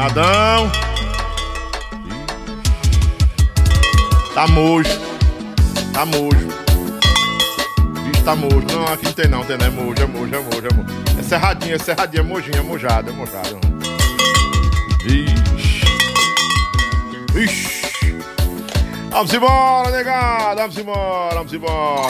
Danadão. Tá mojo. Tá mojo. Bicho tá mojo. Não, aqui não tem não, tem não. É mojo, é mojo, é mojo, é mojo. É serradinha, é mojinha, é mojado, é mojado. Vixe. Vixe. Vamos embora, negado. Vamos embora, vamos embora.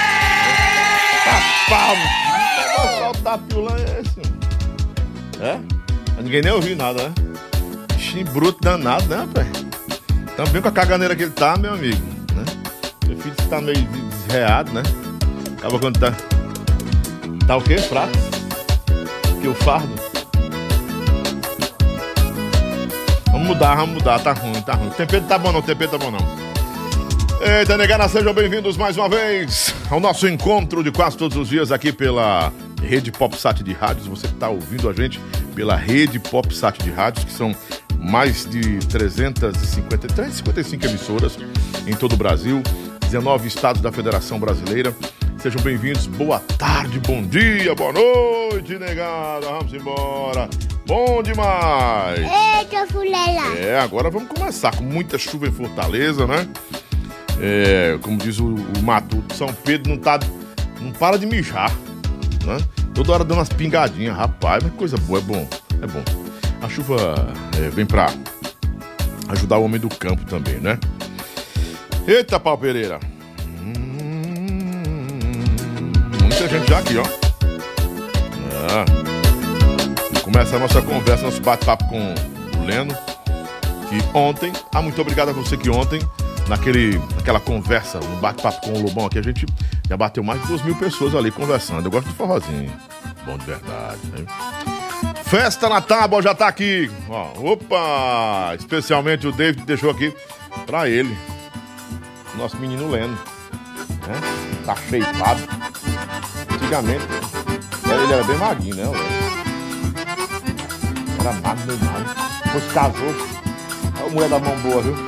Tá pau. Soltar a pílula é esse. É? Ninguém nem ouviu nada, né? Bichinho bruto danado, né, rapaz? Também com a caganeira que ele tá, meu amigo, né? Meu filho tá meio desreado, né? Acaba quando tá... Tá o quê? Fraco? Que o fardo? Vamos mudar, tá ruim. O tempero tá bom não, Eita, negada, sejam bem-vindos mais uma vez ao nosso encontro de quase todos os dias aqui pela Rede PopSat de Rádios. Você que tá ouvindo a gente pela Rede PopSat de Rádios, que são mais de 355 emissoras em todo o Brasil, 19 estados da Federação Brasileira. Sejam bem-vindos, boa tarde, bom dia, boa noite, negada, vamos embora. Bom demais! Eita, fulela! Agora vamos começar com muita chuva em Fortaleza, né? Como diz o Matuto, São Pedro não para de mijar, né? Toda hora dando umas pingadinhas, rapaz, mas coisa boa, é bom. A chuva vem pra ajudar o homem do campo também, né? Eita, pau Pereira! Muita gente já aqui, ó. Começa a nossa conversa, nosso bate-papo com o Leno, que ontem, muito obrigado a você que ontem, naquela conversa, no bate-papo com o Lobão aqui, a gente já bateu mais de 2.000 pessoas ali conversando. Eu gosto de forrozinho, bom de verdade, né? Festa na Tábua já tá aqui, ó, opa, especialmente o David deixou aqui pra ele, nosso menino Leno, né? Tá shapeado. Antigamente, ele era bem magrinho, né, Leno? Era magro, bem magro. Depois casou. É uma mulher da mão boa, viu?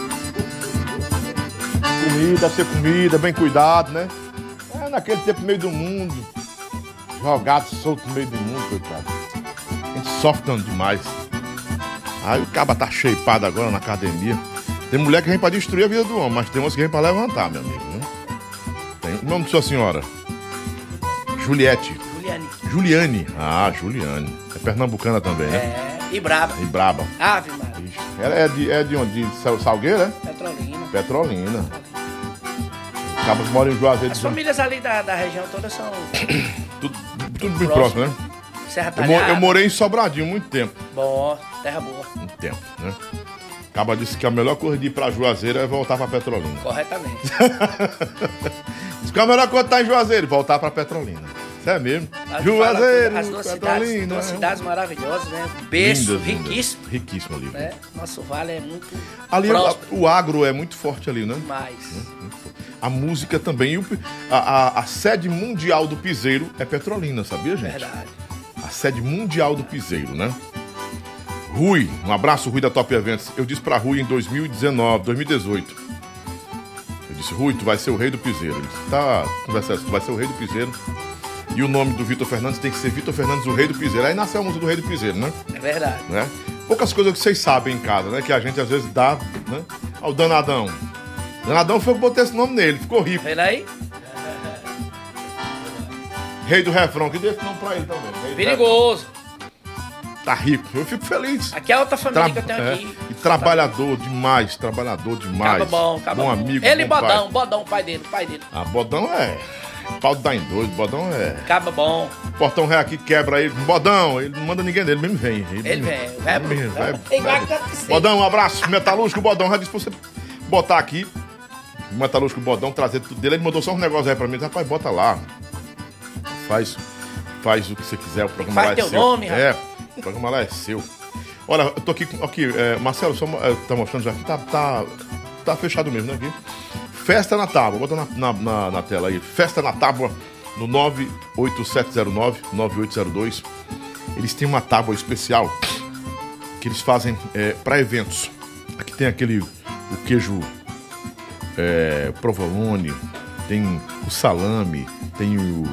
Comida, bem cuidado, né? Naquele tempo no meio do mundo. Jogado, solto no meio do mundo, coitado. A gente sofre tanto demais. Aí o caba tá shapeado agora na academia. Tem mulher que vem pra destruir a vida do homem, mas tem umas que vem pra levantar, meu amigo, né? Tem o nome de sua senhora? Juliane. Juliane. É pernambucana também, né? E braba. Ave Maria. Ela é de onde? De Salgueiro, né? Petrolina. Cabas moram em Juazeiro. As famílias ali da região toda são... tudo bem próximo, né? Serra Talhada. Eu morei em Sobradinho muito tempo. Bom, terra boa. Muito tempo, né? Acaba disse que a melhor coisa de ir pra Juazeiro é voltar pra Petrolina. Corretamente. Diz que a melhor coisa tá em Juazeiro, voltar pra Petrolina. Isso é mesmo. Juazeiro, as duas cidades maravilhosas, né? Berço, riquíssimo. Riquíssimo ali. Né? Nosso vale é muito ali o agro é muito forte ali, né? Demais. A música também. A sede mundial do piseiro é Petrolina, sabia, gente? Verdade. A sede mundial do piseiro, né? Rui, um abraço, Rui da Top Eventos. Eu disse pra Rui em 2018. Eu disse, Rui, tu vai ser o rei do piseiro. Ele disse, tá, conversa, tu vai ser o rei do piseiro. E o nome do Vitor Fernandes tem que ser Vitor Fernandes, o rei do piseiro. Aí nasceu a música do rei do piseiro, né? É verdade. Né? Poucas coisas que vocês sabem em casa, né? Que a gente às vezes dá, né? Ao Danadão. Danadão foi que botei esse nome nele, ficou rico. Vendo aí? Rei do refrão, que deu esse nome pra ele também. Perigoso. Tá rico, eu fico feliz. Aqui é outra família que eu tenho aqui. E trabalhador demais. Caba bom. Amigo, ele bom Bodão, o pai dele. Ah, Bodão é... Pau de dar em doido, Bodão é... Caba bom. O portão ré aqui quebra ele. Bodão, ele não manda ninguém dele, mesmo vem. Ele vem. Bodão, um abraço. Metalúrgico Bodão, já disse pra você botar aqui. O Metalúrgico Bodão, trazer tudo dele. Ele mandou só uns negócios aí pra mim. Rapaz, bota lá. Faz o que você quiser, o programa lá é seu. Faz teu nome, rapaz. O programa lá é seu. Olha, eu tô aqui, Marcelo, só tá mostrando já aqui, tá fechado mesmo, né, aqui. Festa na Tábua, bota na tela aí. Festa na Tábua, no 98709-9802. Eles têm uma tábua especial que eles fazem para eventos. Aqui tem o queijo provolone, tem o salame, tem o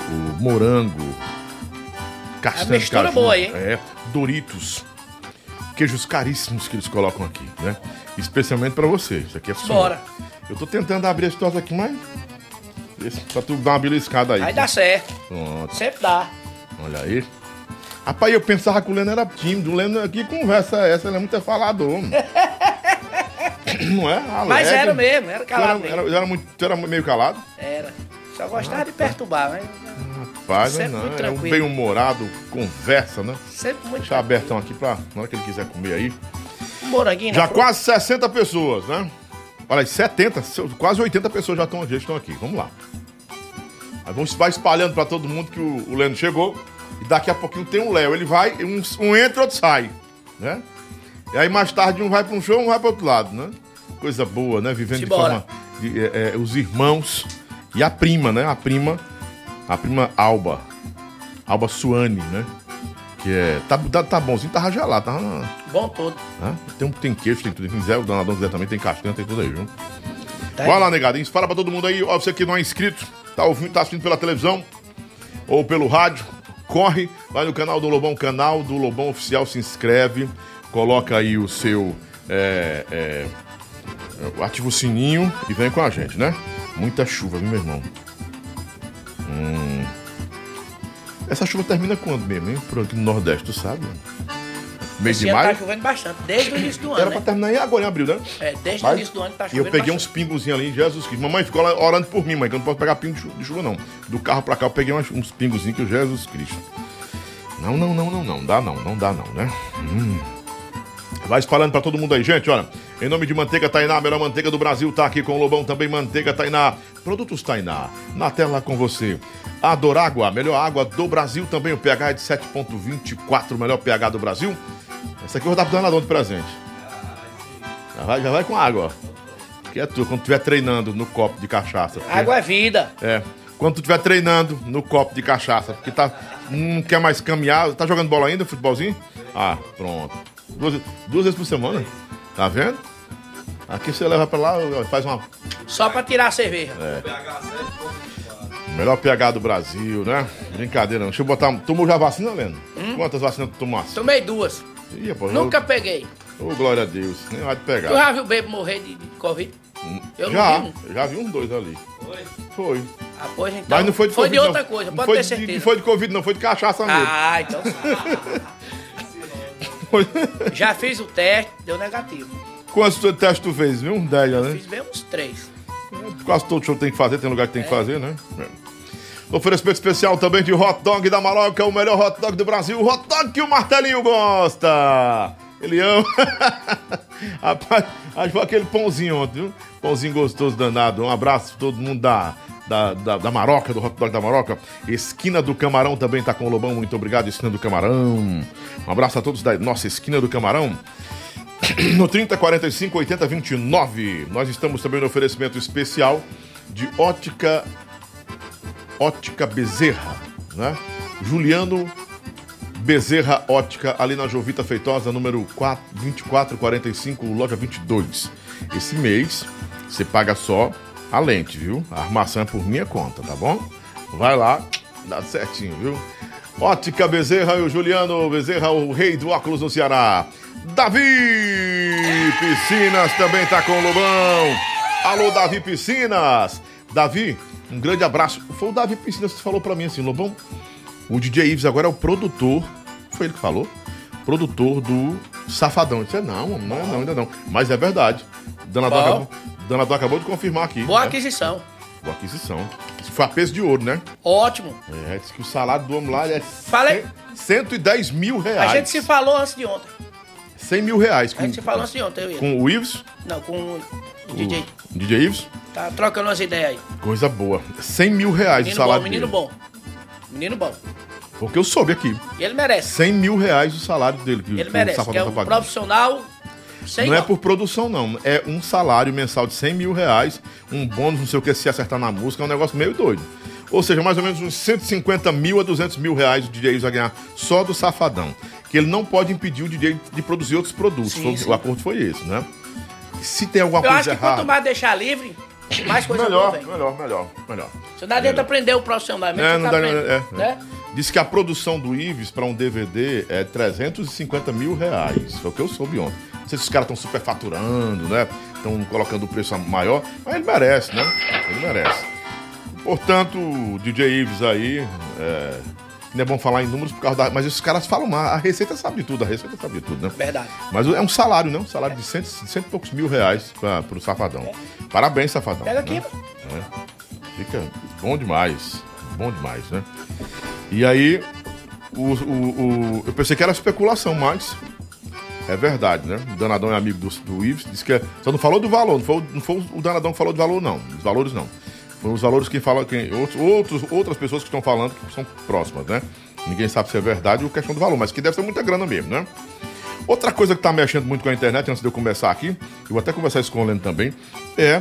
morango, castanha de caju, boa aí, hein? Doritos. queijos caríssimos que eles colocam aqui, né? Especialmente pra você. Isso aqui é sonho. Bora. Eu tô tentando abrir esse troço aqui, mas... pra tu dar uma beliscada aí. Vai dar certo. Pronto. Sempre dá. Olha aí. Rapaz, eu pensava que o Leno era tímido. O Leno aqui, conversa essa, ele é muito falador. Não é? Alegre. Mas era mesmo, era calado mesmo. Tu era meio calado? Era. Só gostava de perturbar, mas... Rapaz, sempre não, muito é um tranquilo. bem-humorado, conversa, né? Sempre muito Deixa abertão aqui pra na hora que ele quiser comer aí. Um moranguinho. Já na quase 60 pessoas, né? Olha aí, 70, quase 80 pessoas já estão aqui. Vamos lá. Aí vai espalhando pra todo mundo que o Leno chegou. E daqui a pouquinho tem o Léo. Ele vai, um entra, outro sai, né? E aí mais tarde um vai pra um show, um vai pro outro lado, né? Coisa boa, né? Vivendo de forma... os irmãos e a prima, né? A prima Alba Suane, né? Que é... Tá bonzinho, tá gelado. Tá, bom todo. né? Tem queijo, tem tudo. Quem quiser, o Danadão quiser também, tem castanha, tem tudo aí, viu? Tá. Vai lá, negadinho. Fala pra todo mundo aí. Ó, você que não é inscrito, tá ouvindo, tá assistindo pela televisão ou pelo rádio, corre, vai no canal do Lobão Oficial, se inscreve, coloca aí o seu... ativa o sininho e vem com a gente, né? Muita chuva, viu, meu irmão? Essa chuva termina quando mesmo, hein? Por aqui no Nordeste, tu sabe? Mês de maio? Tá chovendo bastante, desde o início do ano, Era pra terminar aí agora, em abril, né? Desde o início do ano tá E chovendo eu peguei bastante. uns pingozinhos ali, Jesus Cristo. Mamãe ficou lá orando por mim, mãe, que eu não posso pegar pingo de chuva, não. Do carro pra cá eu peguei uns pingozinhos que o Jesus Cristo. Não dá não, né? Vai espalhando pra todo mundo aí, gente, olha. Em nome de Manteiga Tainá, a melhor manteiga do Brasil, tá aqui com o Lobão também, Manteiga Tainá. Produtos Tainá, na tela com você. Adorágua, a melhor água do Brasil, também o pH é de 7,24, o melhor pH do Brasil. Essa aqui eu vou dar pro Danadão de presente. Já vai com água, ó. Que é tu, quando tu estiver treinando no copo de cachaça. Porque... Água é vida. Quando tu estiver treinando no copo de cachaça, porque não quer mais caminhar. Tá jogando bola ainda, futebolzinho? Ah, pronto. Duas vezes por semana? Tá vendo? Aqui você leva pra lá, faz uma... Só pra tirar a cerveja. Melhor pH do Brasil, né? Brincadeira, não. Deixa eu botar... Tomou já vacina, Leno? Quantas vacinas tu tomaste? Tomei 2. Ih, pô, Nunca peguei. Glória a Deus. Nem vai te pegar. Tu já viu o bebo morrer de Covid? Eu já, não vi. eu já vi uns 2 ali. Foi. Ah, pois então. Mas não foi de Foi Covid, de outra não. coisa, Não pode foi ter de- certeza. Não foi de Covid, não. Foi de cachaça mesmo. Ah, então sim. Foi. Já fiz o teste, deu negativo. Quantos testes tu fez, viu? 10 já, né? Fiz bem uns 3. Quase todo show tem que fazer, tem lugar que tem que fazer, né? Oferecimento especial também de hot dog da Maroca, o melhor hot dog do Brasil, o hot dog que o Martelinho gosta. Ele ama. Rapaz, achou aquele pãozinho ontem, viu? Pãozinho gostoso, danado. Um abraço pra todo mundo da Maroca, do hot dog da Maroca. Esquina do Camarão também tá com o Lobão, muito obrigado, Esquina do Camarão. Um abraço a todos da nossa Esquina do Camarão. No 30 45 80 29. Nós estamos também no oferecimento especial de Ótica Bezerra, né? Juliano Bezerra Ótica, ali na Jovita Feitosa, número 2445, loja 22. Esse mês você paga só a lente, viu? A armação é por minha conta, tá bom? Vai lá, dá certinho, viu? Ótica Bezerra e o Juliano Bezerra, o rei do óculos no Ceará. Davi Piscinas também tá com o Lobão. Alô, Davi Piscinas. Davi, um grande abraço. Foi o Davi Piscinas que falou pra mim assim, Lobão, o DJ Ives agora é o produtor, foi ele que falou, produtor do Safadão. Eu disse, não, ainda não. Mas é verdade. Danador acabou de confirmar aqui. Boa né? aquisição. Boa aquisição. Isso foi a peso de ouro, né? Ótimo. Disse que o salário do homem lá é Falei. 110 mil reais. A gente se falou antes de ontem. 100 mil reais. A gente se falou antes de ontem, eu e ele. Com o Ives? Não, com o DJ. O DJ Ives? Tá trocando umas ideias aí. Coisa boa. 100 mil reais o salário Menino dele. bom. Menino bom. Porque eu soube aqui. E ele merece. 100 mil reais o salário dele. Ele merece, que é um profissional sem Não é igual. por produção, não. É um salário mensal de 100 mil reais, um bônus, não sei o que, se acertar na música, é um negócio meio doido. Ou seja, mais ou menos uns 150 mil a 200 mil reais o DJ Ives vai ganhar só do Safadão. Que ele não pode impedir o DJ de produzir outros produtos. Sim, sim. O acordo foi esse, né? Se tem alguma Eu coisa acho que errada... quanto mais deixar livre, Mais coisa melhor, boa, velho. melhor. Você não adianta aprender o profissionalmente, não dá, né? Diz que a produção do Ives para um DVD é 350 mil reais. Foi o que eu soube ontem. Não sei se os caras estão superfaturando, né? Estão colocando o preço maior, mas ele merece, né? Ele merece. Portanto, o DJ Ives aí, não é bom falar em números por causa da... Mas esses caras falam mal, a Receita sabe de tudo, né? Verdade. Mas é um salário, né? Um salário de cento e poucos mil reais pro Safadão. Parabéns, Safadão. Pega aqui, né? Fica bom demais, né? E aí, eu pensei que era especulação, mas é verdade, né? O Danadão é amigo do Ives, disse que só não falou do valor, não foi o Danadão que falou do valor, não. Os valores não. Foram os valores que falam, outras pessoas que estão falando que são próximas, né? Ninguém sabe se é verdade ou questão do valor, mas que deve ser muita grana mesmo, né? Outra coisa que tá mexendo muito com a internet, antes de eu começar aqui, eu vou até conversar isso com o Leno também, é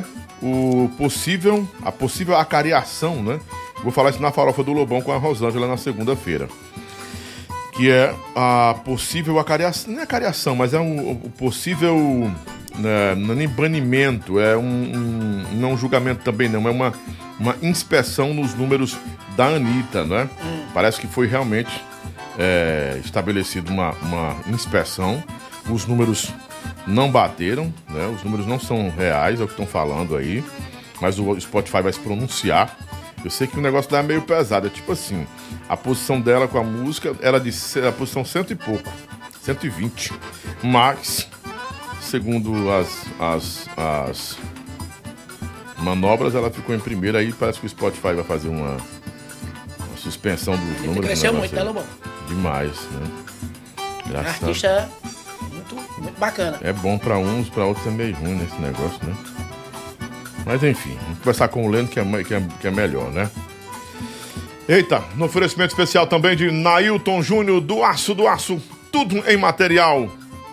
a possível acariação, né? Vou falar isso na Farofa do Lobão com a Rosângela na segunda-feira. Que é a possível acariação, não é acariação, mas é o possível nem banimento, é não um julgamento também não, é uma inspeção nos números da Anitta, né? Parece que foi realmente estabelecido uma inspeção, os números não bateram, né? Os números não são reais, é o que estão falando aí, mas o Spotify vai se pronunciar. Eu sei que o negócio lá é meio pesado, é tipo assim, a posição dela com a música era de a posição 100 e pouco, 120, mas segundo as manobras ela ficou em primeira, aí parece que o Spotify vai fazer uma suspensão dos números. Cresceu muito, né, Lobão? Demais, né? Artista muito, muito bacana. É bom pra uns, pra outros é meio ruim nesse negócio, né? Mas enfim, vamos conversar com o Leno que é melhor, né? Eita, no oferecimento especial também de Nailton Júnior, do aço, tudo em material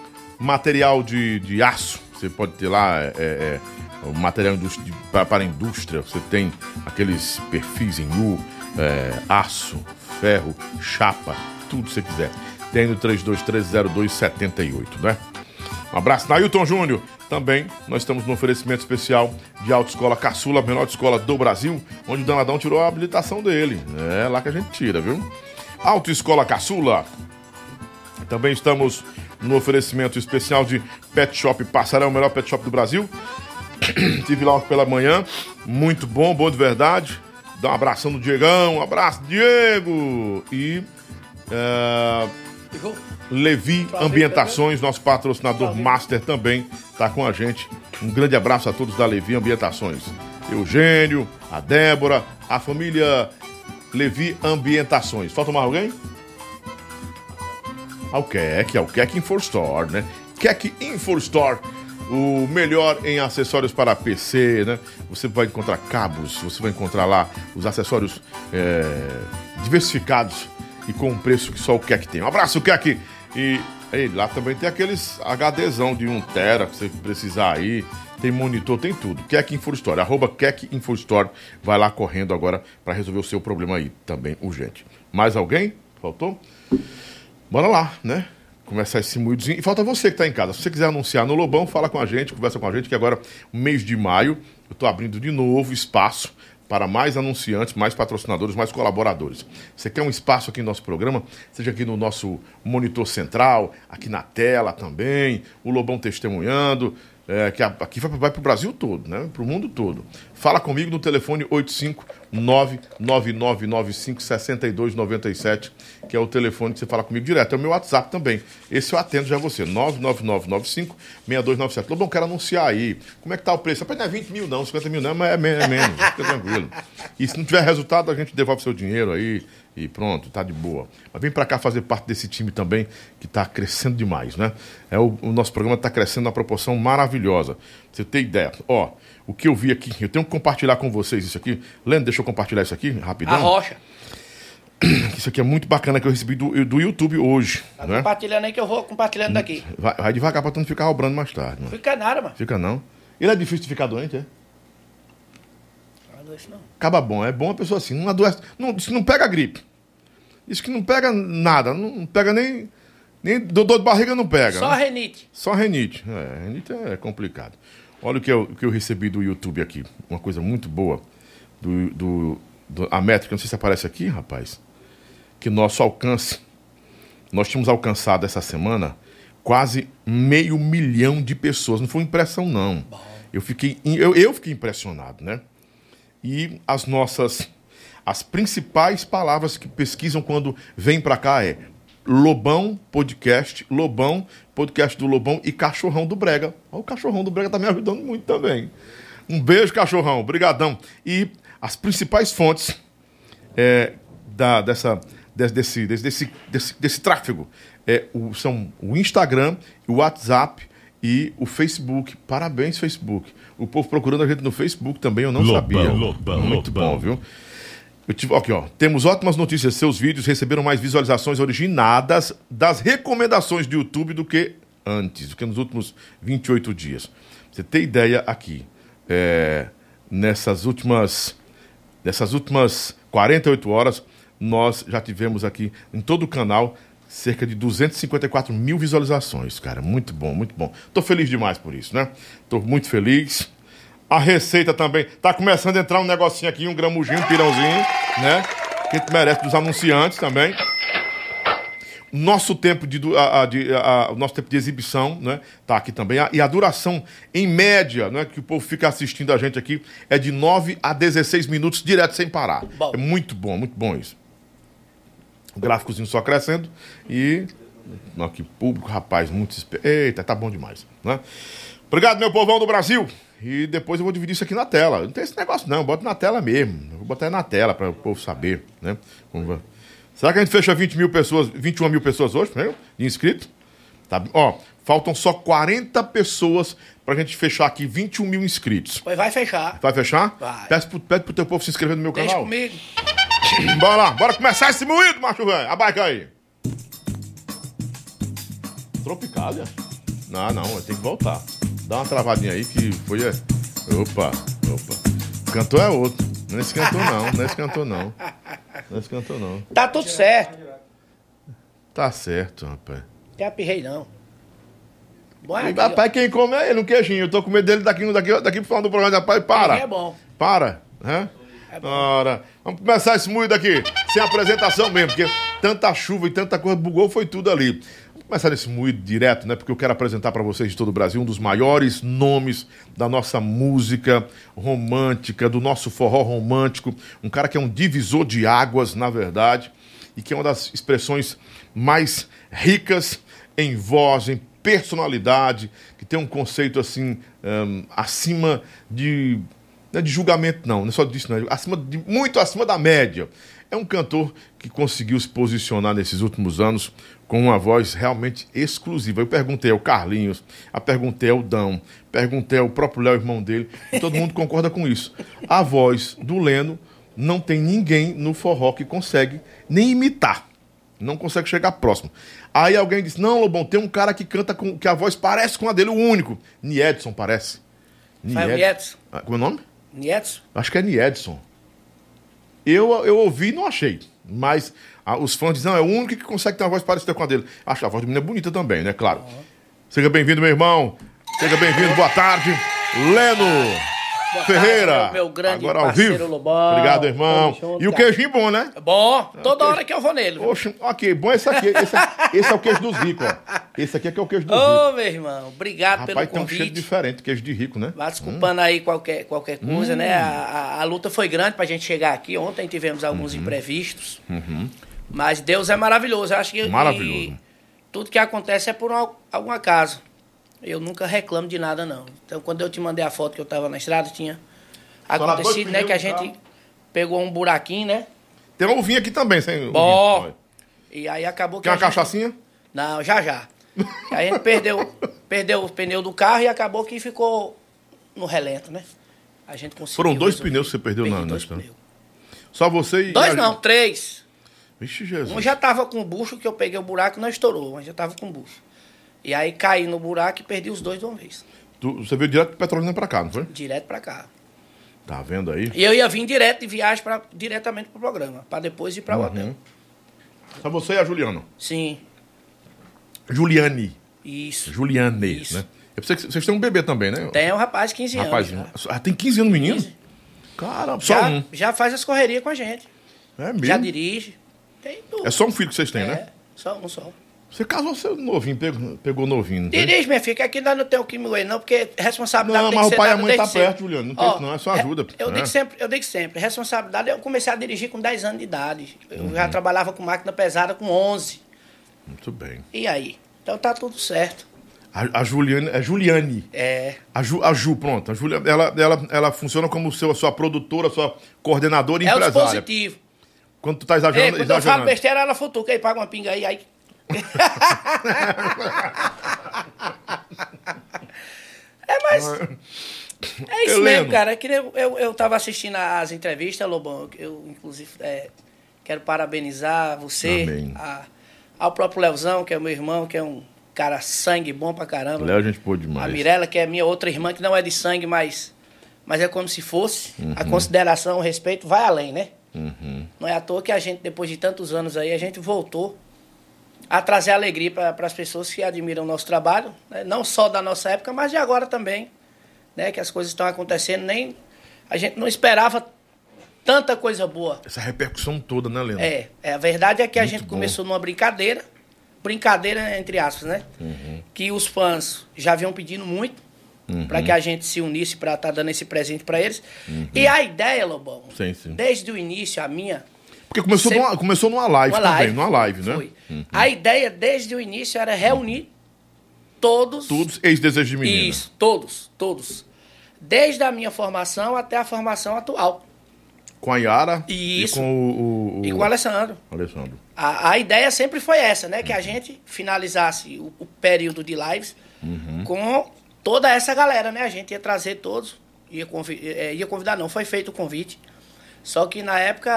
de aço. Você pode ter lá o material para a indústria, você tem aqueles perfis em U, aço, ferro, chapa, tudo que você quiser. Tem no 32130278, né? Um abraço, Nailton Júnior. Também nós estamos no oferecimento especial de Autoescola Caçula, a menor escola do Brasil, onde o Danadão tirou a habilitação dele. É lá que a gente tira, viu? Autoescola Caçula. Também estamos no oferecimento especial de Pet Shop Passarão, o melhor pet shop do Brasil. Estive lá pela manhã, muito bom de verdade. Dá um abração no Diegão, um abraço, Diego! E Levi Ambientações, nosso patrocinador master também está com a gente. Um grande abraço a todos da Levi Ambientações. Eugênio, a Débora, a família Levi Ambientações. Falta mais alguém? O Keck Info Store, né? Keck Info Store, o melhor em acessórios para PC, né? Você vai encontrar cabos, você vai encontrar lá os acessórios diversificados e com um preço que só o Keck tem. Um abraço, Keck! E lá também tem aqueles HDzão de 1 tera que você precisar aí. Tem monitor, tem tudo. Keck Info Store, @Keck Info Store. Vai lá correndo agora para resolver o seu problema aí também urgente. Mais alguém? Faltou? Bora lá, né? Começar esse moídozinho. E falta você que tá em casa. Se você quiser anunciar no Lobão, fala com a gente, conversa com a gente, que agora, mês de maio, eu tô abrindo de novo espaço para mais anunciantes, mais patrocinadores, mais colaboradores. Você quer um espaço aqui no nosso programa, seja aqui no nosso monitor central, aqui na tela também, o Lobão testemunhando, que aqui vai para o Brasil todo, né? Para o mundo todo. Fala comigo no telefone 859-9995-6297, que é o telefone que você fala comigo direto. É o meu WhatsApp também. Esse eu atendo já você, 99995-6297. Lobão, quero anunciar aí. Como é que tá o preço? Rapaz, não é 20 mil não, 50 mil não, mas é menos, fica tranquilo. E se não tiver resultado, a gente devolve seu dinheiro aí e pronto, tá de boa. Mas vem pra cá fazer parte desse time também, que tá crescendo demais, né? O nosso programa tá crescendo numa proporção maravilhosa. Pra você ter ideia. Ó, o que eu vi aqui, eu tenho que compartilhar com vocês isso aqui. Lendo, deixa eu compartilhar isso aqui, rapidão. A rocha. Isso aqui é muito bacana que eu recebi do YouTube hoje. Tá, né? compartilhando aí que eu vou compartilhando daqui. Vai devagar pra tu não ficar roubando mais tarde. Mano. Fica nada, mano. Fica não. Ele é difícil de ficar doente, é? Não adoece, não. Acaba bom, é bom a pessoa assim, não adoece. Isso não pega gripe. Isso que não pega nada, não pega nem dor de barriga não pega. Só né? renite. Só renite. Renite é complicado. Olha o que eu recebi do YouTube aqui. Uma coisa muito boa. A métrica, não sei se aparece aqui, rapaz. Que nosso alcance. Nós tínhamos alcançado essa semana quase 500 mil de pessoas. Não foi impressão, não. Eu fiquei impressionado, né? E as principais palavras que pesquisam quando vem pra cá é Lobão Podcast do Lobão e Cachorrão do Brega. O Cachorrão do Brega tá me ajudando muito também. Um beijo, Cachorrão. Brigadão. E as principais fontes desse tráfego são o Instagram, o WhatsApp e o Facebook. Parabéns, Facebook. O povo procurando a gente no Facebook também, eu não sabia. Muito bom, viu? Aqui, ó. Temos ótimas notícias. Seus vídeos receberam mais visualizações originadas das recomendações do YouTube do que nos últimos 28 dias. Você tem ideia aqui, nessas últimas 48 horas, nós já tivemos aqui em todo o canal cerca de 254 mil visualizações, cara. Muito bom, muito bom. Tô feliz demais por isso, né? Tô muito feliz. A receita também. Tá começando a entrar um negocinho aqui, um gramujinho, um pirãozinho, né? Que a gente merece dos anunciantes também. Nosso tempo nosso tempo de exibição, né? Tá aqui também. E a duração, em média, né? Que o povo fica assistindo a gente aqui, é de 9 a 16 minutos direto sem parar. Bom. É muito bom isso. O gráficozinho só crescendo e... Que público, rapaz, muito... Eita, tá bom demais, né? Obrigado, meu povão do Brasil. E depois eu vou dividir isso aqui na tela. Não tem esse negócio não, eu boto na tela mesmo. Eu vou botar na tela para o povo saber, né? Será que a gente fecha 21 mil pessoas hoje, né? De inscritos? Tá, ó, faltam só 40 pessoas pra gente fechar aqui 21 mil inscritos. Pois vai fechar. Vai fechar? Vai. Pede pro teu povo se inscrever no meu canal. Deixa comigo. Bora lá, bora começar esse moído, macho velho. Abaixa aí. Tropicália? Não, tem que voltar. Dá uma travadinha aí que foi... Opa. O cantor é outro. Não é esse cantor não. Tá tudo certo. Tá certo, rapaz. Não tem apirrei, não. Bom, Rapaz, quem come é ele, um queijinho. Eu tô com medo dele daqui pro final do programa. Rapaz, para. É bom. Para, né? Ora, vamos começar esse moído aqui, sem apresentação mesmo, porque tanta chuva e tanta coisa bugou, foi tudo ali. Vamos começar nesse moído direto, né? Porque eu quero apresentar para vocês de todo o Brasil um dos maiores nomes da nossa música romântica, do nosso forró romântico. Um cara que é um divisor de águas, na verdade, e que é uma das expressões mais ricas em voz, em personalidade, que tem um conceito assim, acima de... Não é de julgamento, não é só disso, não. Muito acima da média. É um cantor que conseguiu se posicionar nesses últimos anos com uma voz realmente exclusiva. Eu perguntei ao Carlinhos, perguntei ao Dão, perguntei ao próprio Léo, irmão dele, e todo mundo concorda com isso. A voz do Leno não tem ninguém no forró que consegue nem imitar. Não consegue chegar próximo. Aí alguém disse, não, Lobão, tem um cara que canta que a voz parece com a dele, o único. Niedson parece. Niedson. Como é o nome? Niedson? Acho que é Niedson. Eu ouvi e não achei. Mas os fãs dizem, não, é o único que consegue ter uma voz parecida com a dele. Acho que a voz do menino é bonita também, né? Claro. Seja bem-vindo, meu irmão. Seja bem-vindo. Boa tarde. Leno Ferreira. Tarde, meu grande agora ao parceiro vivo. Lobão. Obrigado, irmão. Junto, e o queijinho bom, né? Bom, toda hora que eu vou nele. Oxe, ok, bom esse aqui. Esse é o queijo dos ricos, ó. Esse aqui é que é o queijo dos ricos. Ô, meu irmão, obrigado pelo convite. Rapaz, tem um cheiro diferente, queijo de rico, né? Vai desculpando aí qualquer coisa, né? A luta foi grande pra gente chegar aqui. Ontem tivemos alguns imprevistos. Mas Deus é maravilhoso. Eu acho que maravilhoso. Tudo que acontece é por algum acaso. Eu nunca reclamo de nada, não. Então, quando eu te mandei a foto que eu tava na estrada, tinha acontecido, né? Que a gente pegou um buraquinho, né? Tem uma uvinha aqui também, sem bom. E aí acabou que Quer uma cachaçinha? Não, já. Aí a gente perdeu o pneu do carro e acabou que ficou no relento, né? A gente conseguiu. Foram 2 pneus que você perdeu na estrada? Só você e... 2 não, 3. Vixe, Jesus. Um já tava com bucho, que eu peguei o buraco e não estourou, mas já tava com bucho. E aí caí no buraco e perdi os 2 de uma vez. Você veio direto do Petrolina pra cá, não foi? Direto pra cá. Tá vendo aí? E eu ia vir direto de viagem diretamente pro programa, pra depois ir pra o hotel. Só você e a Juliana? Sim. Juliane. Isso. Juliane, Isso. né? Eu pensei que vocês têm um bebê também, né? Tem um rapaz de 15 anos. Rapazinho. Tem 15 anos, menino? 15. Caramba, Já, só um. já faz as correrias com a gente. É mesmo? Já dirige. Tem tudo. É só um filho que vocês têm, né? Só um só. Você casou seu novinho, pegou novinho. Não tem? Dirige, minha filha, que aqui ainda não tem o que me moer, não, porque responsabilidade Não, tem mas que o pai e a dada mãe tá desde sempre. perto, Juliano. Não tem isso não, é só ajuda. Eu digo sempre, responsabilidade, eu comecei a dirigir com 10 anos de idade. Eu já trabalhava com máquina pesada com 11. Muito bem. E aí? Então tá tudo certo. A Juliane, é Juliane. É. A Ju, pronto. A Julia, ela funciona como sua produtora, sua coordenadora e É o empresária. dispositivo. Quando tu tá exagerando, Quando eu falo besteira, ela futuca. Aí paga uma pinga aí. Mas é isso mesmo, cara. Eu tava assistindo as entrevistas, Lobão. Eu, inclusive, quero parabenizar você, ao próprio Leozão, que é meu irmão, que é um cara sangue bom pra caramba. Léo, a gente pôde demais. A Mirella, que é minha outra irmã, que não é de sangue, mas é como se fosse. A consideração, o respeito vai além, né? Não é à toa que a gente, depois de tantos anos aí, a gente voltou a trazer alegria para as pessoas que admiram o nosso trabalho, né? Não só da nossa época, mas de agora também, né? Que as coisas estão acontecendo, a gente não esperava tanta coisa boa. Essa repercussão toda, né, Leandro? A verdade é que a gente bom. começou numa brincadeira entre aspas, né? Que os fãs já vinham pedindo muito para que a gente se unisse para estar dando esse presente para eles. E a ideia, Lobão, sim. desde o início, a minha... Porque começou numa live também, numa live, né? Foi. A ideia, desde o início, era reunir todos... Todos ex-desejos de menina. Isso, todos. Desde a minha formação até a formação atual. Com a Yara Isso. E com E com o Alessandro. A ideia sempre foi essa, né? Que a gente finalizasse o período de lives com toda essa galera, né? A gente ia trazer todos, ia convidar, não, foi feito o convite. Só que na época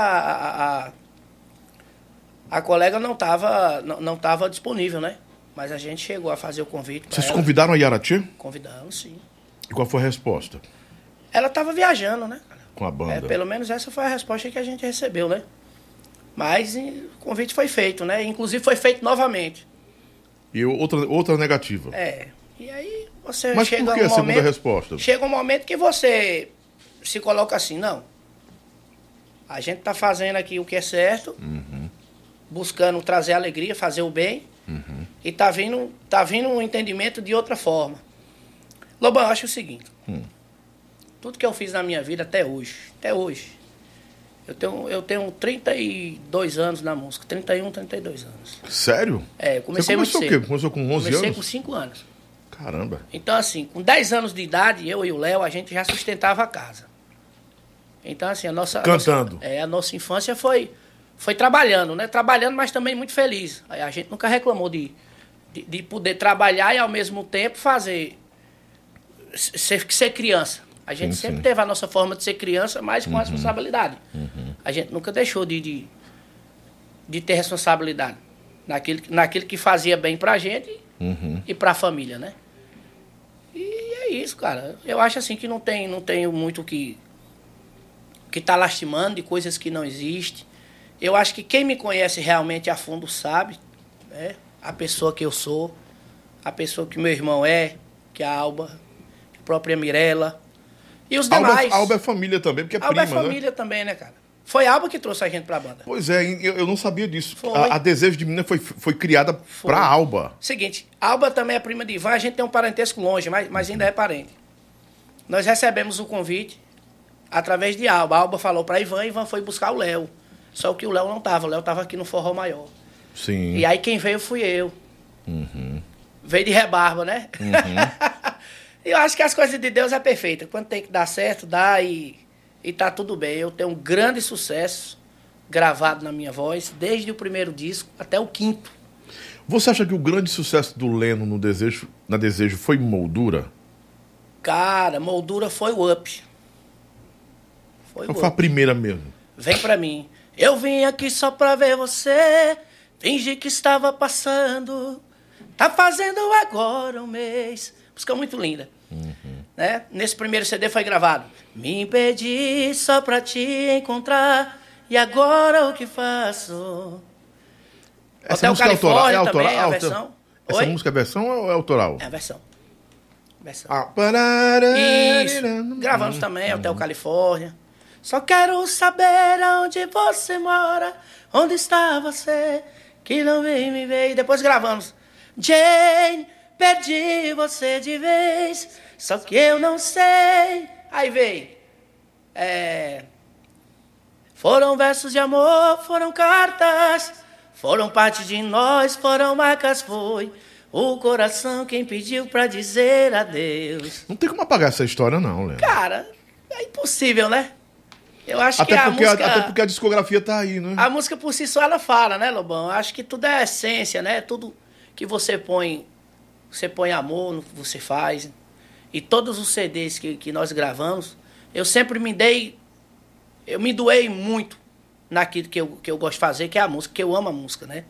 a colega não tava disponível, né? Mas a gente chegou a fazer o convite. Vocês convidaram a Yara Tia? Convidamos, sim. E qual foi a resposta? Ela estava viajando, né? Com a banda. Pelo menos essa foi a resposta que a gente recebeu, né? Mas o convite foi feito, né? Inclusive foi feito novamente. E outra negativa. E aí você Mas chega por que a segunda resposta? Chega um momento que você se coloca assim, não. A gente tá fazendo aqui o que é certo, buscando trazer alegria, fazer o bem, e tá vindo um entendimento de outra forma. Lobão, eu acho o seguinte, tudo que eu fiz na minha vida até hoje, eu tenho 32 anos na música, 31, 32 anos. Sério? Eu comecei muito cedo. Você começou o quê? Começou com 11 anos? Comecei com 5 anos. Caramba. Então, assim, com 10 anos de idade, eu e o Léo, a gente já sustentava a casa. Então, assim, Cantando. A nossa infância foi trabalhando, né? Trabalhando, mas também muito feliz. A gente nunca reclamou de poder trabalhar e, ao mesmo tempo, ser criança. A gente sempre teve a nossa forma de ser criança, mas com responsabilidade. A gente nunca deixou de ter responsabilidade naquilo que fazia bem pra gente e pra família, né? E é isso, cara. Eu acho assim que não tem muito que tá lastimando de coisas que não existem. Eu acho que quem me conhece realmente a fundo sabe, né? A pessoa que eu sou, a pessoa que meu irmão que é a Alba, a própria Mirella e os demais. Alba é família também, porque é Alba prima, é família também, né, cara? Foi a Alba que trouxe a gente pra banda. Pois é, eu não sabia disso. Foi. A Desejo de Menina foi criada pra Alba. Seguinte, Alba também é prima de Ivan, a gente tem um parentesco longe, mas ainda é parente. Nós recebemos o convite através de Alba. A Alba falou pra Ivan foi buscar o Léo. Só que o Léo não tava, o Léo tava aqui no Forró Maior. Sim. E aí quem veio fui eu. Veio de rebarba, né? Eu acho que as coisas de Deus é perfeita. Quando tem que dar certo, dá e tá tudo bem. Eu tenho um grande sucesso gravado na minha voz, desde o primeiro disco até o 5º. Você acha que o grande sucesso do Leno na Desejo foi Moldura? Cara, Moldura foi o Up. Qual foi a primeira mesmo? Vem pra mim. Eu vim aqui só pra ver você, fingi que estava passando, tá fazendo agora um mês. Música muito linda. Né? Nesse primeiro CD foi gravado. Me impedi só pra te encontrar, e agora o que faço? Essa Hotel música Califórnia é autoral? também, a versão. Essa música é versão ou é autoral? É a versão. Isso. Gravamos também, Hotel Califórnia. Só quero saber onde você mora, onde está você, que não vem me ver. E depois gravamos. Jane, perdi você de vez, só que eu não sei. Aí veio. Foram versos de amor, foram cartas, foram parte de nós, foram marcas, foi o coração quem pediu pra dizer adeus. Não tem como apagar essa história, não, Leno. Cara, é impossível, né? Eu acho que a música... Até porque a discografia tá aí, né? A música por si só, ela fala, né, Lobão? Eu acho que tudo é essência, né? Tudo que você põe amor no que você faz. E todos os CDs que nós gravamos, eu sempre eu me doei muito naquilo que eu gosto de fazer, que é a música, que eu amo a música, né?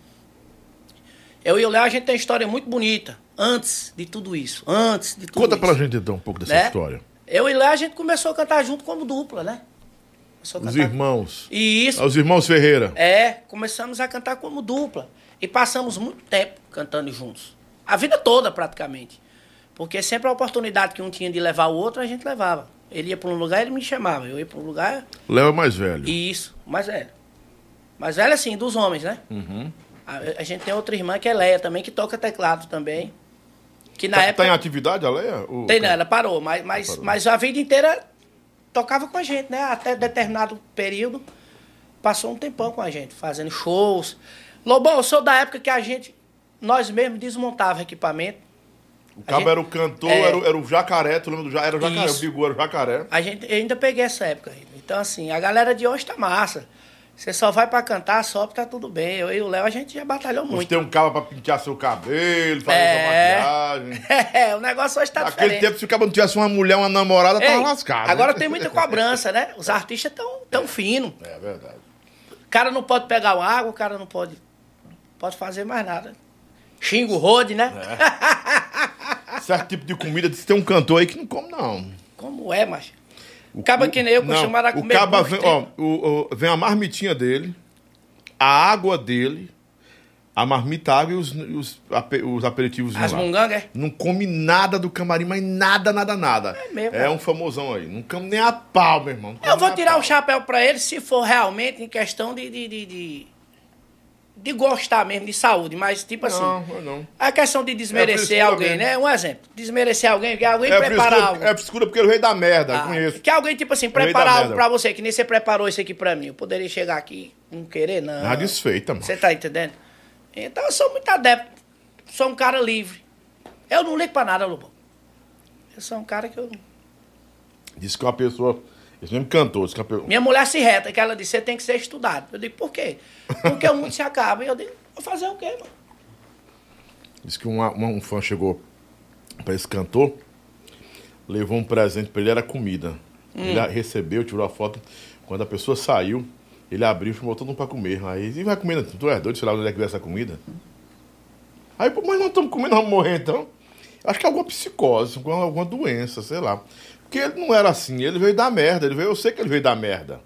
Eu e o Léo, a gente tem uma história muito bonita, antes de tudo isso. Conta pra gente, então, um pouco dessa história. Eu e o Léo, a gente começou a cantar junto como dupla, né? Os irmãos. Isso. Os irmãos Ferreira. Começamos a cantar como dupla. E passamos muito tempo cantando juntos. A vida toda, praticamente. Porque sempre a oportunidade que um tinha de levar o outro, a gente levava. Ele ia para um lugar, ele me chamava. Eu ia para um lugar... Léo é mais velho. Isso, mais velho. Mais velho, assim, dos homens, né? Uhum. A gente tem outra irmã, que é Leia também, que toca teclado também. Que na época... Tá em atividade, a Leia? Tem, não, ela parou. Mas a vida inteira tocava com a gente, né? Até determinado período, passou um tempão com a gente, fazendo shows. Lobão, eu sou da época que nós mesmos desmontava equipamento. O cabo era o cantor, era o Jacaré, tu lembra do Jacaré? Era o Jacaré, o Bigu era o Jacaré. Eu ainda peguei essa época ainda. Então, assim, a galera de hoje tá massa. Você só vai pra cantar, só tá tudo bem. Eu e o Léo, a gente já batalhou muito. Você tem um cabo pra pentear seu cabelo, fazer sua maquiagem. O negócio hoje tá Naquele diferente. tempo, se o cabo não tivesse uma mulher, uma namorada, tava lascado. Agora né? tem muita cobrança, né? Os artistas tão finos. É verdade. O cara não pode pegar uma água, o cara não pode fazer mais nada. Xinga o road, né? Certo tipo de comida, se tem um cantor aí que não come, não. Como é, macho? Caba que nem eu, acostumado a comer. O caba vem a marmitinha dele, a água dele, a marmita, água e os aperitivos. As mungangas, Não come nada do camarim, mas nada. É mesmo. É um famosão aí. Não come nem a pau, meu irmão. Eu vou tirar o chapéu pra ele se for realmente em questão de gostar mesmo, de saúde, mas tipo assim... Não. A questão de desmerecer alguém, né? Um exemplo. Desmerecer alguém, que alguém prepara algo. É frescura porque ele veio da merda, conheço. Que alguém, tipo assim, preparar algo pra você, que nem você preparou isso aqui pra mim. Eu poderia chegar aqui e não querer, não. Ah, desfeita, mano. Você tá entendendo? Então eu sou muito adepto. Sou um cara livre. Eu não ligo pra nada, Lobão. Eu sou um cara que eu... Disse que uma pessoa... Esse mesmo cantor, disse que Minha mulher se reta, que ela disse, você tem que ser estudado. Eu digo, por quê? Porque o mundo se acaba. E eu digo, vou fazer o quê, mano? Disse que um fã chegou pra esse cantor, levou um presente pra ele, era comida. Ele recebeu, tirou a foto. Quando a pessoa saiu, ele abriu e chamou todo mundo pra comer. Aí, e vai comer, tu é doido, sei lá onde é que veio essa comida? Aí, pô, mas nós estamos comendo, vamos morrer então? Acho que é alguma psicose, alguma doença, sei lá. Porque ele não era assim, ele veio da merda, eu sei que ele veio da merda.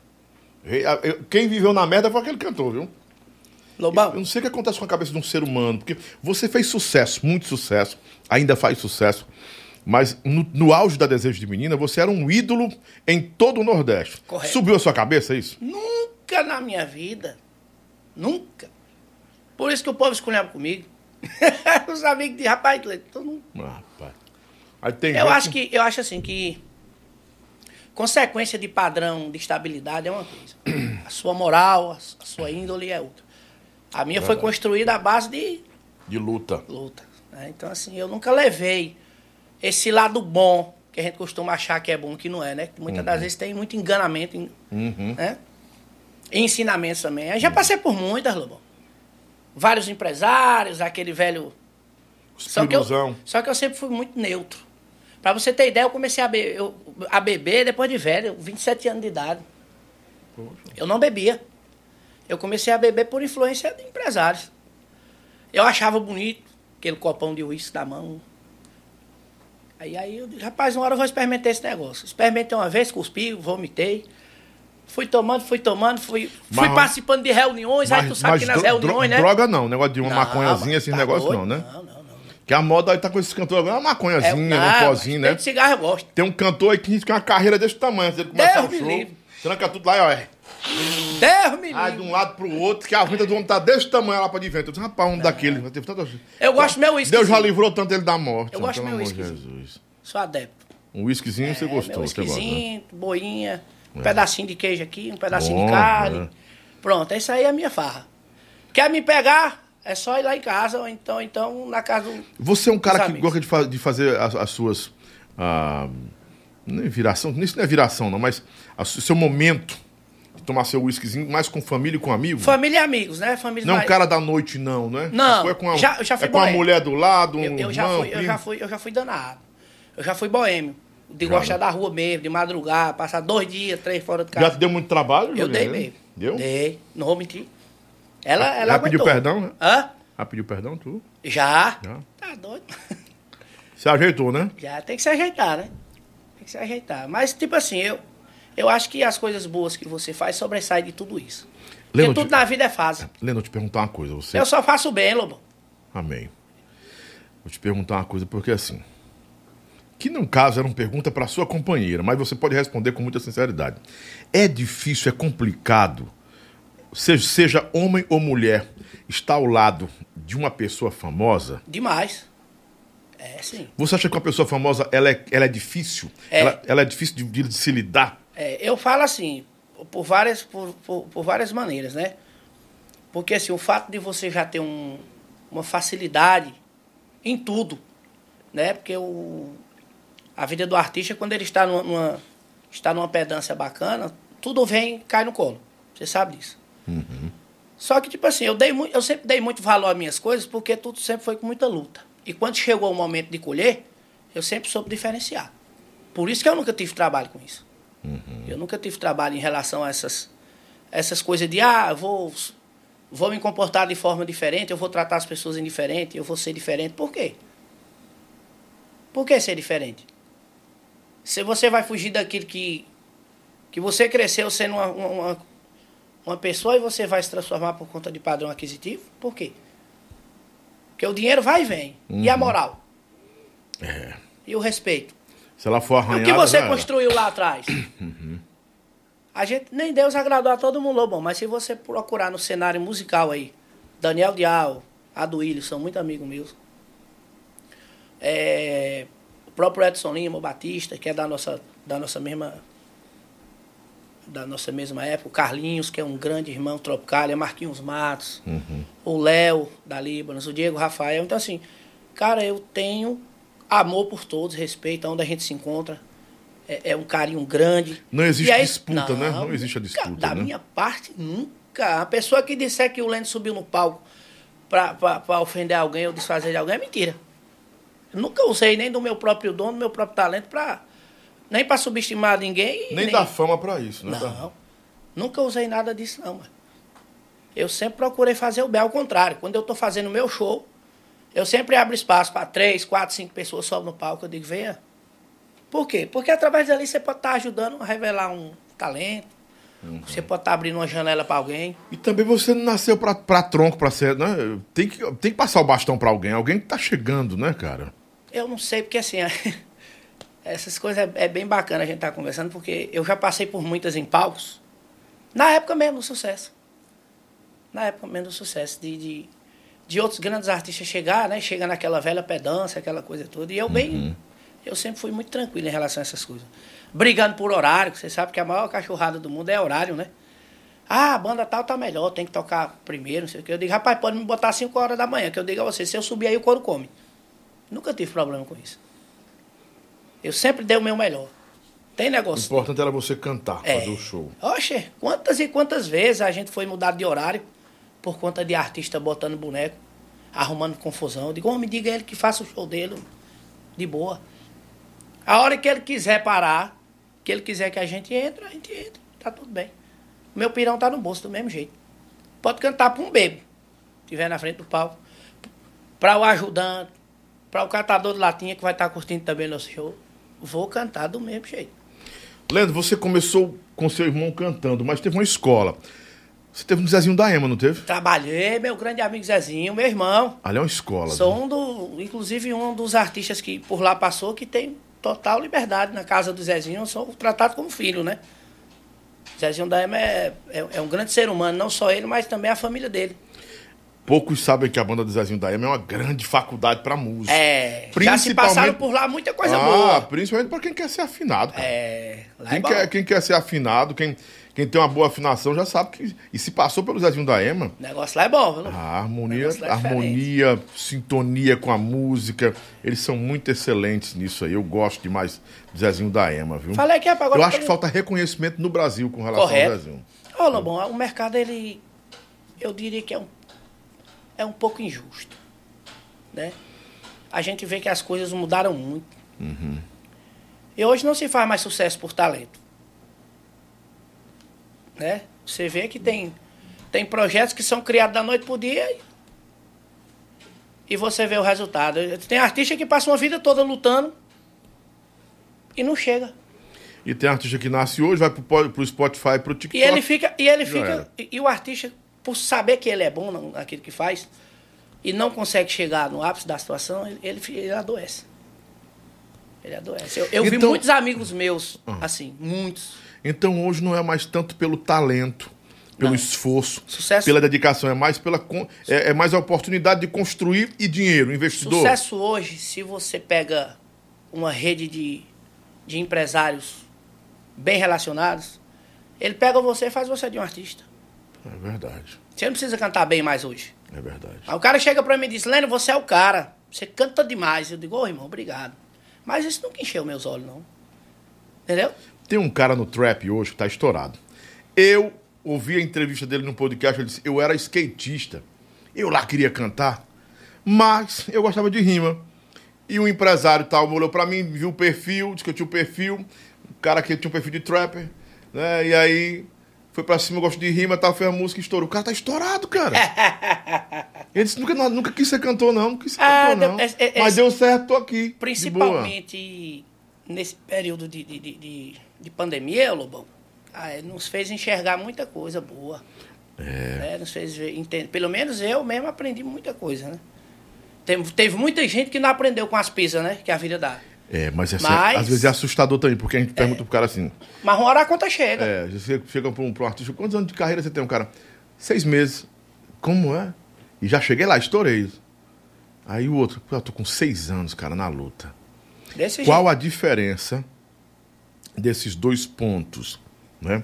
Quem viveu na merda foi aquele cantor, viu? Lobão. Eu não sei o que acontece com a cabeça de um ser humano, porque você fez sucesso, muito sucesso, ainda faz sucesso, mas no auge da Desejo de Menina, você era um ídolo em todo o Nordeste. Correto. Subiu a sua cabeça isso? Nunca na minha vida. Nunca. Por isso que o povo escolheu comigo. Os amigos de rapaz, todo mundo. Rapaz. Aí tem eu acho assim que consequência de padrão de estabilidade é uma coisa. A sua moral, a sua índole é outra. A minha foi construída à base de luta. Né? Então, assim, eu nunca levei esse lado bom, que a gente costuma achar que é bom, que não é, né? Muitas das vezes tem muito enganamento, né? E ensinamentos também. Eu já passei por muitas, Lobão. Vários empresários, aquele velho... Só que eu sempre fui muito neutro. Pra você ter ideia, eu comecei a beber depois de velho, 27 anos de idade. Poxa. Eu não bebia. Eu comecei a beber por influência de empresários. Eu achava bonito aquele copão de uísque da mão. Aí eu disse, rapaz, uma hora eu vou experimentar esse negócio. Experimentei uma vez, cuspi, vomitei. Fui tomando, fui participando de reuniões, aí tu sabe que nas reuniões, né? Droga não, negócio de uma maconhazinha, esse negócio doido? não, né? Não. Que a moda aí tá com esses cantores agora, uma maconhazinha, um pozinho, né? Tem de cigarro eu gosto. Tem um cantor aí que tem uma carreira desse tamanho. Ele começa o show, tranca tudo lá e olha. Deus me Aí de um lado pro outro, que a venda do homem tá desse tamanho lá pra de vento. Eu disse, rapaz, um daquele. Eu gosto meu uísque. Deus já livrou tanto ele da morte. Eu gosto meu uísque. Sou adepto. Um whiskyzinho você gostou, você gosta, né? Boinha, um É. pedacinho de queijo aqui, um pedacinho Bom, de carne. é. Pronto, isso aí é a minha farra. Quer me pegar? É só ir lá em casa, ou então na casa do... Você é um cara dos que amigos. gosta de fazer as suas... não é viração, isso não é viração não, mas o seu momento de tomar seu whiskyzinho mais com família e com amigos? Família e amigos, né? Família Não é um cara da noite não, né? Não, Foi com já fui é com a boêmio. mulher do lado, Eu já fui danado. Eu já fui boêmio. De gostar da rua mesmo, de madrugar, passar 2 dias, 3 fora de casa. Já te deu muito trabalho, Eu dei Juliana? mesmo. Deu? Dei, não vou mentir. Ela Já pediu aguentou. perdão, né? Hã? Já pediu perdão, tu? Já. Já. Tá doido? Se ajeitou, né? Já tem que se ajeitar, né? Tem que se ajeitar. Mas, tipo assim, eu acho que as coisas boas que você faz sobressaem de tudo isso. Porque Leno, tudo na vida é fácil. Leno, eu te perguntar uma coisa. Você... Eu só faço bem, Lobo. Amém. Vou te perguntar uma coisa, porque assim... Que no caso era uma pergunta para sua companheira, mas você pode responder com muita sinceridade. É difícil, é complicado, seja homem ou mulher, estar ao lado de uma pessoa famosa? Demais. É, sim. Você acha que uma pessoa famosa ela é difícil? É. Ela é difícil de se lidar? Eu falo assim, por várias maneiras, né? Porque assim, o fato de você já ter uma facilidade em tudo, né? Porque a vida do artista, quando ele está numa pedância bacana, tudo cai no colo. Você sabe disso. Uhum. Só que, tipo assim, eu sempre dei muito valor às minhas coisas, porque tudo sempre foi com muita luta. E quando chegou o momento de colher, eu sempre soube diferenciar. Por isso que eu nunca tive trabalho com isso. Uhum. Eu nunca tive trabalho em relação a essas coisas de, eu vou me comportar de forma diferente, eu vou tratar as pessoas indiferente, eu vou ser diferente. Por quê? Por que ser diferente? Se você vai fugir daquilo que você cresceu sendo uma pessoa e você vai se transformar por conta de padrão aquisitivo, por quê? Porque o dinheiro vai e vem. Uhum. E a moral? É. E o respeito? Se ela for E arranhada... o que você já era. construiu lá atrás? Uhum. A gente, nem Deus agradou a todo mundo, bom, mas se você procurar no cenário musical aí, Daniel Dial, Aduílio, são muito amigos meus. O próprio Edson Lima, o Batista, que é da nossa mesma época, o Carlinhos, que é um grande irmão Tropicália, Marquinhos Matos, Uhum. o Léo, da Líbanos, o Diego Rafael. Então, assim, cara, eu tenho amor por todos, respeito aonde a gente se encontra. É um carinho grande. Não existe E aí, disputa, né? Não existe a disputa, Da né? minha parte, nunca. A pessoa que disser que o Leno subiu no palco pra ofender alguém ou desfazer de alguém é mentira. Eu nunca usei nem do meu próprio dono, do meu próprio talento, nem para subestimar ninguém. Nem dá fama pra isso, né? Não, nunca usei nada disso, não, mano. Eu sempre procurei fazer o bem, ao contrário. Quando eu tô fazendo o meu show, eu sempre abro espaço para 3, 4, 5 pessoas sobem no palco. Eu digo, venha. Por quê? Porque através dali você pode estar ajudando a revelar um talento. Uhum. Você pode estar abrindo uma janela para alguém. E também você não nasceu pra tronco, pra ser, né? Tem que passar o bastão pra alguém que tá chegando, né, cara? Eu não sei, porque assim, essas coisas é bem bacana a gente estar conversando, porque eu já passei por muitas em palcos, na época mesmo do sucesso. Na época mesmo do sucesso, de outros grandes artistas chegar, né? Chega naquela velha pedância, aquela coisa toda. E eu sempre fui muito tranquilo em relação a essas coisas. Brigando por horário, que você sabe que a maior cachorrada do mundo é horário, né? A banda tal tá melhor, tem que tocar primeiro, não sei o que. Eu digo, rapaz, pode me botar 5 horas da manhã, que eu digo a você, se eu subir aí o couro come. Nunca tive problema com isso. Eu sempre dei o meu melhor. Tem O negócio. importante era você cantar, fazer o show. Oxe, quantas e quantas vezes a gente foi mudado de horário por conta de artista botando boneco, arrumando confusão. Eu digo, me diga ele que faça o show dele de boa. A hora que ele quiser parar, que ele quiser que a gente entra. Tá tudo bem. O meu pirão tá no bolso do mesmo jeito. Pode cantar pra um bebo, estiver na frente do palco. Pra o ajudante, pra o catador de latinha que vai estar curtindo também nosso show. Vou cantar do mesmo jeito. Leandro, você começou com seu irmão cantando, mas teve uma escola. Você teve no Zezinho da Ema, não teve? Trabalhei, meu grande amigo Zezinho, meu irmão. Ali é uma escola. Sou inclusive um dos artistas que por lá passou, que tem total liberdade na casa do Zezinho. Eu sou tratado como filho, né? Zezinho da Ema é um grande ser humano, não só ele, mas também a família dele. Poucos sabem que a banda do Zezinho da Ema é uma grande faculdade pra música. Já se passaram por lá muita coisa boa. Principalmente pra quem quer ser afinado, cara. Quem quer ser afinado, quem tem uma boa afinação já sabe que... E se passou pelo Zezinho da Ema... O negócio lá é bom, viu? A harmonia, sintonia com a música, eles são muito excelentes nisso aí. Eu gosto demais do Zezinho da Ema, viu? Falei aqui agora. Eu acho que falta reconhecimento no Brasil com relação ao Zezinho. Ô, Lobão, o mercado, eu diria que é um pouco injusto, né? A gente vê que as coisas mudaram muito. Uhum. E hoje não se faz mais sucesso por talento, né? Você vê que tem projetos que são criados da noite pro dia e você vê o resultado. Tem artista que passa uma vida toda lutando e não chega. E tem artista que nasce hoje, vai pro Spotify, pro TikTok. E o artista, por saber que ele é bom naquilo que faz e não consegue chegar no ápice da situação, ele adoece. Ele adoece. Eu vi muitos amigos meus, assim, muitos. Então hoje não é mais tanto pelo talento, pelo esforço, sucesso, pela dedicação, é mais mais a oportunidade de construir e dinheiro, investidor. Sucesso hoje, se você pega uma rede de empresários bem relacionados, ele pega você e faz você de um artista. É verdade. Você não precisa cantar bem mais hoje. É verdade. Aí o cara chega pra mim e diz, Lênio, você é o cara, você canta demais. Eu digo, irmão, obrigado. Mas isso nunca encheu meus olhos, não. Entendeu? Tem um cara no trap hoje que tá estourado. Eu ouvi a entrevista dele no podcast, ele disse, eu era skatista. Eu lá queria cantar, mas eu gostava de rima. E um empresário tal olhou pra mim, viu o perfil, disse que eu tinha o perfil, o cara que tinha um perfil de trapper, né? E aí foi pra cima, eu gosto de rima, tal, fez a música e estourou. O cara tá estourado, cara. Ele disse, nunca quis ser cantor, não. Nunca quis ser cantor, não. Mas deu certo, tô aqui. Principalmente nesse período de pandemia, Lobão, nos fez enxergar muita coisa boa. Nos fez ver, pelo menos eu mesmo aprendi muita coisa, né? Teve muita gente que não aprendeu com as pisas, né? Que a vida dá. Mas às vezes é assustador também, porque a gente pergunta pro cara assim... Mas uma hora a conta chega. Você chega pra um artista, quantos anos de carreira você tem? Um cara, 6 meses. Como é? E já cheguei lá, estourei. Aí o outro, eu tô com 6 anos, cara, na luta. Qual a diferença desses dois pontos, né?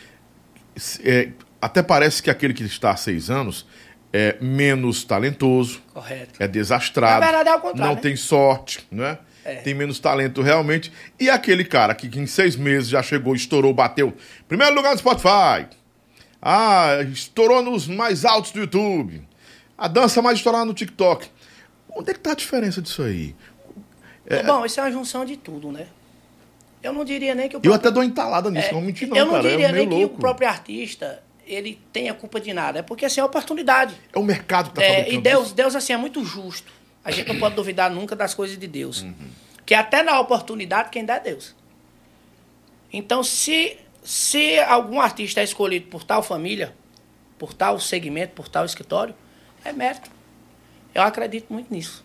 Até parece que aquele que está há 6 anos é menos talentoso. Correto. É desastrado. Na verdade é o contrário, não tem sorte, né? Tem menos talento realmente. E aquele cara que em 6 meses já chegou, estourou, bateu primeiro lugar no Spotify. Estourou nos mais altos do YouTube. A dança mais estourada no TikTok. Onde é que tá a diferença disso aí? Bom, isso é uma junção de tudo, né? Eu não diria nem que Eu até dou entalada nisso, não mentir não, cara. Eu não diria nem que o próprio artista, ele tenha culpa de nada. É porque, assim, é oportunidade. É o mercado que tá fabricando. E Deus, assim, é muito justo. A gente não pode duvidar nunca das coisas de Deus. Uhum. Que até na oportunidade, quem dá é Deus. Então, se algum artista é escolhido por tal família, por tal segmento, por tal escritório, é mérito. Eu acredito muito nisso.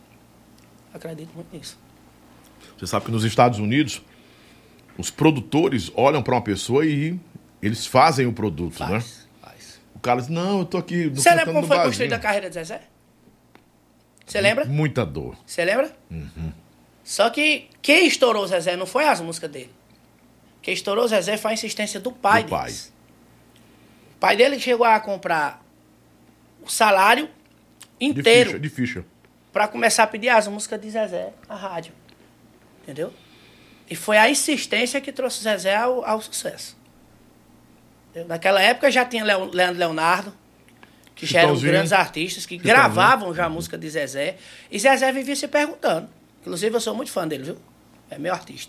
Você sabe que nos Estados Unidos, os produtores olham para uma pessoa e eles fazem o produto, né? O cara diz, não, eu tô aqui... Você lembra como foi construída a carreira de Zezé? Você lembra? Muita dor. Você lembra? Uhum. Só que quem estourou o Zezé não foi as músicas dele. Quem estourou o Zezé foi a insistência do pai dele. O pai dele chegou a comprar o salário inteiro de ficha. Para começar a pedir as músicas de Zezé à rádio. Entendeu? E foi a insistência que trouxe o Zezé ao sucesso. Naquela época já tinha Leandro Leonardo, que já eram grandes artistas, que gravavam já a música de Zezé. E Zezé vivia se perguntando. Inclusive, eu sou muito fã dele, viu? É meu artista.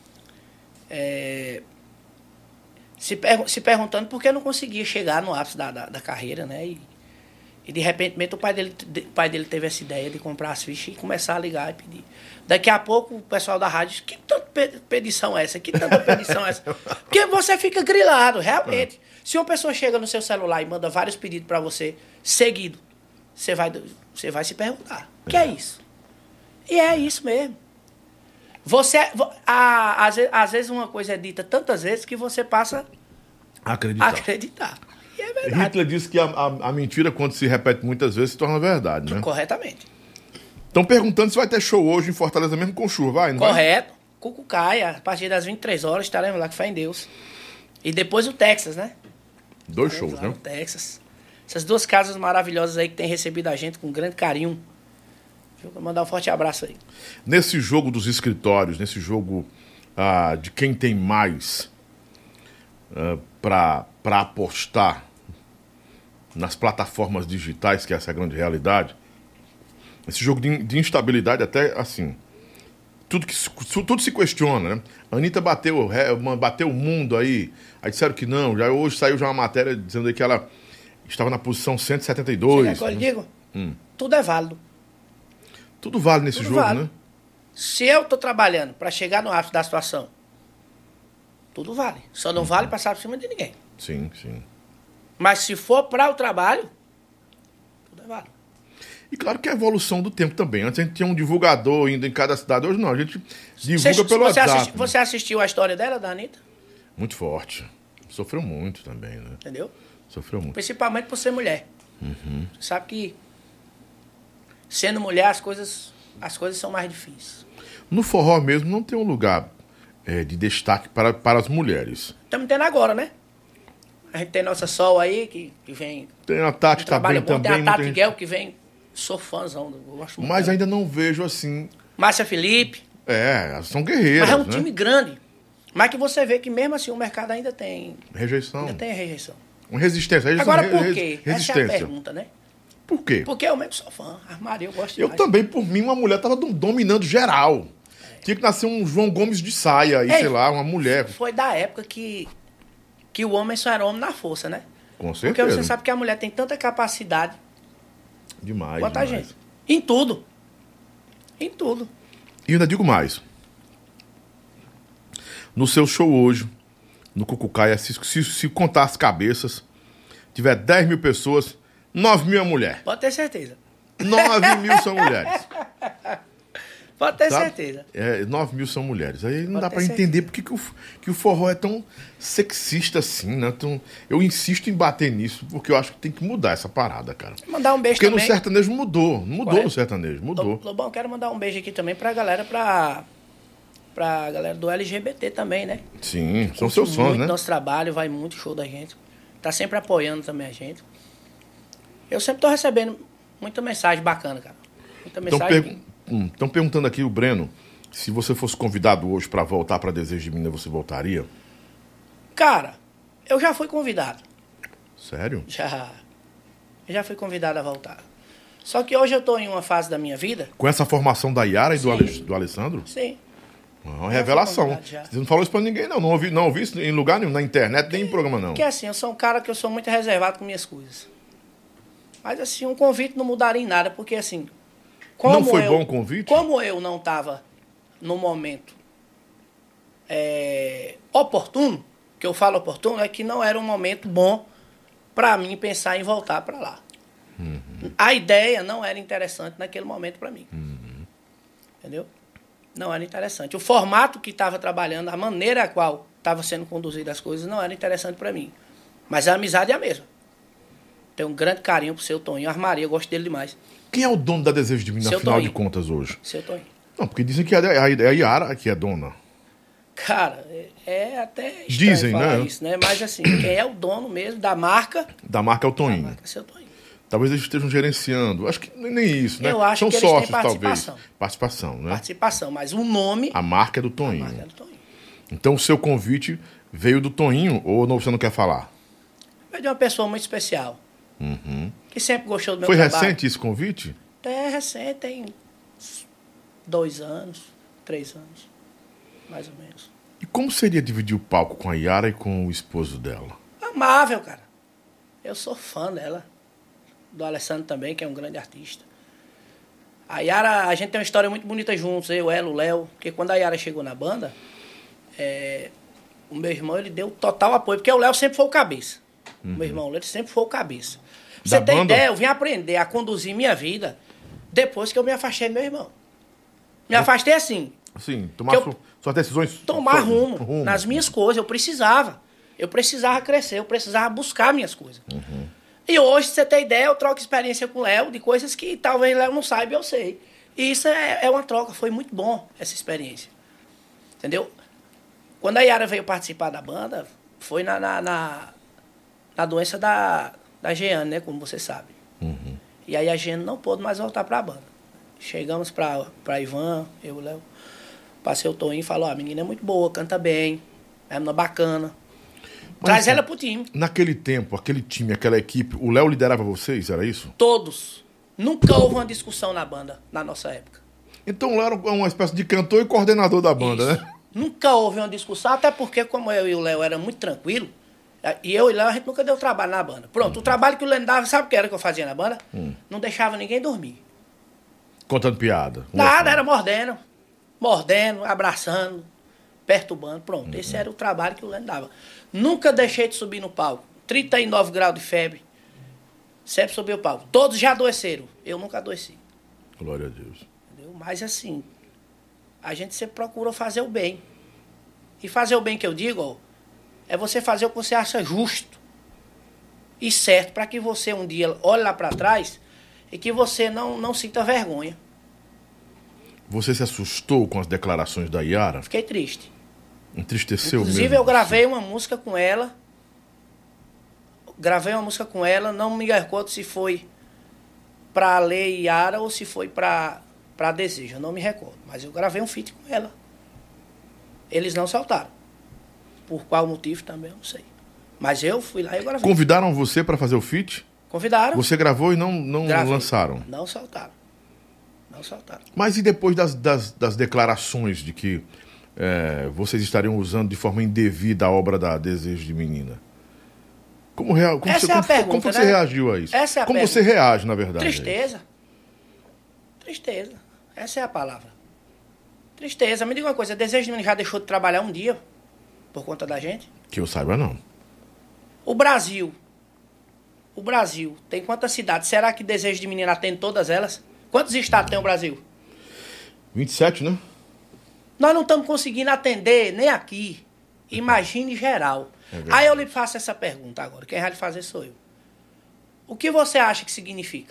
Se perguntando por que não conseguia chegar no ápice da carreira, né? E de repente, o pai dele teve essa ideia de comprar as fichas e começar a ligar e pedir. Daqui a pouco, o pessoal da rádio disse, que tanta pedição é essa? Que tanta pedição é essa? Porque você fica grilado, realmente. Se uma pessoa chega no seu celular e manda vários pedidos para você, seguido, você vai se perguntar, o que é isso? E é isso mesmo. Às vezes uma coisa é dita tantas vezes que você passa a acreditar. E é verdade. Hitler disse que a mentira, quando se repete muitas vezes, se torna verdade, né? Corretamente. Estão perguntando se vai ter show hoje em Fortaleza mesmo com chuva, vai? Não correto. Vai? Cucucaia, a partir das 23 horas estaremos lá, que fé em Deus. E depois o Texas, né? 2 shows, lá né? No Texas. Essas 2 casas maravilhosas aí que têm recebido a gente com grande carinho. Vou mandar um forte abraço aí. Nesse jogo dos escritórios, nesse jogo de quem tem mais para apostar nas plataformas digitais, que essa é a grande realidade, esse jogo de instabilidade até assim, tudo se questiona, né? A Anitta bateu o mundo aí disseram que não, hoje saiu já uma matéria dizendo aí que ela estava na posição 172. Eu digo, tudo é válido. Tudo vale nesse jogo, vale. Né? Se eu estou trabalhando para chegar no ápice da situação, tudo vale. Só não vale passar por cima de ninguém. Sim, sim. Mas se for para o trabalho, tudo é válido. E claro que é a evolução do tempo também. Antes a gente tinha um divulgador indo em cada cidade. Hoje não, a gente divulga pelo WhatsApp. Você assistiu a história dela, da Anitta? Muito forte. Sofreu muito também, né? Entendeu? Sofreu muito. Principalmente por ser mulher. Você sabe que sendo mulher as coisas são mais difíceis. No forró mesmo não tem um lugar de destaque para as mulheres. Estamos tendo agora, né? A gente tem nossa Sol aí, que vem... Tem a Tati também. Tem a Tati Guel, que vem... Sou fãzão. Gosto muito. Mas ainda não vejo assim... Márcia Felipe. São guerreiras, mas é um né? time grande. Mas que você vê que mesmo assim o mercado ainda tem... Rejeição. Ainda tem rejeição. Uma resistência. Agora por quê? Essa é a pergunta, né? Por quê? Porque eu mesmo sou fã. Maria, eu gosto demais. Eu também, por mim, uma mulher tava dominando geral. Tinha que nascer um João Gomes de saia aí, sei lá, uma mulher. Foi da época que o homem só era homem na força, né? Com certeza. Porque você sabe que a mulher tem tanta capacidade. Demais. Quanto a gente. Em tudo. Em tudo. E ainda digo mais. No seu show hoje, no Cucucaia, se contar as cabeças, tiver 10 mil pessoas, 9 mil é mulher. Pode ter certeza. 9 mil são mulheres. Pode ter certeza. 9 mil são mulheres. Aí não dá pra entender porque que o forró é tão sexista assim, né? Então, eu insisto em bater nisso, porque eu acho que tem que mudar essa parada, cara. Mandar um beijo porque também. No sertanejo mudou. Mudou no sertanejo, mudou. Lobão, quero mandar um beijo aqui também pra galera, pra galera do LGBT também, né? Sim, são seus fãs, né? Nosso trabalho, vai muito show da gente. Tá sempre apoiando também a gente. Eu sempre tô recebendo muita mensagem bacana, cara. Muita mensagem. Estão perguntando aqui, o Breno, se você fosse convidado hoje para voltar para Desejo de Menina, você voltaria? Cara, eu já fui convidado. Sério? Já fui convidado a voltar. Só que hoje eu tô em uma fase da minha vida... Com essa formação da Yara e do Alessandro? Sim. Uma revelação. Você não falou isso pra ninguém, não. Não ouvi isso em lugar nenhum, na internet, nem em programa, não. Porque assim, eu sou um cara que eu sou muito reservado com minhas coisas. Mas assim, um convite não mudaria em nada, porque assim... Não foi bom o convite? Como eu não estava no momento oportuno, que eu falo oportuno, é que não era um momento bom para mim pensar em voltar para lá. A ideia não era interessante naquele momento para mim. Entendeu? Não era interessante. O formato que estava trabalhando, a maneira a qual estava sendo conduzidas as coisas, não era interessante para mim. Mas a amizade é a mesma. Tenho um grande carinho pro seu Toninho. Maria, eu gosto dele demais. Quem é o dono da Desejo de Menina, afinal de contas, hoje? Seu Toninho. Não, porque dizem que é a Yara que é dona. Cara, é até estranho dizem, falar né? isso, né? Mas assim, quem é o dono mesmo da marca... Da marca é o Toninho. Da marca é seu Toninho. Talvez eles estejam gerenciando. Acho que nem isso, né? Eu acho São que eles sócios, têm participação. Talvez. Participação, né? Participação, mas o nome... A marca é do Toninho. A marca é do Toninho. Então o seu convite veio do Toninho ou não, você não quer falar? Veio de uma pessoa muito especial. Que sempre gostou do meu trabalho. trabalho. Foi recente esse convite? É recente, tem 2 anos, 3 anos, mais ou menos. E como seria dividir o palco com a Yara e com o esposo dela? Amável, cara. Eu sou fã dela. Do Alessandro também, que é um grande artista. A Yara, a gente tem uma história muito bonita juntos, eu, ela, o Léo. Porque quando a Yara chegou na banda, o meu irmão, ele deu total apoio. Porque o Léo sempre foi o cabeça. Meu irmão Leno sempre foi o cabeça. Você tem ideia, eu vim aprender a conduzir minha vida depois que eu me afastei do meu irmão. Me afastei assim. Sim, tomar suas decisões. Tomar rumo nas minhas coisas. Eu precisava crescer, eu precisava buscar minhas coisas. E hoje, você tem ideia, eu troco experiência com o Léo de coisas que talvez o Léo não saiba, eu sei. E isso é uma troca, foi muito bom essa experiência. Entendeu? Quando a Yara veio participar da banda, foi na doença da Jeane, né? Como você sabe. E aí a Jeane não pôde mais voltar para a banda. Chegamos para Ivan, eu e o Léo. Passei o Toninho e falou, a menina é muito boa, canta bem, é uma bacana. Traz ela pro time. Naquele tempo, aquele time, aquela equipe, o Léo liderava vocês, era isso? Todos. Nunca houve uma discussão na banda, na nossa época. Então o Léo era uma espécie de cantor e coordenador da banda, isso. Né? Nunca houve uma discussão, até porque como eu e o Léo era muito tranquilo, e eu e o Léo a gente nunca deu trabalho na banda. Pronto, o trabalho que o Léo dava, sabe o que era que eu fazia na banda? Não deixava ninguém dormir. Contando piada. Nada, era mordendo, abraçando, perturbando, pronto. Esse era o trabalho que o Léo dava. Nunca deixei de subir no palco. 39 graus de febre. Sempre subi o palco. Todos já adoeceram. Eu nunca adoeci. Glória a Deus. Entendeu? Mas assim, a gente sempre procura fazer o bem. E fazer o bem que eu digo, ó, é você fazer o que você acha justo e certo, para que você um dia olhe lá para trás e que você não sinta vergonha. Você se assustou com as declarações da Yara? Fiquei triste. Entristeceu mesmo? Inclusive, eu gravei uma música com ela. Não me recordo se foi pra Lei Yara ou se foi pra Desejo. Eu não me recordo. Mas eu gravei um feat com ela. Eles não soltaram. Por qual motivo também, eu não sei. Mas eu fui lá e eu gravei. Convidaram você pra fazer o feat? Convidaram. Você gravou e não lançaram? Não soltaram. Mas e depois das declarações de que vocês estariam usando de forma indevida a obra da Desejo de Menina? Como você reagiu a isso? Essa é a como pergunta. Você reage, na verdade? Tristeza. Essa é a palavra. Tristeza. Me diga uma coisa, Desejo de Menina já deixou de trabalhar um dia por conta da gente? Que eu saiba, não. O Brasil tem quantas cidades? Será que Desejo de Menina atende todas elas? Quantos estados tem o Brasil? 27, né? Nós não estamos conseguindo atender nem aqui. Imagine geral. Aí eu lhe faço essa pergunta agora. Quem vai lhe fazer sou eu. O que você acha que significa?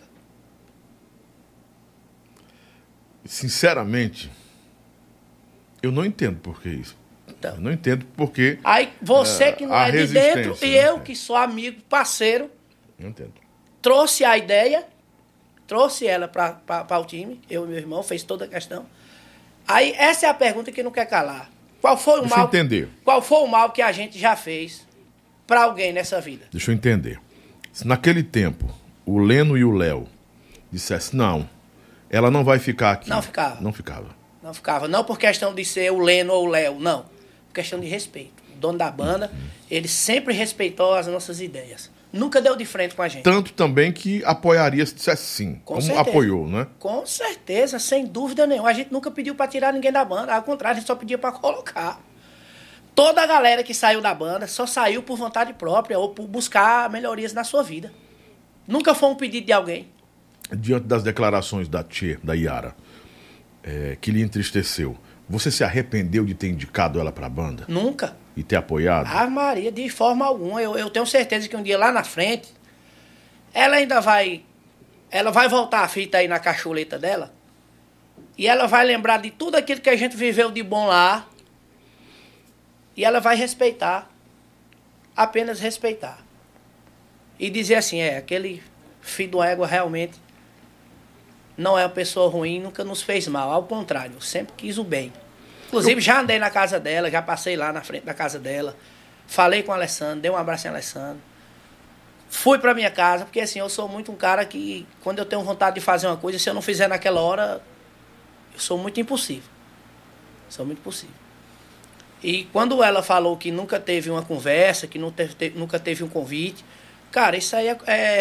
Sinceramente, eu não entendo por que isso. Então, eu não entendo porque... Aí você que não é de dentro e eu que sou amigo, parceiro, eu entendo. Trouxe a ideia, trouxe ela para o time, eu e meu irmão, fez toda a questão. Aí essa é a pergunta que não quer calar. Qual foi o mal? Entender. Qual foi o mal que a gente já fez para alguém nessa vida? Deixa eu entender. Se naquele tempo o Leno e o Léo dissessem, não, ela não vai ficar aqui. Não ficava. Não ficava. Não ficava. Não por questão de ser o Leno ou o Léo, não. Por questão de respeito. O dono da banda, ele sempre respeitou as nossas ideias. Nunca deu de frente com a gente. Tanto também que apoiaria se dissesse sim. Como certeza. Apoiou, né? Com certeza, sem dúvida nenhuma. A gente nunca pediu para tirar ninguém da banda. Ao contrário, a gente só pedia para colocar. Toda a galera que saiu da banda só saiu por vontade própria ou por buscar melhorias na sua vida. Nunca foi um pedido de alguém. Diante das declarações da Yara, que lhe entristeceu, você se arrependeu de ter indicado ela para a banda? Nunca. E ter apoiado? Ah, Maria, de forma alguma. Eu tenho certeza que um dia lá na frente, ela ainda vai... Ela vai voltar a fita aí na cacholeta dela e ela vai lembrar de tudo aquilo que a gente viveu de bom lá e ela vai respeitar. Apenas respeitar. E dizer assim, aquele filho do égua realmente não é uma pessoa ruim, nunca nos fez mal. Ao contrário, eu sempre quis o bem. Inclusive, já andei na casa dela, já passei lá na frente da casa dela, falei com o Alessandro, dei um abraço em Alessandro. Fui pra minha casa, porque assim, eu sou muito um cara que, quando eu tenho vontade de fazer uma coisa, se eu não fizer naquela hora, eu sou muito impossível. Sou muito impossível. E quando ela falou que nunca teve uma conversa, que nunca teve um convite, cara, isso aí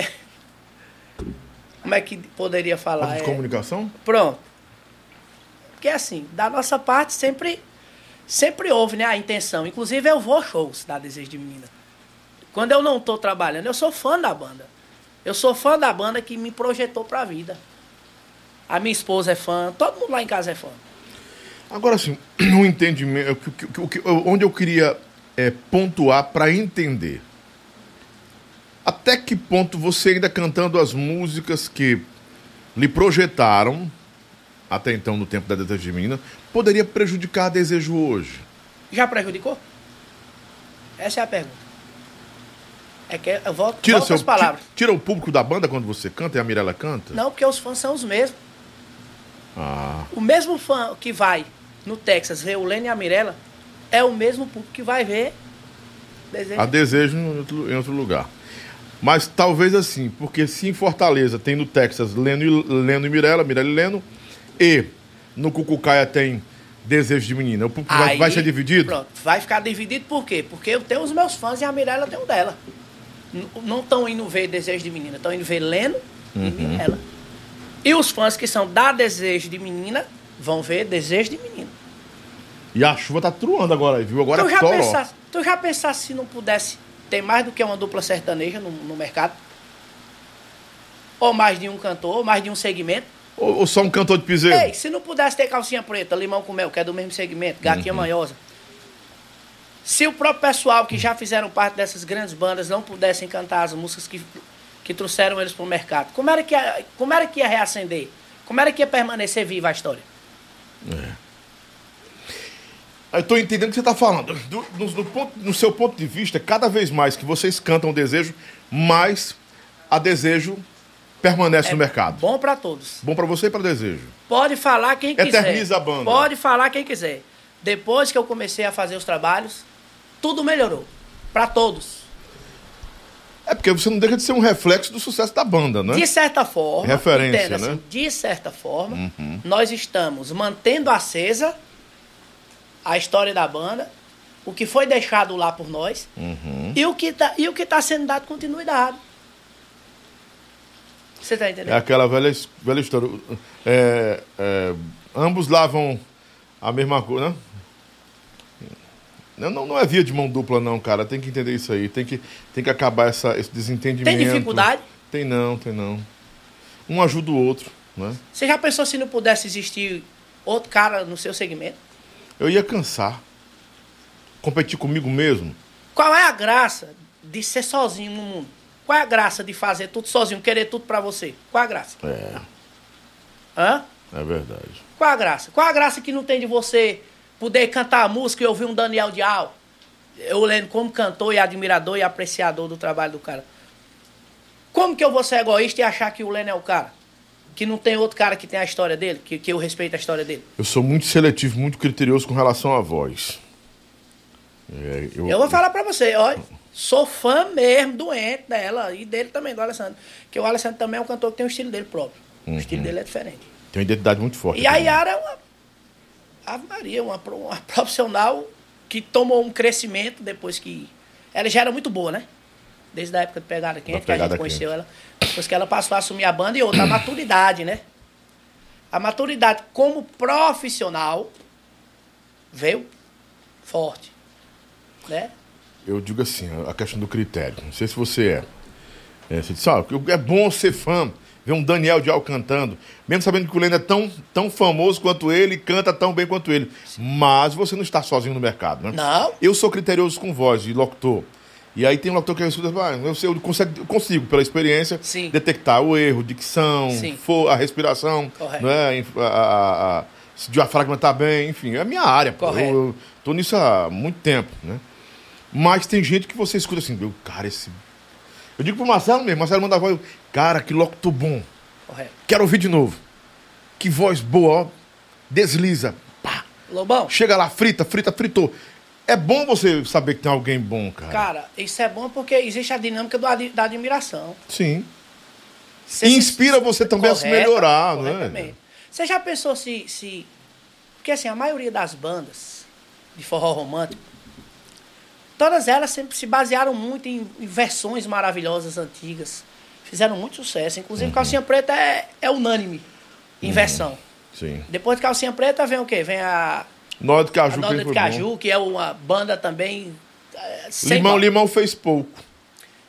como é que poderia falar? Falta de comunicação? Pronto. Porque assim, da nossa parte sempre houve, né, a intenção. Inclusive eu vou a shows da Desejo de Menina. Quando eu não estou trabalhando, eu sou fã da banda. Eu sou fã da banda que me projetou para a vida. A minha esposa é fã, todo mundo lá em casa é fã. Agora, assim, um entendimento, onde eu queria pontuar para entender. Até que ponto você ainda cantando as músicas que lhe projetaram, até então no tempo da Desejo de Menina, poderia prejudicar a Desejo hoje? Já prejudicou? Essa é a pergunta. É que eu volto às palavras. Tira o público da banda quando você canta e a Mirella canta? Não, porque os fãs são os mesmos. O mesmo fã que vai no Texas ver o Leno e a Mirella é o mesmo público que vai ver a Desejo em outro lugar. Mas talvez assim, porque se em Fortaleza tem no Texas Leno e Mirella, Mirella e Leno, e no Cucucaia tem Desejo de Menina, o público vai ser dividido? Pronto, vai ficar dividido por quê? Porque eu tenho os meus fãs e a Mirella tem o dela. Não estão indo ver Desejo de Menina, estão indo ver Leno e Mirella. E os fãs que são da Desejo de Menina vão ver Desejo de Menina. E a chuva tá truando agora, viu? Agora tu já pensasse se não pudesse ter mais do que uma dupla sertaneja no mercado? Ou mais de um cantor, ou mais de um segmento? Ou só um cantor de piseiro? Ei, se não pudesse ter Calcinha Preta, Limão com Mel, que é do mesmo segmento, Gatinha Manhosa. Se o próprio pessoal que já fizeram parte dessas grandes bandas não pudessem cantar as músicas que trouxeram eles para o mercado, como era que ia reacender? Como era que ia permanecer viva a história? Eu estou entendendo o que você está falando. No seu ponto de vista, cada vez mais que vocês cantam o Desejo, mais a Desejo permanece no mercado. Bom para todos. Bom para você e para Desejo. Pode falar quem quiser. Eterniza a banda. Pode falar quem quiser. Depois que eu comecei a fazer os trabalhos, tudo melhorou. Para todos. É porque você não deixa de ser um reflexo do sucesso da banda, né? De certa forma. Referência, entenda, né? Assim, de certa forma, nós estamos mantendo acesa a história da banda, o que foi deixado lá por nós, e o que tá sendo dado continuidade. Você tá entendendo? É aquela velha história. Ambos lavam a mesma coisa, né? Não é via de mão dupla, não, cara. Tem que entender isso aí. Tem que acabar esse desentendimento. Tem dificuldade? Tem não. Um ajuda o outro, né? Você já pensou se não pudesse existir outro cara no seu segmento? Eu ia cansar. Competir comigo mesmo. Qual é a graça de ser sozinho no mundo? Qual é a graça de fazer tudo sozinho, querer tudo pra você? Qual é a graça? Hã? É verdade. Qual é a graça? Qual é a graça que não tem de você poder cantar a música e ouvir um Daniel Dial? Eu lembro como cantor e admirador e apreciador do trabalho do cara. Como que eu vou ser egoísta e achar que o Leno é o cara? Que não tem outro cara que tem a história dele? Que eu respeito a história dele? Eu sou muito seletivo, muito criterioso com relação à voz. Eu vou falar pra você, olha, sou fã mesmo, doente dela e dele também, do Alessandro. Porque o Alessandro também é um cantor que tem um estilo dele próprio. O estilo dele é diferente. Tem uma identidade muito forte. E a Yara é Ave Maria, uma profissional que tomou um crescimento depois que... Ela já era muito boa, né? Desde a época de Pegada Quente, que a gente conheceu ela. Depois que ela passou a assumir a banda e outra, a maturidade, né? A maturidade como profissional veio forte, né? Eu digo assim, a questão do critério. Não sei se você você disse, é bom ser fã, ver um Daniel Dial cantando, mesmo sabendo que o Leno é tão famoso quanto ele, canta tão bem quanto ele. Mas você não está sozinho no mercado, né? Não. Eu sou criterioso com voz de locutor. E aí tem um locutor que eu escuto, eu consigo, pela experiência, detectar o erro, dicção, a respiração, né? Se o diafragma está bem, enfim, é a minha área. Eu tô nisso há muito tempo, né? Mas tem gente que você escuta assim, cara, eu digo pro Marcelo mesmo, Marcelo manda a voz, cara, que locutor bom. Correto. Quero ouvir de novo. Que voz boa, ó. Desliza. Pá. Lobão. Chega lá, fritou. É bom você saber que tem alguém bom, cara. Cara, isso é bom porque existe a dinâmica da admiração. Sim. E inspira você também a se melhorar, não é? Você já pensou se... Porque assim, a maioria das bandas de forró romântico, todas elas sempre se basearam muito em versões maravilhosas, antigas. Fizeram muito sucesso. Inclusive, Calcinha Preta é unânime em versão. Sim. Depois de Calcinha Preta vem o quê? Vem a Nó de Caju, que é uma banda também... Limão fez pouco.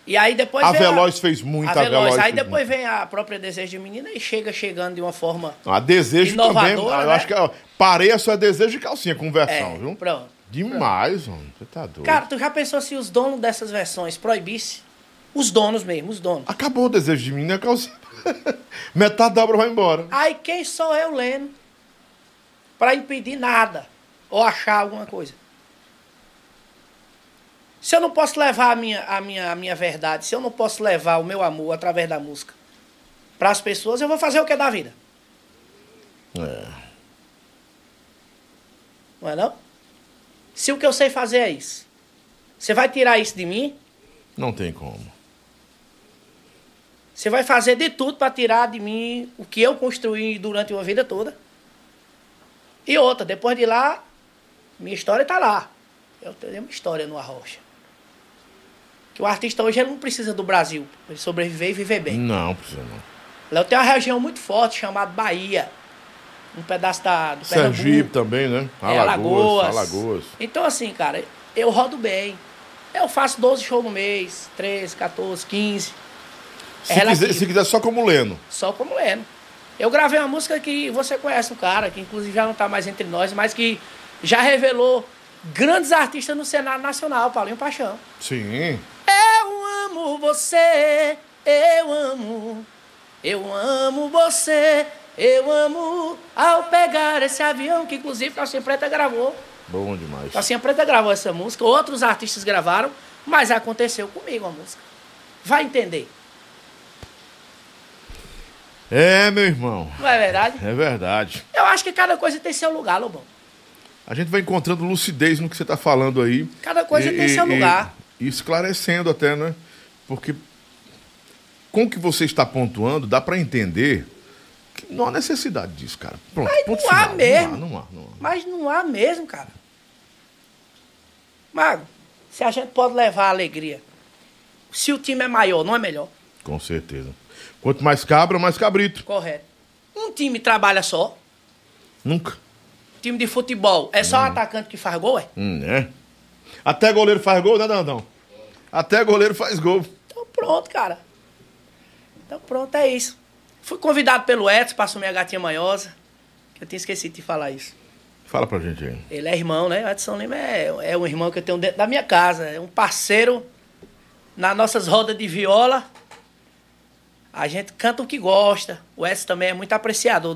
E aí depois a Veloz fez muito, a Veloz. Aí depois vem a própria Desejo de Menina e chegando de uma forma a Desejo inovadora, também, né? eu acho que Pareço é Desejo de calcinha com versão, viu? Pronto. Demais, mano. Você tá doido. Cara, tu já pensou se os donos dessas versões proibissem? Os donos mesmo, os donos. Acabou o Desejo de Menina, é calcinha. Metade da obra vai embora. Aí quem sou eu, Leno, pra impedir nada? Ou achar alguma coisa? Se eu não posso levar a minha verdade, se eu não posso levar o meu amor através da música para as pessoas, eu vou fazer o que da vida? Não é não? Se o que eu sei fazer é isso, você vai tirar isso de mim? Não tem como. Você vai fazer de tudo para tirar de mim o que eu construí durante uma vida toda. E outra, depois de lá, minha história está lá. Eu tenho uma história no Arrocha. Que o artista hoje ele não precisa do Brasil para ele sobreviver e viver bem. Não, precisa não. Lá tem uma região muito forte chamada Bahia. Um pedaço do Sergipe também, né? Alagoas. Então assim, cara, eu rodo bem. Eu faço 12 shows no mês, 13, 14, 15. Se quiser só como Leno. Só como Leno. Eu gravei uma música que você conhece um cara, que inclusive já não está mais entre nós, mas que já revelou grandes artistas no cenário nacional, Paulinho Paixão. Sim. Eu amo você, eu amo você, eu amo ao pegar esse avião, que inclusive Calcinha Preta gravou. Bom demais. Calcinha Preta gravou essa música, outros artistas gravaram, mas aconteceu comigo a música. Vai entender. É, meu irmão. Não é verdade? É verdade. Eu acho que cada coisa tem seu lugar, Lobão. A gente vai encontrando lucidez no que você está falando aí. Cada coisa tem seu lugar. E esclarecendo até, né? Porque com o que você está pontuando, dá para entender que não há necessidade disso, cara. Pronto, mas não há mesmo. Não há. Mas não há mesmo, cara. Mago, se a gente pode levar a alegria, se o time é maior, não é melhor? Com certeza. Quanto mais cabra, mais cabrito. Correto. Um time trabalha só? Nunca. Time de futebol, é só o atacante que faz gol, é? É. Até goleiro faz gol, né, Dandão? Até goleiro faz gol. Então pronto, cara. Então pronto, é isso. Fui convidado pelo Edson para assumir a Gatinha Manhosa. Eu tinha esquecido de falar isso. Fala pra gente aí. Ele é irmão, né? O Edson Lima é um irmão que eu tenho dentro da minha casa. É um parceiro nas nossas rodas de viola. A gente canta o que gosta. O Edson também é muito apreciador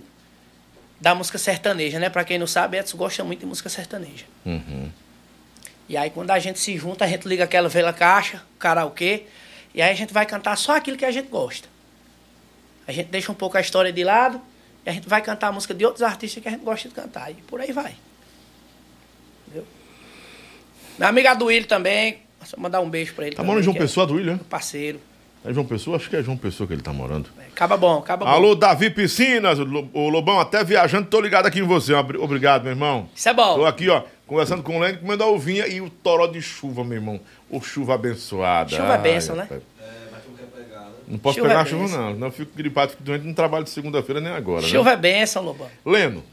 da música sertaneja, né? Pra quem não sabe, Edson gosta muito de música sertaneja. Uhum. E aí, quando a gente se junta, a gente liga aquela vela caixa, karaokê, e aí a gente vai cantar só aquilo que a gente gosta. A gente deixa um pouco a história de lado, e a gente vai cantar a música de outros artistas que a gente gosta de cantar. E por aí vai. Entendeu? Minha amiga do Willi também, só mandar um beijo pra ele. Tá morando em João Pessoa, do Willi, né? Parceiro. É João Pessoa? Acho que é João Pessoa que ele tá morando. Acaba bom. Alô, Davi Piscinas, o Lobão, até viajando, tô ligado aqui em você. Obrigado, meu irmão. Isso é bom. Tô aqui, ó, conversando com o Lênin, comendo a uvinha e o toró de chuva, meu irmão. Ô, chuva abençoada. Chuva é bênção, né? Mas tu não quer pegar, né? Não posso Chuva pegar é chuva, bênção. não. Não fico gripado, fico doente, não trabalho de segunda-feira nem agora, né? Chuva é bênção, Lobão. Leno,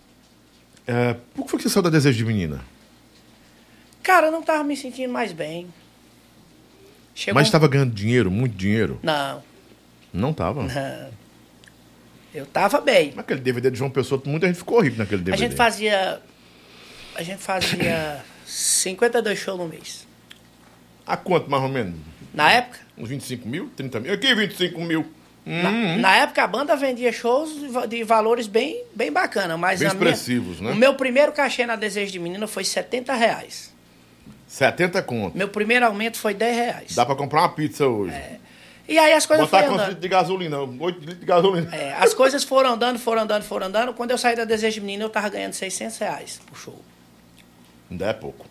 por que foi que você saiu da Desejo de Menina? Cara, eu não tava me sentindo mais bem. Mas estava ganhando dinheiro, muito dinheiro? Não. Não tava? Não. Eu tava bem. Mas aquele DVD de João Pessoa, muita gente ficou rico naquele DVD. A gente fazia 52 shows no mês. A quanto, mais ou menos? Na época? Uns 25 mil? 30 mil? Aqui, 25 mil. Na época, a banda vendia shows de valores bem bacana. Mas bem expressivos, né? O meu primeiro cachê na Desejo de Menina foi R$70. 70 conto. Meu primeiro aumento foi R$10. Dá pra comprar uma pizza hoje. E aí as coisas botar foram quantos andando. litros de gasolina? 8 litros de gasolina. As coisas foram andando. Quando eu saí da Desejo de Menina, eu tava ganhando R$600 por show. Ainda é pouco.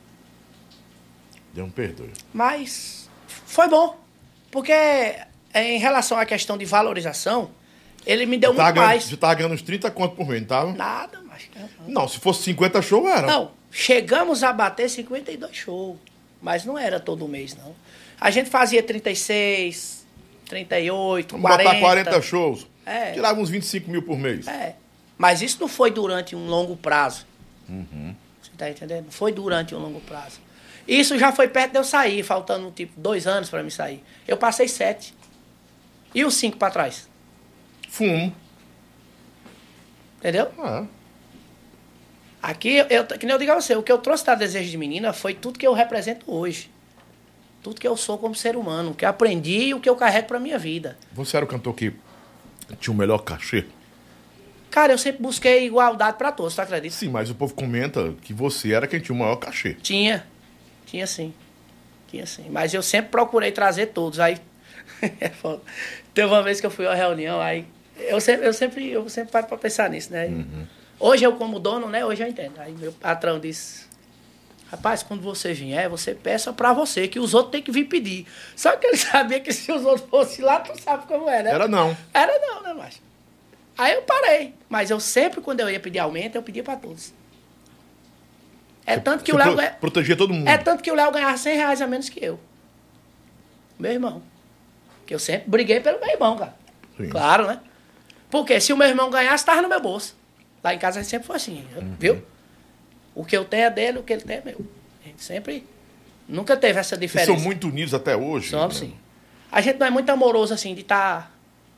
Deu um perdoe. Mas foi bom. Porque em relação à questão de valorização, ele me deu muito mais. Você tava ganhando uns 30 conto por mês, não tava? Nada, mas... Não, se fosse 50 shows, era. Não, chegamos a bater 52 shows. Mas não era todo mês, não. A gente fazia 36, 38, Vamos 40. botar 40 shows. É. Tirava uns 25 mil por mês. Mas isso não foi durante um longo prazo. Você tá entendendo? Não foi durante um longo prazo. Isso já foi perto de eu sair, faltando tipo 2 anos pra mim sair. Eu passei 7. E os 5 pra trás? Fumo. Entendeu? Aqui, que nem eu digo a você, o que eu trouxe da Desejo de Menina foi tudo que eu represento hoje. Tudo que eu sou como ser humano, o que eu aprendi e o que eu carrego pra minha vida. Você era o cantor que tinha o melhor cachê? Cara, eu sempre busquei igualdade pra todos, tu acredita? Sim, mas o povo comenta que você era quem tinha o maior cachê. Tinha sim. Mas eu sempre procurei trazer todos. Aí, teve uma vez que eu fui a uma reunião, aí eu sempre paro pra pensar nisso, né? Hoje eu como dono, né? Hoje eu entendo. Aí meu patrão disse, rapaz, quando você vier, você peça pra você, que os outros têm que vir pedir. Só que ele sabia que se os outros fossem lá, tu sabe como é, né? Era não, né, macho? Aí eu parei. Mas eu sempre, quando eu ia pedir aumento, eu pedia pra todos. Tanto que o Léo protegia todo mundo. tanto que o Léo ganhava R$100 a menos que eu. Meu irmão. Que eu sempre briguei pelo meu irmão, cara. Sim. Claro, né? Porque se o meu irmão ganhasse, estava no meu bolso. Lá em casa a gente sempre foi assim, viu? O que eu tenho é dele, o que ele tem é meu. A gente sempre... Nunca teve essa diferença. Vocês são muito unidos até hoje? Somos, sim. A gente não é muito amoroso, assim, de estar...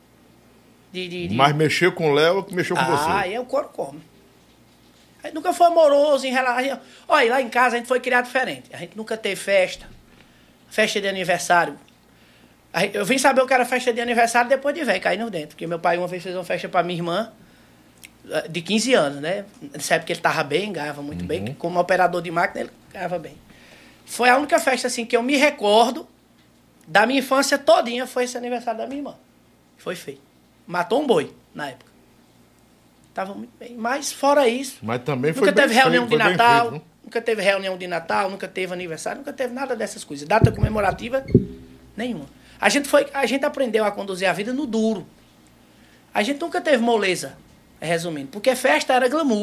Mas mexeu com o Léo que mexeu com você. Aí é o couro come. A gente nunca foi amoroso em relação... Olha, lá em casa a gente foi criado diferente. A gente nunca teve festa de aniversário. Eu vim saber o que era festa de aniversário depois de velho, cair no dentro. Porque meu pai uma vez fez uma festa pra minha irmã, de 15 anos, né? Nessa época ele tava bem, ganhava muito bem. Como operador de máquina, ele ganhava bem. Foi a única festa, assim, que eu me recordo da minha infância todinha, foi esse aniversário da minha irmã. Foi feito. Matou um boi, na época. Tava muito bem. Mas, fora isso... Mas também foi nunca teve reunião de Natal, feito, nunca teve reunião de Natal, nunca teve aniversário, nunca teve nada dessas coisas. Data comemorativa, nenhuma. A gente aprendeu a conduzir a vida no duro. A gente nunca teve moleza, resumindo. Porque festa era glamour.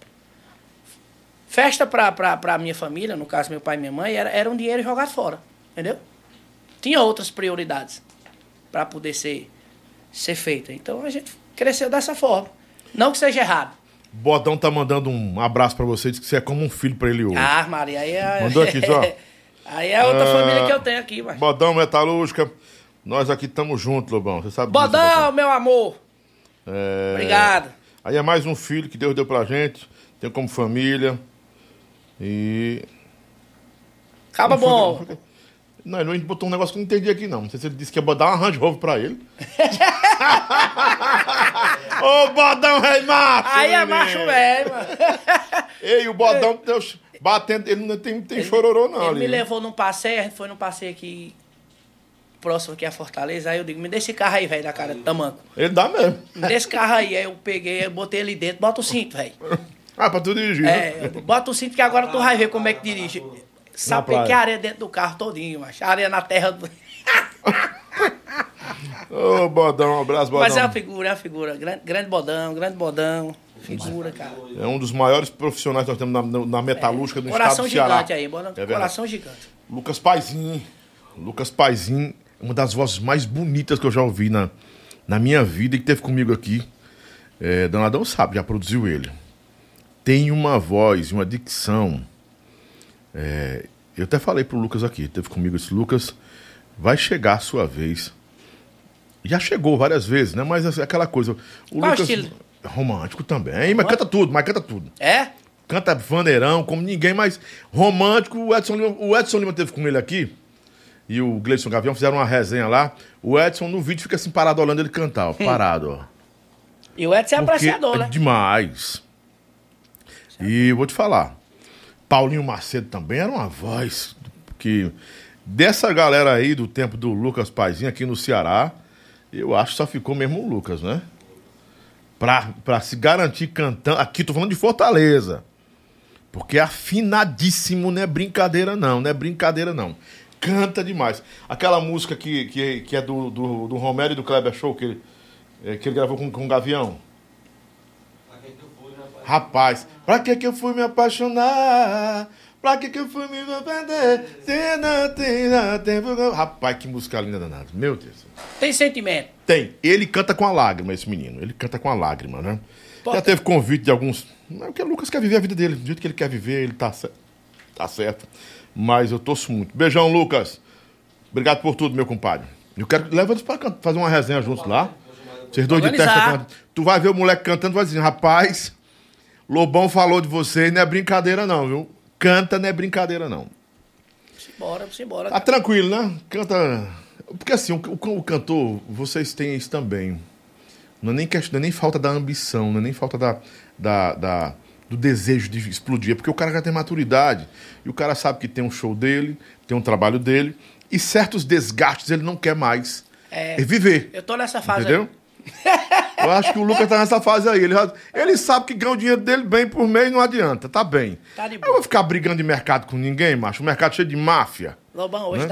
Festa pra minha família, no caso meu pai e minha mãe, era um dinheiro jogado fora. Entendeu? Tinha outras prioridades para poder ser feita. Então a gente cresceu dessa forma. Não que seja errado. Bodão tá mandando um abraço pra você, diz que você é como um filho pra ele hoje. Ah, Maria, aí é... Mandou aqui, só. Aí é outra família que eu tenho aqui, mas... Bodão Metalúrgica, nós aqui estamos juntos, Lobão. Você sabe Bodão, disso, meu amor. Obrigado. Aí é mais um filho que Deus deu pra gente, tem como família. E... Acaba bom. Não, ele botou um negócio que eu não entendi aqui, não. Não sei se ele disse que ia dar uma Range Rover pra ele. Ô, Bodão Rei Macho! Aí é macho velho, mano. Ei, o Bodão Deus, batendo, ele não tem chororô, não. Ele ali. me levou num passeio, a gente foi num passeio aqui, próximo aqui a Fortaleza. Aí eu digo, me dê esse carro aí, velho, da cara de tamanco. Ele dá mesmo. Me dê esse carro aí. Aí eu peguei, eu botei ele dentro, bota o cinto, velho. Ah, pra tu dirigir, né? Bota o cinto que agora tu vai ver como é que dirige. Sabe que areia dentro do carro todinho, macho. Areia na terra do... Ô, Bodão, um abraço, Bodão. Mas é uma figura. Grande Bodão. Figura, cara. É um dos maiores profissionais que nós temos na metalúrgica do estado do Ceará. Coração gigante aí, Bodão. Coração gigante. Lucas Paizinho, uma das vozes mais bonitas que eu já ouvi na minha vida e que teve comigo aqui. Danadão sabe, já produziu ele. Tem uma voz, uma dicção. Eu até falei pro Lucas aqui, teve comigo esse Lucas, vai chegar a sua vez. Já chegou várias vezes, né? Mas é aquela coisa. O Qual Lucas estilo? Romântico também, mas canta tudo. É? Canta vaneirão, como ninguém, mas romântico. O Edson Lima teve com ele aqui e o Gleison Gavião fizeram uma resenha lá. O Edson no vídeo fica assim parado olhando ele cantar, ó, parado, ó. E o Edson é apreciador, né? Demais. E vou te falar, Paulinho Macedo também era uma voz que dessa galera aí do tempo do Lucas Paizinho aqui no Ceará, eu acho que só ficou mesmo o Lucas, né? Pra se garantir cantando, aqui tô falando de Fortaleza, porque é afinadíssimo, não é brincadeira não, canta demais. Aquela música que é do Romero e do Kleber Show, que ele gravou com o Gavião. Rapaz, pra que eu fui me apaixonar? Pra que eu fui me perder? Se não tem tempo. Rapaz, que música linda danada. Meu Deus. Tem sentimento. Tem. Ele canta com a lágrima, esse menino. Ele canta com a lágrima, né? Já teve convite de alguns... Porque o Lucas quer viver a vida dele. Do jeito que ele quer viver, ele tá certo. mas eu torço muito. Beijão, Lucas. Obrigado por tudo, meu compadre. Eu quero leva eles pra fazer uma resenha juntos lá. Vocês dois de testa. Tu vai ver o moleque cantando e vai dizer, rapaz, Lobão falou de você, não é brincadeira não, viu? Canta, não é brincadeira não. Simbora. Tá tranquilo, né? Canta. Porque assim, o cantor, vocês têm isso também. Não é nem falta da ambição, não é nem falta do desejo de explodir. É porque o cara já tem maturidade. E o cara sabe que tem um show dele, tem um trabalho dele. E certos desgastes ele não quer mais viver. Eu tô nessa fase. Entendeu? Eu acho que o Lucas tá nessa fase aí. Ele sabe que ganha o dinheiro dele bem por mês, não adianta. Tá bem. Tá de boa. Eu vou ficar brigando de mercado com ninguém, macho. O mercado cheio de máfia. Lobão, hoje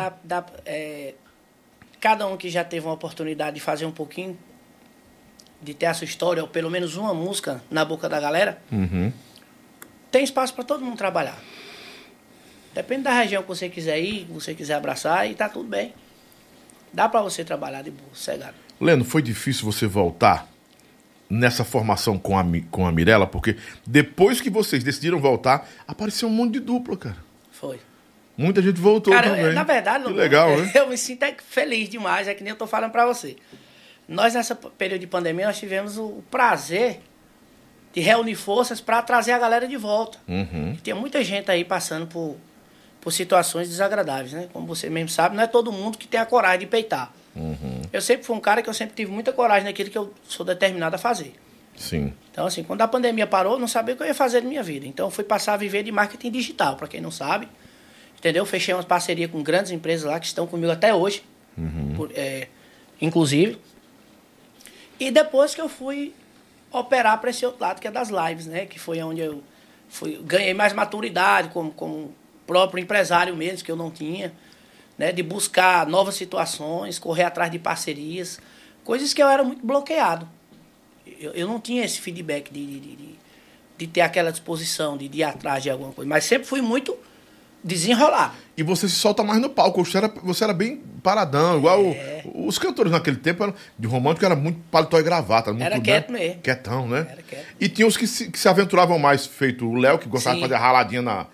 cada um que já teve uma oportunidade de fazer um pouquinho, de ter a sua história, ou pelo menos uma música na boca da galera, tem espaço para todo mundo trabalhar. Depende da região que você quiser ir, que você quiser abraçar, e tá tudo bem. Dá para você trabalhar de boa, sossegado. Leno, foi difícil você voltar nessa formação com a Mirella? Porque depois que vocês decidiram voltar, apareceu um monte de dupla, cara. Foi. Muita gente voltou também. Na verdade, que legal, né? Eu me sinto feliz demais, é que nem eu tô falando para você. Nós, nessa período de pandemia, nós tivemos o prazer de reunir forças para trazer a galera de volta. Tem muita gente aí passando por situações desagradáveis, né? Como você mesmo sabe, não é todo mundo que tem a coragem de peitar. Eu sempre fui um cara que eu sempre tive muita coragem naquilo que eu sou determinado a fazer. Sim. Então, assim, quando a pandemia parou, eu não sabia o que eu ia fazer na minha vida. Então, eu fui passar a viver de marketing digital, para quem não sabe. Entendeu? Fechei umas parcerias com grandes empresas lá que estão comigo até hoje. Inclusive. E depois que eu fui operar para esse outro lado, que é das lives, né? Que foi onde eu ganhei mais maturidade como próprio empresário mesmo, que eu não tinha. Né? De buscar novas situações, correr atrás de parcerias. Coisas que eu era muito bloqueado. Eu não tinha esse feedback de ter aquela disposição, de ir atrás de alguma coisa. Mas sempre fui muito desenrolado. E você se solta mais no palco. Você era bem paradão, igual os cantores naquele tempo de romântico era muito paletó e gravata. Muito, era quieto mesmo. Quietão, né? Era quieto. E tinha os que se aventuravam mais, feito o Léo, que gostava de fazer raladinha na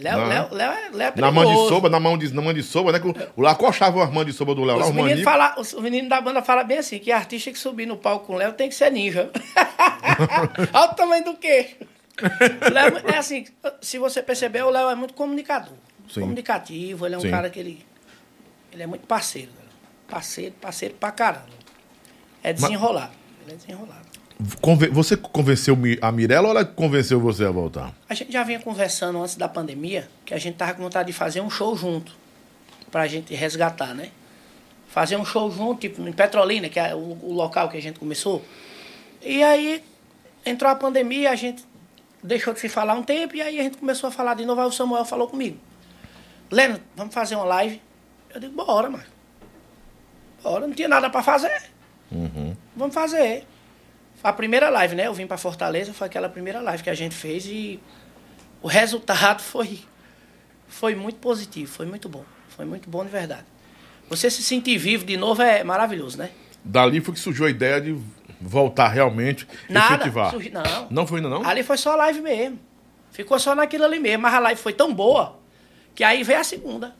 mão de soba, né? O Léo coxava as mãos de soba do Léo. Os meninos da banda falam bem assim, que artista que subir no palco com o Léo tem que ser ninja. Olha o tamanho do queixo. Léo, é assim, se você perceber, o Léo é muito comunicador. Sim. Comunicativo, ele é um cara que ele é muito parceiro. Parceiro pra caramba. É desenrolado. Ele é desenrolado. Você convenceu a Mirella ou ela convenceu você a voltar? A gente já vinha conversando antes da pandemia, que a gente tava com vontade de fazer um show junto, pra gente resgatar, né? Fazer um show junto, tipo, em Petrolina, que é o local que a gente começou. E aí, entrou a pandemia, a gente deixou de se falar um tempo, e aí a gente começou a falar de novo, aí o Samuel falou comigo. Leno, vamos fazer uma live? Eu digo, bora, mano. Bora, não tinha nada pra fazer. Vamos fazer. A primeira live, né? Eu vim pra Fortaleza, foi aquela primeira live que a gente fez e o resultado foi muito positivo, foi muito bom. Foi muito bom de verdade. Você se sentir vivo de novo é maravilhoso, né? Dali foi que surgiu a ideia de voltar realmente, efetivar. Não. Não foi ainda não? Ali foi só a live mesmo. Ficou só naquilo ali mesmo, mas a live foi tão boa que aí veio a segunda.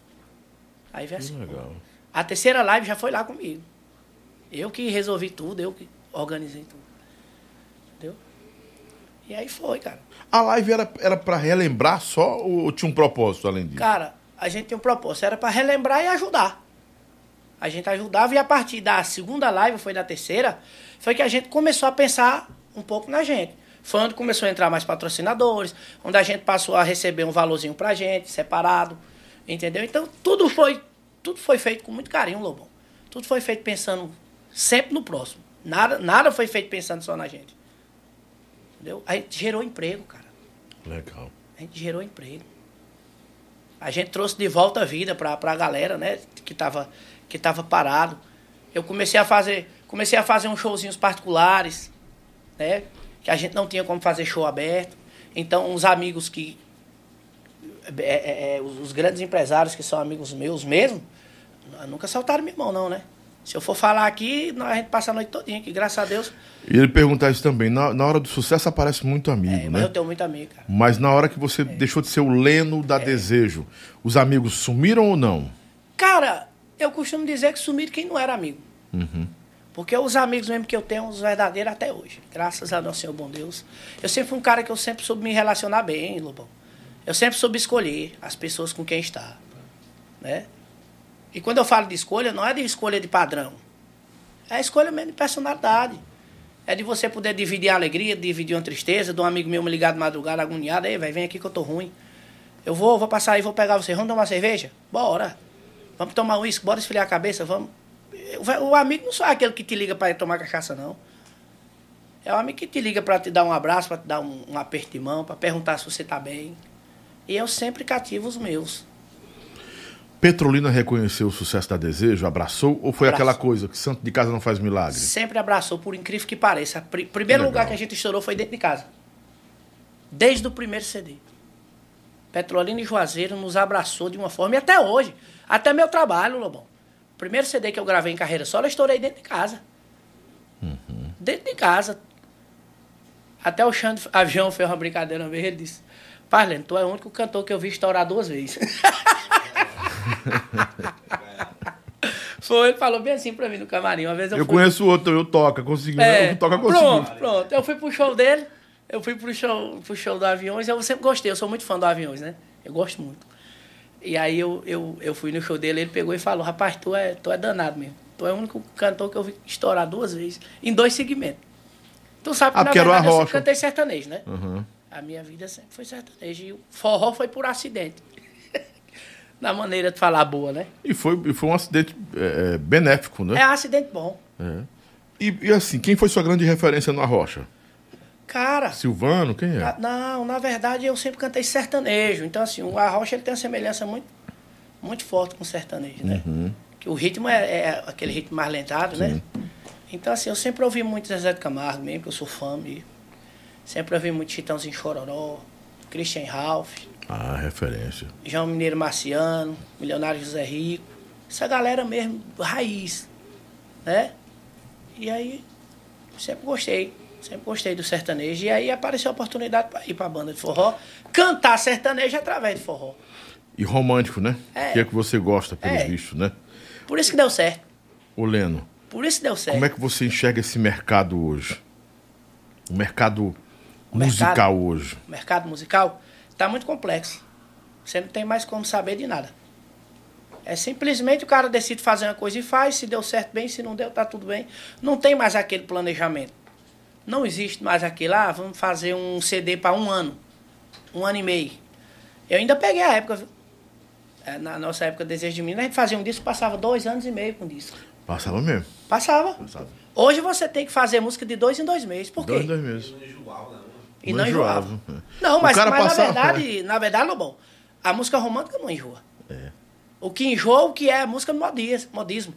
Legal. A terceira live já foi lá comigo. Eu que resolvi tudo, eu que organizei tudo. Entendeu? E aí foi, cara. A live era pra relembrar só ou tinha um propósito além disso? Cara, a gente tinha um propósito. Era pra relembrar e ajudar. A gente ajudava e a partir da segunda live, foi da terceira, foi que a gente começou a pensar um pouco na gente. Foi onde começou a entrar mais patrocinadores, onde a gente passou a receber um valorzinho pra gente, separado. Entendeu? Então, tudo foi feito com muito carinho, Lobão. Tudo foi feito pensando sempre no próximo. Nada foi feito pensando só na gente. Entendeu? A gente gerou emprego, cara. Legal. A gente gerou emprego. A gente trouxe de volta a vida pra galera, né? Que tava parado. Eu comecei a fazer uns showzinhos particulares, né? Que a gente não tinha como fazer show aberto. Então, uns amigos que... os grandes empresários que são amigos meus mesmo, nunca soltaram minha mão, não, né? Se eu for falar aqui, a gente passa a noite todinha aqui, graças a Deus. E ele perguntar isso também, na hora do sucesso aparece muito amigo, Mas né? eu tenho muito amigo, cara. Mas na hora que você deixou de ser o Leno da Desejo, os amigos sumiram ou não? Cara, eu costumo dizer que sumiram quem não era amigo. Porque os amigos mesmo que eu tenho, os verdadeiros até hoje. Graças a Nosso Senhor bom Deus. Eu sempre fui um cara que eu sempre soube me relacionar bem, Lobão. Eu sempre soube escolher as pessoas com quem estar, né? E quando eu falo de escolha, não é de escolha de padrão. É escolha mesmo de personalidade. É de você poder dividir a alegria, dividir uma tristeza, de um amigo meu me ligar de madrugada, agoniado. Ei, velho, vem aqui que eu tô ruim. Eu vou passar aí, vou pegar você. Vamos tomar uma cerveja? Bora. Vamos tomar um uísque, bora esfriar a cabeça, vamos. O amigo não só é aquele que te liga para ir tomar cachaça, não. É o amigo que te liga para te dar um abraço, para te dar um aperto de mão, para perguntar se você tá bem. E eu sempre cativo os meus. Petrolina reconheceu o sucesso da Desejo, abraçou, ou foi Abraçou. aquela coisa que santo de casa não faz milagre? Sempre abraçou, por incrível que pareça. Primeiro Que lugar legal. que a gente estourou foi dentro de casa. Desde o primeiro CD. Petrolina e Juazeiro nos abraçou de uma forma, e até hoje. Até meu trabalho, Lobão. O primeiro CD que eu gravei em carreira solo, eu estourei dentro de casa. Dentro de casa. Até o Xande Avião fez uma brincadeira uma vez, ele disse: Parlene, tu é o único cantor que eu vi estourar 2 vezes. Foi, ele falou bem assim pra mim no camarim. Uma vez eu fui... conheço o outro, eu toca, conseguiu. Eu toca, conseguiu. Pronto. Eu fui pro show dele, eu fui pro show do Aviões, eu sempre gostei, eu sou muito fã do Aviões, né? Eu gosto muito. E aí eu fui no show dele, ele pegou e falou: rapaz, tu é danado mesmo. Tu é o único cantor que eu vi estourar 2 vezes, em 2 segmentos. Tu sabe que, na verdade, eu sempre cantei sertanejo, né? A minha vida sempre foi sertanejo. E o forró foi por acidente. Na maneira de falar boa, né? E foi um acidente benéfico, né? É um acidente bom. E assim, quem foi sua grande referência no Arrocha? Cara... Silvano, quem é? Não, na verdade eu sempre cantei sertanejo. Então, assim, o Arrocha ele tem uma semelhança muito, muito forte com o sertanejo, né? Que o ritmo é aquele ritmo mais lentado, né? Então, assim, eu sempre ouvi muito Zezé de Camargo mesmo, que eu sou fã mesmo. Sempre ouvi muito Chitãozinho Chororó, Christian Ralph. Ah, referência. João Mineiro Marciano, Milionário José Rico. Essa galera mesmo, raiz, né? E aí, sempre gostei do sertanejo. E aí apareceu a oportunidade para ir para a banda de forró, cantar sertanejo através de forró. E romântico, né? É. Que é que você gosta, pelo visto, né? Por isso que deu certo. Ô, Leno, Por isso que deu certo. como é que você enxerga esse mercado hoje? O mercado musical hoje. O mercado musical está muito complexo. Você não tem mais como saber de nada. É simplesmente o cara decide fazer uma coisa e faz. Se deu certo, bem. Se não deu, tá tudo bem. Não tem mais aquele planejamento. Não existe mais aquele, vamos fazer um CD para 1 ano. 1 ano e meio. Eu ainda peguei a época, viu? Na nossa época, Desejo de Menino, a gente fazia um disco, passava 2 anos e meio com disco. Passava mesmo. Passava. Hoje você tem que fazer música de 2 em 2 meses. Por quê? 2 meses. E não enjoava. Não, mas na verdade, Lobão, a música romântica não enjoa. O que enjoa é o que é a música modismo.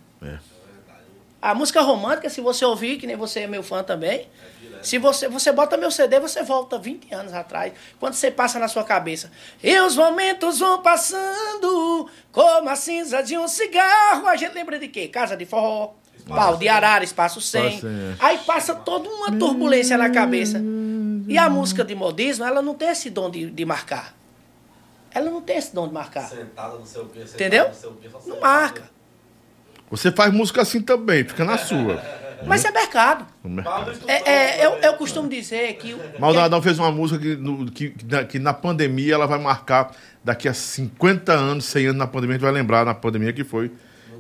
A música romântica, se você ouvir, que nem você é meu fã também, se você bota meu CD, você volta 20 anos atrás, quando você passa na sua cabeça. E os momentos vão passando, como a cinza de um cigarro. A gente lembra de quê? Casa de Forró, Pau de Arara, Espaço 100. Aí passa toda uma turbulência na cabeça. E a música de modismo, ela não tem esse dom de marcar. Ela não tem esse dom de marcar. Sentada no seu quê, entendeu? Não marca. Você faz música assim também, fica na sua. Mas é mercado. Eu costumo dizer que... Maldonadão fez uma música que na pandemia ela vai marcar daqui a 50 anos, 100 anos na pandemia, a gente vai lembrar na pandemia que foi...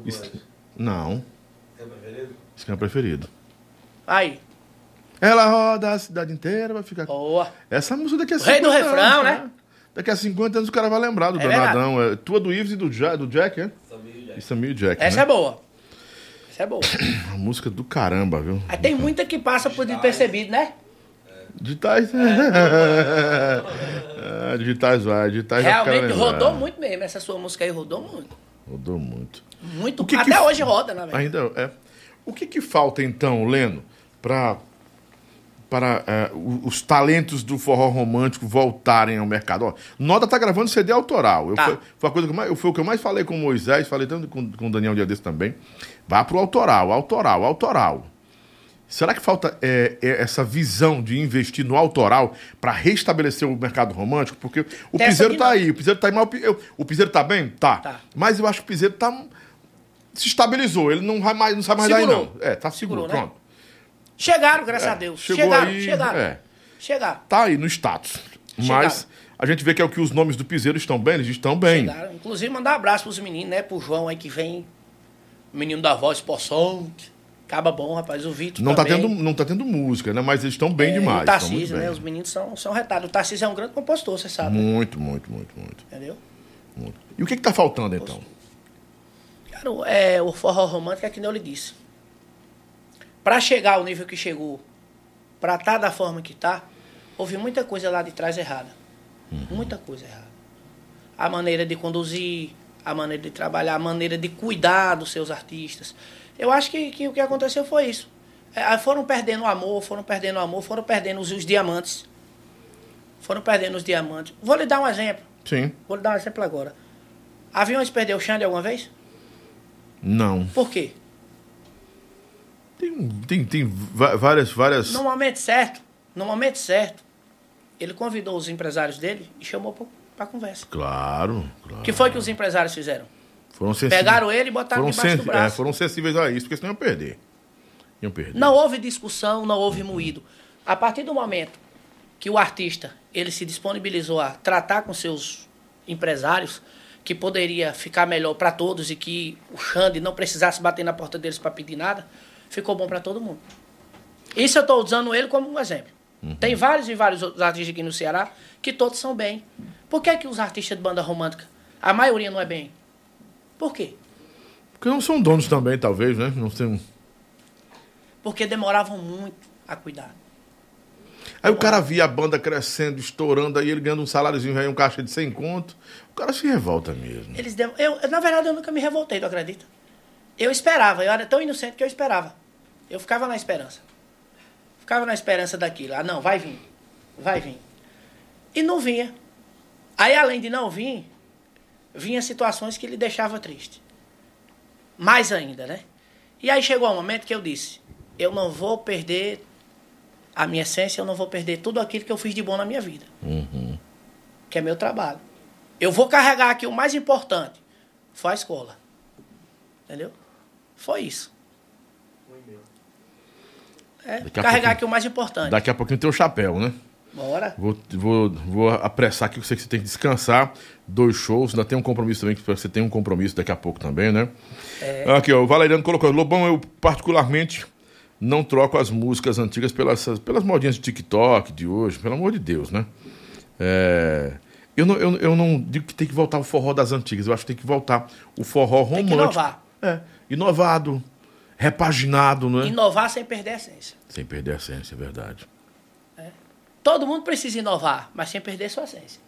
Não. Esse que é o preferido. Aí. Ela roda a cidade inteira, vai ficar... Boa. Essa música daqui a 50 anos. Rei do refrão, né? Daqui a 50 anos o cara vai lembrar do Danadão. É tua do Ives e do Jack, né? E Samir e Jack, Essa é boa. Essa é boa. A música do caramba, viu? Aí tem muita que passa por despercebido, né? Digitais. Digitais vai. Digitais realmente rodou muito mesmo. Essa sua música aí rodou muito. Rodou muito. Muito. Até hoje roda, na verdade. Ainda é. O que falta, então, Leno, para os talentos do forró romântico voltarem ao mercado? Ó, Noda tá gravando CD autoral. Foi o que eu mais falei com o Moisés, falei tanto com o Daniel um dia desse também. Vá pro autoral. Será que falta essa visão de investir no autoral para restabelecer o mercado romântico? Porque o Piseiro tá aí, o Piseiro tá bem? Tá. Mas eu acho que o Piseiro se estabilizou, ele não sabe mais daí não. Tá seguro, né? pronto. Chegaram, graças a Deus. Chegaram. Tá aí no status. Mas a gente vê que é o que os nomes do Piseiro estão bem, eles estão bem. Chegaram. Inclusive, mandar um abraço pros meninos, né? Pro João aí que vem, menino da voz possante. Acaba bom, rapaz. O Vitor não tá tendo música, né? Mas eles estão bem demais. O Tarcísio, né? Os meninos são retados. O Tarcísio é um grande compositor, você sabe. Muito. Entendeu? Muito. E o que tá faltando, então? Cara, o forró romântico é que nem eu lhe disse. Para chegar ao nível que chegou, para estar da forma que está, houve muita coisa lá de trás errada. Muita coisa errada. A maneira de conduzir, a maneira de trabalhar, a maneira de cuidar dos seus artistas. Eu acho que o que aconteceu foi isso. Foram perdendo o amor, foram perdendo os diamantes. Vou lhe dar um exemplo. Sim. Vou lhe dar um exemplo agora. Aviões perdeu o Xande alguma vez? Não. Por quê? Tem várias... No momento certo, ele convidou os empresários dele e chamou para conversa. Claro. O que foi que os empresários fizeram? Pegaram ele e botaram debaixo do braço. Foram sensíveis a isso, porque senão iam perder. Não houve discussão, não houve moído. A partir do momento que o artista ele se disponibilizou a tratar com seus empresários, que poderia ficar melhor para todos e que o Xande não precisasse bater na porta deles para pedir nada, ficou bom para todo mundo. Isso eu estou usando ele como um exemplo. Tem vários e vários outros artistas aqui no Ceará que todos são bem. Por que os artistas de banda romântica, a maioria não é bem? Por quê? Porque não são donos também, talvez, né? Não tem... Porque demoravam muito a cuidar. Aí o cara via a banda crescendo, estourando, aí ele ganhando um saláriozinho, aí um caixa de 100 conto. O cara se revolta mesmo. Na verdade, eu nunca me revoltei, tu acredita? Eu esperava, eu era tão inocente que eu esperava. Eu ficava na esperança. Ficava na esperança daquilo. Não, vai vir. E não vinha. Aí, além de não vir, vinha situações que lhe deixavam triste. Mais ainda, né? E aí chegou um momento que eu disse, eu não vou perder a minha essência, eu não vou perder tudo aquilo que eu fiz de bom na minha vida. Que é meu trabalho. Eu vou carregar aqui o mais importante. Foi a escola. Entendeu? Foi isso. Carregar aqui o mais importante. Daqui a pouquinho tem o chapéu, né? Bora. Vou apressar aqui, que eu sei que você tem que descansar. 2 shows, ainda tem um compromisso também, que você tem um compromisso daqui a pouco também, né? Aqui, ó, o Valeriano colocou, Lobão, eu particularmente não troco as músicas antigas pelas modinhas de TikTok de hoje, pelo amor de Deus, né? Eu não digo que tem que voltar o forró das antigas, eu acho que tem que voltar o forró romântico. Tem que inovar. Inovado, repaginado, né? Inovar sem perder a essência. Sem perder a essência, é verdade. Todo mundo precisa inovar, mas sem perder sua essência.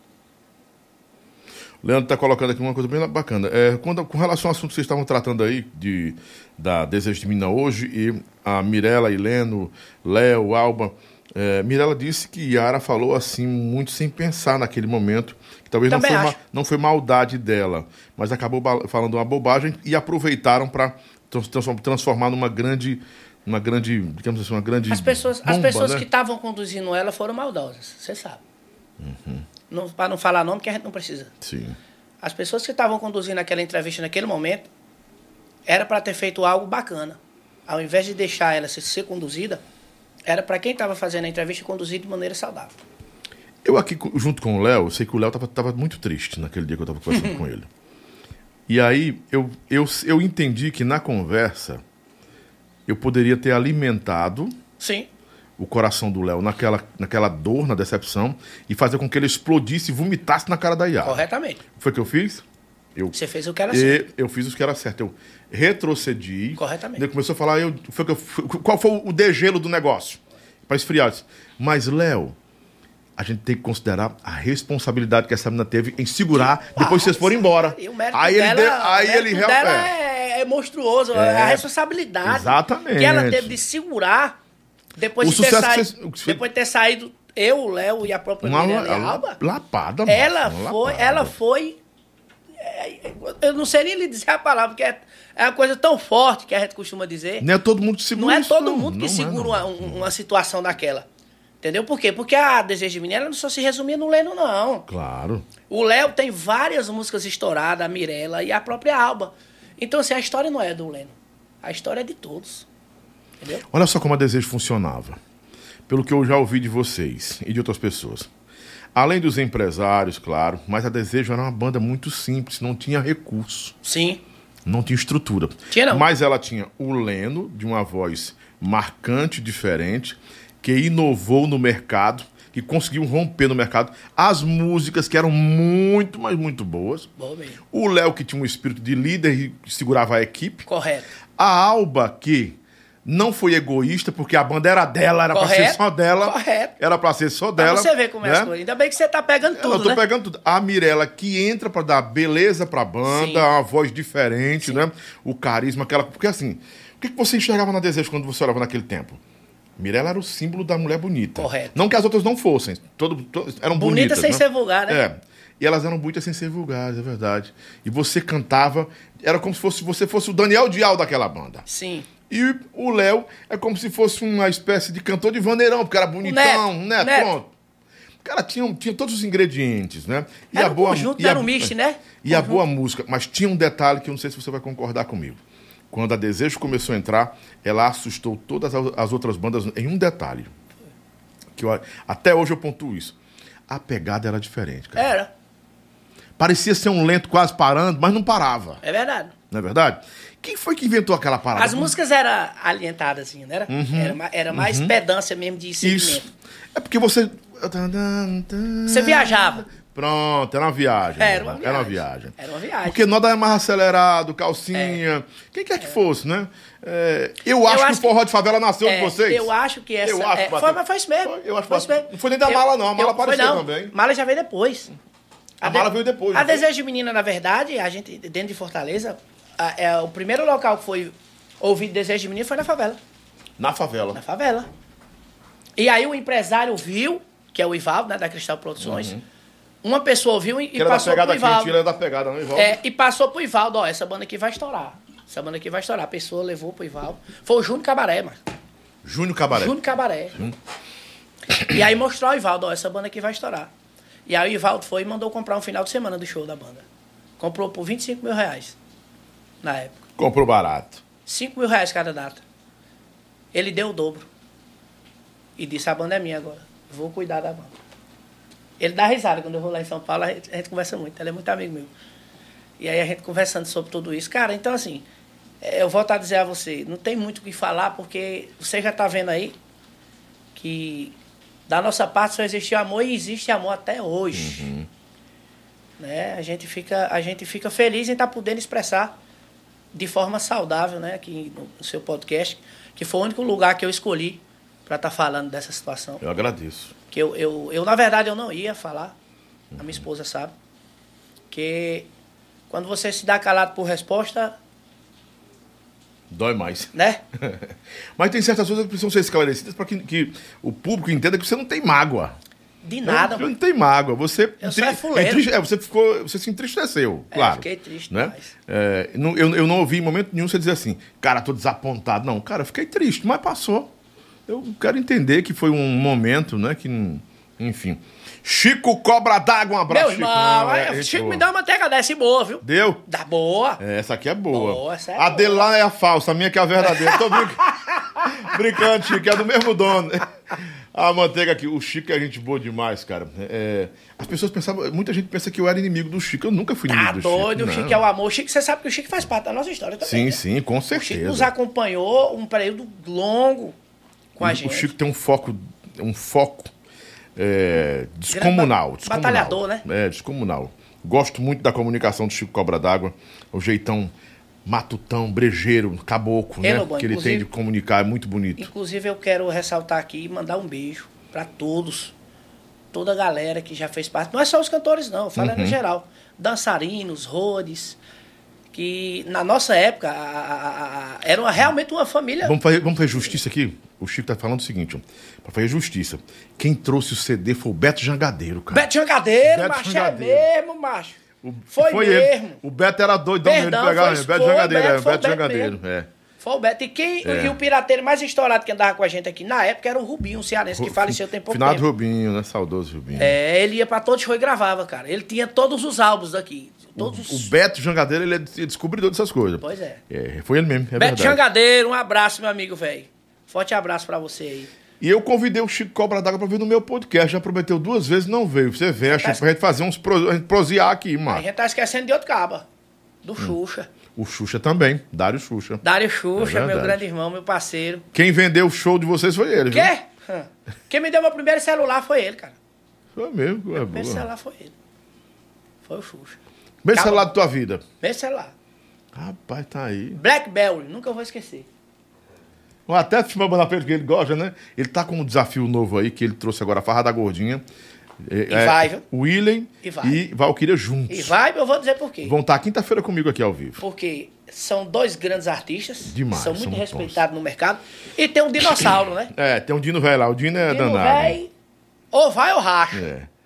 O Leandro está colocando aqui uma coisa bem bacana. Com relação ao assunto que vocês estavam tratando aí, da Desejo de Mina hoje, e a Mirella, Hileno, Léo, Alba, Mirella disse que Yara falou assim, muito sem pensar naquele momento, que talvez não foi maldade dela, mas acabou falando uma bobagem e aproveitaram para transformar numa grande, digamos assim, uma grande As pessoas né? que estavam conduzindo ela foram maldosas, você sabe. Para não falar nome, que a gente não precisa. Sim. As pessoas que estavam conduzindo aquela entrevista naquele momento, era para ter feito algo bacana. Ao invés de deixar ela ser conduzida, era para quem estava fazendo a entrevista conduzir de maneira saudável. Eu aqui, junto com o Léo, sei que o Léo estava muito triste naquele dia que eu estava conversando com ele. E aí, eu entendi que na conversa, eu poderia ter alimentado... Sim. O coração do Léo naquela dor, na decepção, e fazer com que ele explodisse e vomitasse na cara da Yara. Corretamente. Foi o que eu fiz? Você fez o que era certo. Eu fiz o que era certo. Eu retrocedi. Corretamente. Ele começou a falar, qual foi o degelo do negócio? Para esfriar. Mas, Léo, a gente tem que considerar a responsabilidade que essa menina teve em segurar depois que vocês foram embora. E o mérito dela é monstruoso. A responsabilidade exatamente. que ela teve de segurar Depois de ter saído eu, o Léo e a própria Mirella Alba, lapada, ela foi. Eu não sei nem lhe dizer a palavra, porque é uma coisa tão forte que a gente costuma dizer. Não é todo mundo que segura. Não é todo mundo que segura uma situação daquela. Entendeu? Por quê? Porque a Desejo de Menina não só se resumia no Leno, não. Claro. O Léo tem várias músicas estouradas, a Mirella e a própria Alba. Então, assim, a história não é do Leno. A história é de todos. Entendeu? Olha só como a Desejo funcionava. Pelo que eu já ouvi de vocês e de outras pessoas. Além dos empresários, claro, mas a Desejo era uma banda muito simples, não tinha recurso. Sim. Não tinha estrutura. Tinha não. Mas ela tinha o Leno, de uma voz marcante, diferente, que inovou no mercado, que conseguiu romper no mercado. As músicas que eram muito, mas muito boas. Bom mesmo. O Léo, que tinha um espírito de líder e segurava a equipe. Correto. A Alba, que não foi egoísta, porque a banda era dela, era pra ser só dela. Correto. Era pra ser só dela. Pra você ver como é as coisas. Ainda bem que você tá pegando tudo, Eu tô pegando tudo. A Mirella, que entra pra dar beleza pra banda, Sim. uma voz diferente, Sim. né? O carisma, aquela... Porque assim, o que você enxergava na Desejo quando você olhava naquele tempo? Mirella era o símbolo da mulher bonita. Correto. Não que as outras não fossem. Eram bonitas. Bonita sem né? ser vulgar, né? É. E elas eram bonitas sem ser vulgares, é verdade. E você cantava... Era como se você fosse o Daniel Dial daquela banda. Sim. E o Léo é como se fosse uma espécie de cantor de vaneirão, porque era bonitão, né? Pronto. O cara tinha todos os ingredientes, né? E Era a boa, conjunto, e a, era um mix, né? E a boa música. Mas tinha um detalhe que eu não sei se você vai concordar comigo. Quando a Desejo começou a entrar, ela assustou todas as outras bandas em um detalhe. Até hoje eu pontuo isso. A pegada era diferente, cara. Era. Parecia ser um lento quase parando, mas não parava. É verdade. Não é verdade? Quem foi que inventou aquela parada? As músicas eram alientadas, assim, né? Era mais pedância mesmo de segmento. Isso. É porque você... Você viajava. Pronto, era uma viagem. Era uma viagem. Era uma viagem. Era uma viagem. Porque nós é mais acelerado, calcinha. Quem quer que fosse, né? Eu acho que o forró de favela nasceu de vocês. Eu acho que essa... foi isso mesmo. Eu acho que não foi nem da mala, não. A mala apareceu também. Mala já veio depois. A mala veio depois. A Desejo de Menina, na verdade, a gente, dentro de Fortaleza, o primeiro local que foi ouvido Desejo de Menina foi na favela. Na favela. Na favela. E aí o empresário viu, que é o Ivaldo, né, da Cristal Produções. Uma pessoa ouviu e passou pro Ivaldo. Era da pegada, não, Ivaldo? E passou pro Ivaldo, ó, essa banda aqui vai estourar. Essa banda aqui vai estourar. A pessoa levou pro Ivaldo. Foi o Júnior Cabaré, mano. Júnior Cabaré. Júnior Cabaré. E aí mostrou ao Ivaldo, ó, essa banda aqui vai estourar. E aí o Ivaldo foi e mandou comprar um final de semana do show da banda. Comprou por 25 mil reais. Na época. Comprou barato. 5 mil reais cada data. Ele deu o dobro. E disse, a banda é minha agora. Vou cuidar da banda. Ele dá risada quando eu vou lá em São Paulo, a gente conversa muito. Ele é muito amigo meu. E aí a gente conversando sobre tudo isso. Cara, então assim, eu volto a dizer a você, não tem muito o que falar, porque você já tá vendo aí que da nossa parte só existiu amor e existe amor até hoje. Né? A gente fica feliz em estar podendo expressar de forma saudável, né, aqui no seu podcast, que foi o único lugar que eu escolhi para estar falando dessa situação. Eu agradeço. Que eu, na verdade, eu não ia falar, a minha esposa sabe, que quando você se dá calado por resposta... Dói mais. Né? Mas tem certas coisas que precisam ser esclarecidas para que o público entenda que você não tem mágoa. De nada, mano. Não tem mágoa. Você você se entristeceu, claro. Eu fiquei triste, né? Eu não ouvi em momento nenhum você dizer assim, cara, tô desapontado. Não, cara, eu fiquei triste, mas passou. Eu quero entender que foi um momento, né, que, enfim... Chico Cobra d'Água, um abraço, Chico. Meu irmão, Chico me dá uma manteiga dessa boa, viu? Deu? Dá boa. Essa aqui é boa. Boa, essa é a dele lá é a falsa, a minha que é a verdadeira. Tô brincando, Chico, é do mesmo dono. A manteiga aqui, o Chico é gente boa demais, cara. As pessoas pensavam, muita gente pensa que eu era inimigo do Chico. Eu nunca fui inimigo do Chico. Tá doido, o Chico é o amor. O Chico, você sabe que o Chico faz parte da nossa história também. Sim, né? sim, com certeza. O Chico nos acompanhou um período longo com a gente. O Chico tem um foco descomunal. Batalhador, né? Descomunal. Gosto muito da comunicação do Chico Cobra d'Água. O jeitão matutão, brejeiro, caboclo, né? Lobão, que ele tem de comunicar, é muito bonito. Inclusive, eu quero ressaltar aqui e mandar um beijo para todos. Toda a galera que já fez parte. Não é só os cantores, não. Falando em geral. Dançarinos, rodes, que na nossa época era realmente uma família. Vamos fazer justiça aqui? O Chico tá falando o seguinte, ó, pra fazer justiça. Quem trouxe o CD foi o Beto Jangadeiro, cara. Beto Jangadeiro, Beto macho, Jangadeiro. é mesmo, macho. Foi ele. mesmo. O Beto era doidão mesmo de Perdão, pegar. foi Beto foi Jangadeiro, Beto, foi Beto Beto Jangadeiro. mesmo. É. Foi o Beto. E o pirateiro mais estourado que andava com a gente aqui na época era o Rubinho, um cearense, que faleceu tem pouco Finado tempo. Rubinho, né? Saudoso Rubinho. É, ele ia pra todos os shows e gravava, cara. Ele tinha todos os álbuns aqui. Todos O Beto Jangadeiro, ele é descobridor dessas coisas. Pois é. Foi ele mesmo, é Beto verdade. Jangadeiro, um abraço, meu amigo, velho. Forte abraço pra você aí. E eu convidei o Chico Cobra d'Água pra vir no meu podcast. Já prometeu 2 vezes, não veio. Você vê, Chico, pra gente fazer a gente prosear aqui, A mano. gente tá esquecendo de outro caba. Do Xuxa. O Xuxa também, Dário Xuxa. Dário Xuxa, É meu verdade. grande irmão, meu parceiro. Quem vendeu o show de vocês foi ele, viu? Quê? Quem me deu meu primeiro celular foi ele, cara. Foi mesmo, é Meu primeiro boa. celular foi ele. Foi o Xuxa. Primeiro celular da tua vida. Meu celular. Rapaz, tá aí. Blackberry, nunca vou esquecer. Até se mandar pra ele que ele gosta, né? Ele tá com um desafio novo aí, que ele trouxe agora a Farra da Gordinha. vai, viu? William e Valquíria juntos. E vai, eu vou dizer por quê. Vão estar quinta-feira comigo aqui ao vivo. Porque são dois grandes artistas. Demais, São são muito muito respeitados no mercado. E tem um dinossauro, né? Tem um Dino velho lá. O Dino é Dino danado. véi, ou vai ou racha.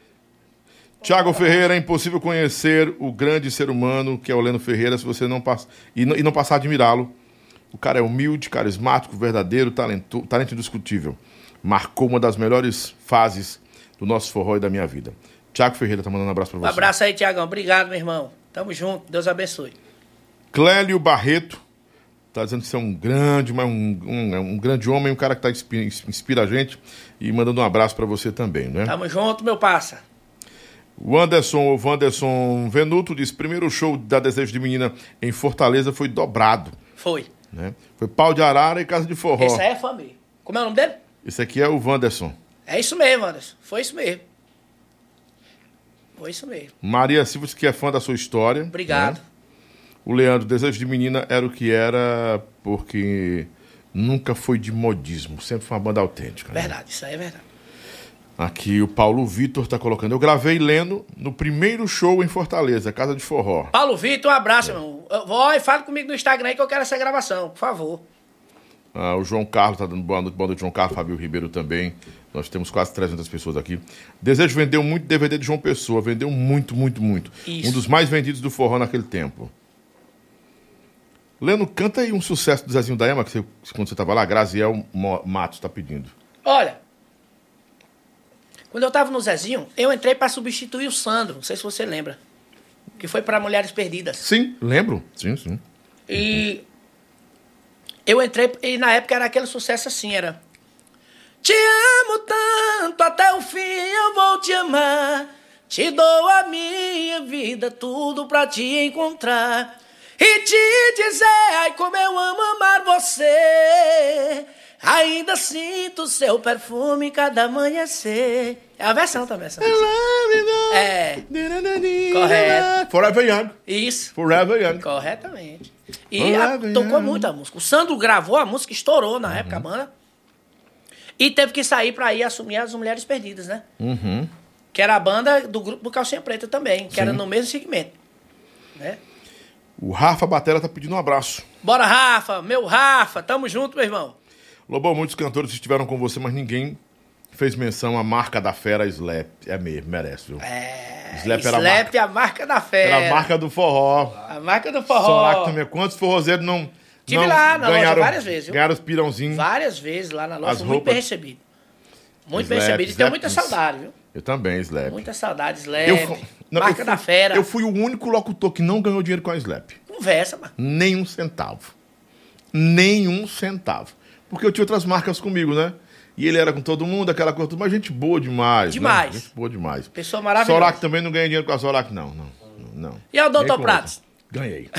Tiago Ferreira, é impossível conhecer o grande ser humano que é o Leno Ferreira se você não passar e não passar a admirá-lo. O cara é humilde, carismático, verdadeiro, talento indiscutível. Marcou uma das melhores fases do nosso forró e da minha vida. Tiago Ferreira tá mandando um abraço pra você. Um abraço aí, Tiagão. Obrigado, meu irmão. Tamo junto. Deus abençoe. Clélio Barreto tá dizendo que você é um grande, um grande homem, um cara que inspira a gente e mandando um abraço pra você também, né? Tamo junto, meu parça. O Wanderson Venuto diz: primeiro show da Desejo de Menina em Fortaleza foi dobrado. Foi. Né? Foi Pau de Arara e Casa de Forró. Esse aí é fã mesmo. Como é o nome dele? Esse aqui é o Wanderson. É isso mesmo, Anderson. Foi isso mesmo. Foi isso mesmo. Maria Silva, que é fã da sua história. Obrigado. Né? O Leandro, Desejo de Menina era o que era porque nunca foi de modismo. Sempre foi uma banda autêntica. Verdade, né? isso aí é verdade. Aqui o Paulo Vitor tá colocando. Eu gravei Leno no primeiro show em Fortaleza, Casa de Forró. Paulo Vitor, um abraço, meu irmão. Vó, e fala comigo no Instagram aí que eu quero essa gravação, por favor. O João Carlos tá dando boa noite, João Carlos, Fabio Ribeiro também. Nós temos quase 300 pessoas aqui. Desejo vendeu muito DVD de João Pessoa, vendeu muito, muito, muito. Isso. Um dos mais vendidos do forró naquele tempo. Leno, canta aí um sucesso do Zezinho da Ema, que quando você tava lá, Graziel Matos tá pedindo. Olha, quando eu tava no Zezinho, eu entrei pra substituir o Sandro, não sei se você lembra, que foi pra Mulheres Perdidas. Sim, lembro. Sim. E eu entrei, e na época era aquele sucesso assim, era: te amo tanto, até o fim eu vou te amar. Te dou a minha vida, tudo pra te encontrar. E te dizer, ai como eu amo amar você. Ainda sinto seu perfume cada amanhecer. É a versão também, essa versão. É. Correto. Forever Young. Isso. Forever Young. Corretamente. E Forever tocou Young. muito a música. O Sandro gravou a música, estourou na época a banda. E teve que sair pra ir assumir as Mulheres Perdidas, né? Que era a banda do grupo do Calcinha Preta também, que era no mesmo segmento. Né? O Rafa Batera tá pedindo um abraço. Bora, Rafa! Meu Rafa! Tamo junto, meu irmão. Lobão, muitos cantores estiveram com você, mas ninguém fez menção à marca da fera, Slap. É mesmo, merece, viu? Slap era Slap, a marca da fera. Era a marca do forró. A marca do forró. Sonaco também. Quantos forrozeiros não Tive lá na loja ganharam, várias vezes, viu? Ganharam os pirãozinhos. Várias vezes lá na loja, As fui muito roupas. bem recebido. Muito bem Slap, recebido. E tenho Slap. muita saudade, viu? Eu também, Slap. Muita saudade, Slap. Eu Marca da fera. Eu fui o único locutor que não ganhou dinheiro com a Slap. Conversa, mano. Nem um centavo. Nem um centavo. Porque eu tinha outras marcas comigo, né? E ele era com todo mundo, aquela coisa, mas gente boa demais. Demais. Né? Gente boa demais. Pessoa maravilhosa. Sorac também não ganha dinheiro com a Sorac, não. E o Nem Doutor com Pratos? outra. Ganhei.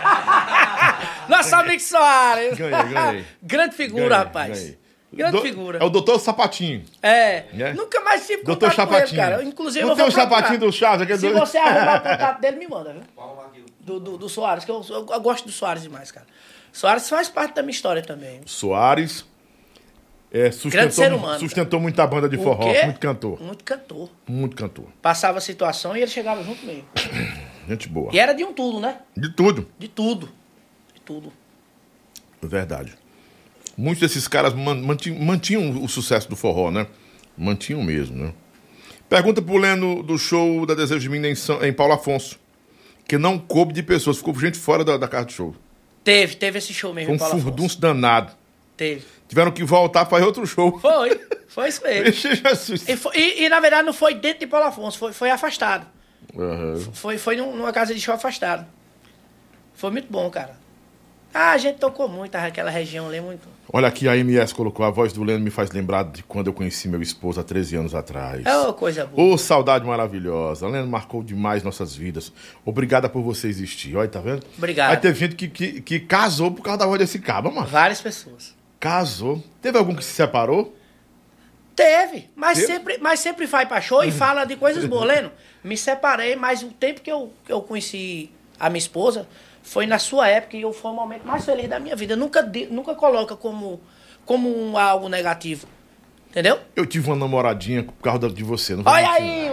Nosso amigo Soares. Ganhei. Grande figura, Ganhei, rapaz. ganhei. Grande figura. É o Doutor Sapatinho. É. Né? Nunca mais tive Doutor contato com ele, Sapatinho. cara. Inclusive, Não eu tem vou o sapatinho procurar. do Chaves? Aquele Se do... você arrumar o contato dele, me manda, viu? Paulo Marquinhos. Do Soares, que eu gosto do Soares demais, cara. Soares faz parte da minha história também. Soares Grande ser humano, sustentou muita banda de forró, quê? muito cantor. Muito cantor. Muito cantor. Passava a situação e ele chegava junto mesmo. Gente boa. E era de um tudo, né? De tudo. De tudo. De tudo. Verdade. Muitos desses caras mantinham o sucesso do forró, né? Mantinham mesmo, né? Pergunta pro Leno do show da Desejo de Mim em Paulo Afonso. Que não coube de pessoas, ficou gente fora da casa do show. Teve esse show mesmo. Foi um furdunço danado. Teve. Tiveram que voltar para outro show. Foi isso mesmo. Jesus. E na verdade não foi dentro de Paulo Afonso, foi afastado. Uhum. Foi numa casa de show afastado. Foi muito bom, cara. A gente tocou muito, aquela região ali, muito. Olha aqui, a MS colocou: a voz do Leno me faz lembrar de quando eu conheci meu esposo há 13 anos atrás. É uma coisa boa. Ô, saudade maravilhosa. Leno marcou demais nossas vidas. Obrigada por você existir. Olha, tá vendo? Obrigado. Aí teve gente que casou por causa da voz desse cabo, mano. Várias pessoas. Casou. Teve algum que se separou? Teve, mas sempre vai pra show e fala de coisas boas. Leno, me separei, mas o tempo que eu conheci a minha esposa foi na sua época e foi o momento mais feliz da minha vida. Nunca coloca como algo negativo. Entendeu? Eu tive uma namoradinha por causa de você. Não Olha aí,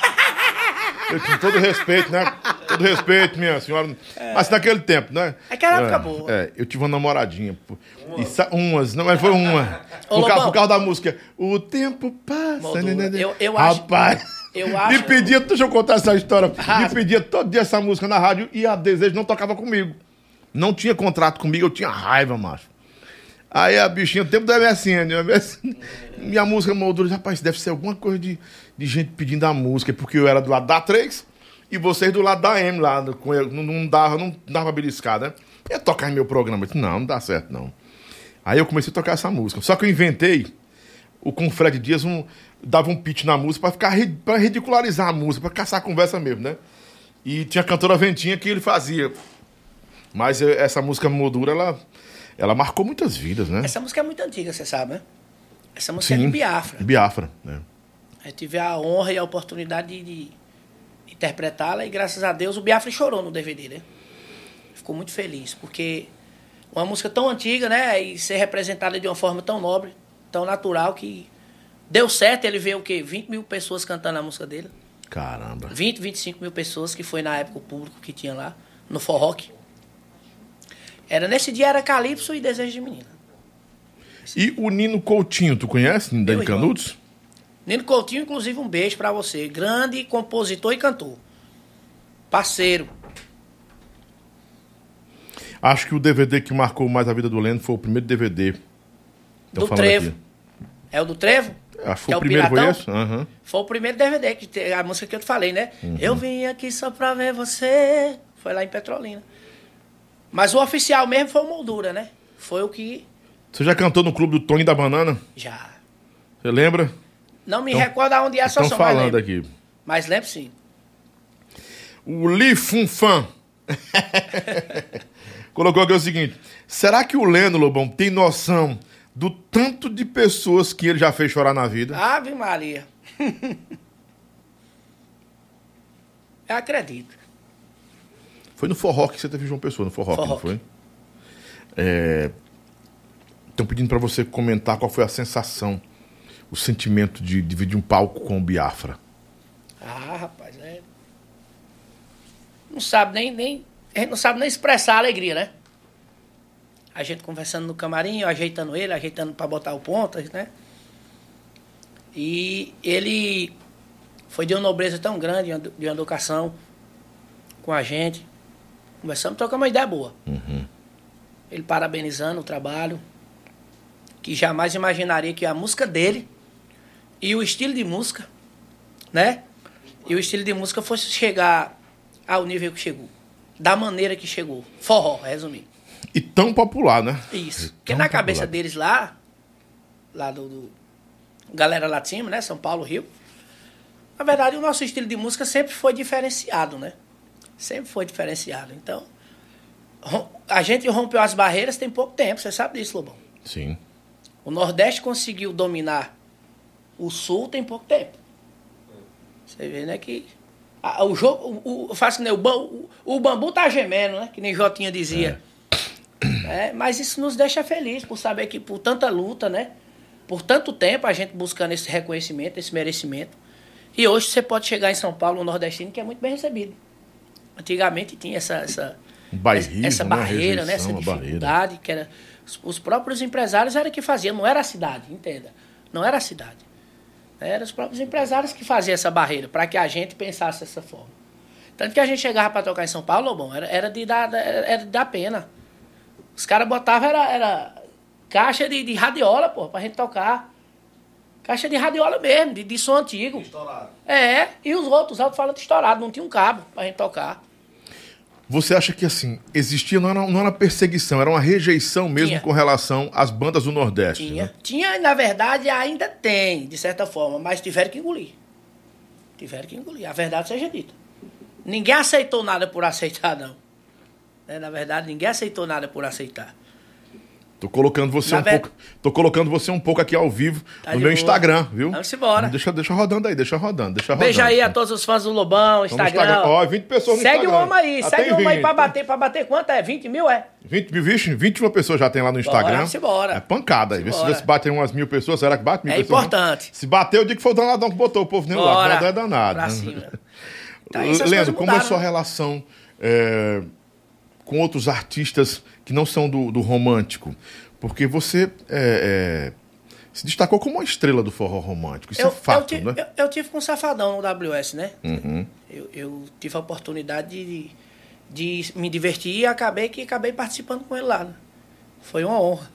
eu com todo respeito, né? Todo respeito, minha senhora. Mas naquele tempo, né? Aquela época boa. Eu tive uma namoradinha. Umas, não, mas foi uma. Por causa da música. O tempo passa. Eu acho. Rapaz. Me pedia, deixa eu contar essa história. Me pedia todo dia essa música na rádio e a Desejo não tocava comigo. Não tinha contrato comigo, eu tinha raiva, macho. Aí a bichinha, o tempo do MSN, minha música moldura, rapaz, deve ser alguma coisa de gente pedindo a música, porque eu era do lado da 3 e vocês do lado da M lá, não dava beliscada, né? Eu ia tocar em meu programa, eu disse, não dá certo não. Aí eu comecei a tocar essa música, só que eu inventei, com o Fred Dias, dava um pitch na música pra ridicularizar a música, pra caçar a conversa mesmo, né? E tinha a cantora Ventinha que ele fazia. Mas essa música moldura, ela marcou muitas vidas, né? Essa música é muito antiga, você sabe, né? Essa música é de Biafra. Biafra, né? Eu tive a honra e a oportunidade de interpretá-la e, graças a Deus, o Biafra chorou no DVD, né? Ficou muito feliz, porque uma música tão antiga, né? E ser representada de uma forma tão nobre, tão natural, que deu certo. Ele vê o quê? 20 mil pessoas cantando a música dele. Caramba. 25 mil pessoas, que foi na época o público que tinha lá, no Forroque. Nesse dia era Calypso e Desejo de Menina. E o Nino Coutinho, tu conhece? Nino Canudos? Nino Coutinho, inclusive, um beijo pra você. Grande compositor e cantor. Parceiro. Acho que o DVD que marcou mais a vida do Leno foi o primeiro DVD. Do Trevo. Aqui. É o do Trevo? Acho que foi o primeiro, foi esse? Uhum. Foi o primeiro DVD, a música que eu te falei, né? Uhum. Eu vim aqui só pra ver você. Foi lá em Petrolina. Mas o oficial mesmo foi o Moldura, né? Foi o que... Você já cantou no Clube do Tony da Banana? Já. Você lembra? Não me recordo aonde é a situação, mas falando aqui. Mas lembro sim. O Li Fun Fan colocou aqui o seguinte: será que o Leno, Lobão, tem noção do tanto de pessoas que ele já fez chorar na vida? Ave Maria. Eu acredito. Foi no Forró que você teve João Pessoa, no Forró, não foi? Estão pedindo para você comentar qual foi a sensação, o sentimento de dividir um palco com o Biafra. Ah, rapaz, não sabe nem a gente não sabe nem expressar a alegria, né? A gente conversando no camarim, ajeitando para botar o ponto, né? E ele foi de uma nobreza tão grande, de uma educação com a gente. Conversamos, trocamos uma ideia boa. Uhum. Ele parabenizando o trabalho, que jamais imaginaria que a música dele e o estilo de música, né? E o estilo de música fosse chegar ao nível que chegou. Da maneira que chegou. Forró, resumir. E tão popular, né? Isso. Porque na cabeça deles lá do galera lá de cima, né? São Paulo, Rio. Na verdade, o nosso estilo de música sempre foi diferenciado, né? Sempre foi diferenciado. Então, a gente rompeu as barreiras tem pouco tempo. Você sabe disso, Lobão? Sim. O Nordeste conseguiu dominar o Sul tem pouco tempo. Você vê, né, que o jogo, faço que nem o bambu tá gemendo, né? Que nem Jotinha dizia. Mas isso nos deixa felizes por saber que por tanta luta, né? Por tanto tempo a gente buscando esse reconhecimento, esse merecimento. E hoje você pode chegar em São Paulo, um nordestino, que é muito bem recebido. Antigamente tinha essa Bairrismo, barreira, né? Rejeição, Essa dificuldade, que era... Os próprios empresários eram que faziam, não era a cidade, entenda. Não era a cidade. Eram os próprios empresários que faziam essa barreira, para que a gente pensasse dessa forma. Tanto que a gente chegava para tocar em São Paulo, bom, era de dar pena. Os caras botavam, era caixa de radiola, pô, pra gente tocar. Caixa de radiola mesmo, de som antigo. Estourado. E os outros alto-falantes estourados, não tinha um cabo pra gente tocar. Você acha que, assim, existia, não era perseguição, era uma rejeição mesmo com relação às bandas do Nordeste? Tinha. Né? Tinha, na verdade, ainda tem, de certa forma, mas tiveram que engolir. Tiveram que engolir, a verdade seja dita. Ninguém aceitou nada por aceitar, não. Na verdade, ninguém aceitou nada por aceitar. Tô colocando você um pouco aqui ao vivo no meu Instagram, viu? Vamos embora. Deixa rodando aí, deixa rodando. Beijo aí a todos os fãs do Lobão, Instagram. Ó, 20 pessoas no Instagram. Segue o homem aí, segue o homem aí pra bater quanto é? 20 mil, é? 21 pessoas já tem lá no Instagram. Vamos embora. É pancada aí. Vê se batem umas 1000 pessoas, será que bate 1000 pessoas? É importante. Se bater, eu digo que foi o danadão que botou o povo nem lá, nada é danado. Pra cima. Leandro, como é a sua relação com outros artistas que não são do romântico? Porque você se destacou como uma estrela do forró romântico. Isso é fato, né? Eu tive com o Safadão no WS, né? Uhum. Eu tive a oportunidade de me divertir e acabei participando com ele lá. Né? Foi uma honra.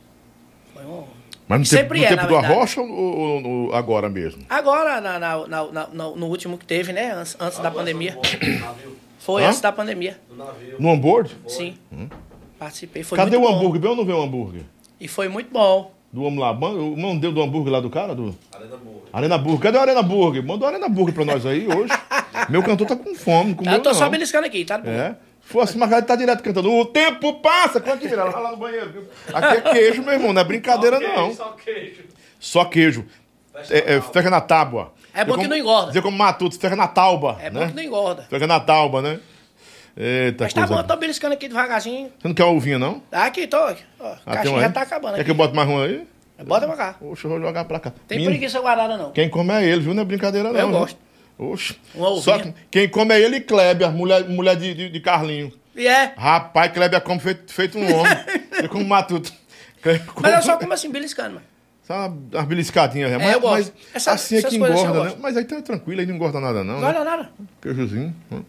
Mas no tempo do Arrocha ou agora mesmo? Agora, no último que teve, né? Antes da pandemia. Foi antes da pandemia. No onboard? Sim. Participei. Foi Cadê muito o bom. hambúrguer? Bem ou não veio o hambúrguer? E foi muito bom. Do homem lá. Não deu do hambúrguer lá do cara? Arena Burger. Arena Burger. Cadê o Arena Burger? Manda o Arena Burger pra nós aí hoje. Meu cantor tá com fome. Eu tô só beliscando aqui, tá bom. Se fosse Margarida, tá direto cantando. O tempo passa. Quando que vira? Lá no banheiro. Viu? Aqui é queijo, meu irmão. Não é brincadeira, não. Só queijo. Fecha na tábua. É bom que não engorda. Dizer como Matuto, fecha na tauba. É bom que não engorda. Fecha na tauba, né? Eita, mas tá bom, eu tô beliscando aqui devagarzinho. Você não quer uma uvinha, não? Aqui, tô. Ó, a caixinha já tá acabando. Quer que eu bote mais uma aí? Bota pra cá. Oxe, eu vou jogar pra cá. Tem preguiça guardada, não. Quem come é ele, viu? Não é brincadeira, não. Eu gosto. Oxe. Só que quem come é ele e Kleber, mulher de Carlinho. E é? Rapaz, Kleber come feito um homem. Eu como Matuto. Mas eu só como assim, beliscando, mano. Só umas beliscadinhas. Eu gosto. Mas assim é que engorda, né? Mas aí tá tranquilo, aí não engorda nada, não. Não engorda nada. Queijozinho.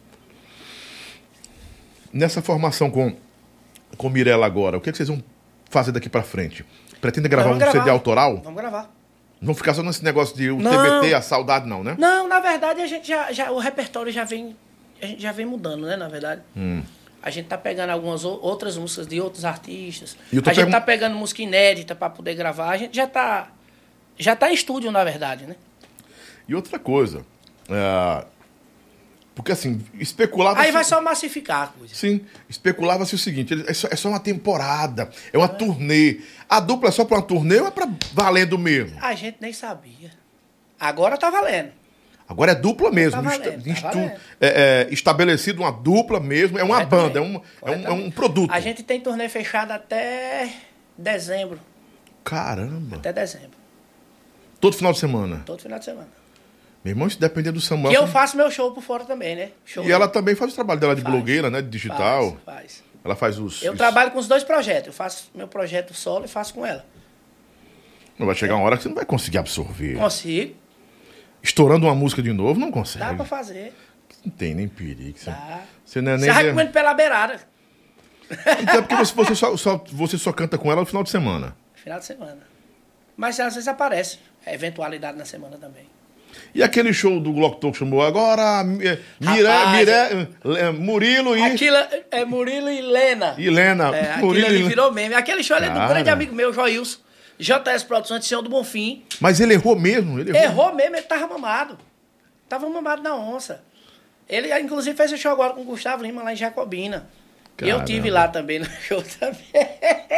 Nessa formação com Mirella agora, o que vocês vão fazer daqui pra frente? Pretendem gravar um CD autoral? Vamos gravar. Não vão ficar só nesse negócio de o TBT, a saudade, não, né? Não, na verdade, a gente o repertório já vem mudando, né, na verdade. A gente tá pegando algumas outras músicas de outros artistas. A gente tá pegando música inédita pra poder gravar. A gente já tá em estúdio, na verdade, né? E outra coisa, porque assim, especulava... Aí vai só massificar a coisa. Sim, especulava-se o seguinte, é só uma temporada, é uma turnê. A dupla é só pra uma turnê ou é pra valendo mesmo? A gente nem sabia. Agora tá valendo. Agora é dupla mesmo. Tá valendo. Estabelecido uma dupla mesmo, é uma banda, é um produto. A gente tem turnê fechada até dezembro. Caramba. Até dezembro. Todo final de semana? Todo final de semana. Meu irmão, isso depende do Samuel. E eu faço meu show por fora também, né? E ela também faz o trabalho dela de blogueira, né? De digital. Faz. Ela faz Eu trabalho com os dois projetos. Eu faço meu projeto solo e faço com ela. Não vai chegar uma hora que você não vai conseguir absorver. Consigo. Estourando uma música de novo, não consegue. Dá pra fazer. Não tem nem perigo. Dá. Você não é nem... Você vai comendo pela beirada. Então é porque você só canta com ela no final de semana. Final de semana. Mas às vezes aparece. É eventualidade na semana também. E aquele show do Glock Talk chamou agora Murilo e... Aquilo é Murilo e Lena. E Lena. Aquilo ali virou meme. Aquele show é do grande amigo meu, Joilson. JS Produções de Senhor do Bonfim. Mas ele errou mesmo? Errou mesmo, ele tava mamado. Tava mamado na onça. Ele, inclusive, fez o show agora com o Gustavo Lima lá em Jacobina. E eu tive lá também no show também.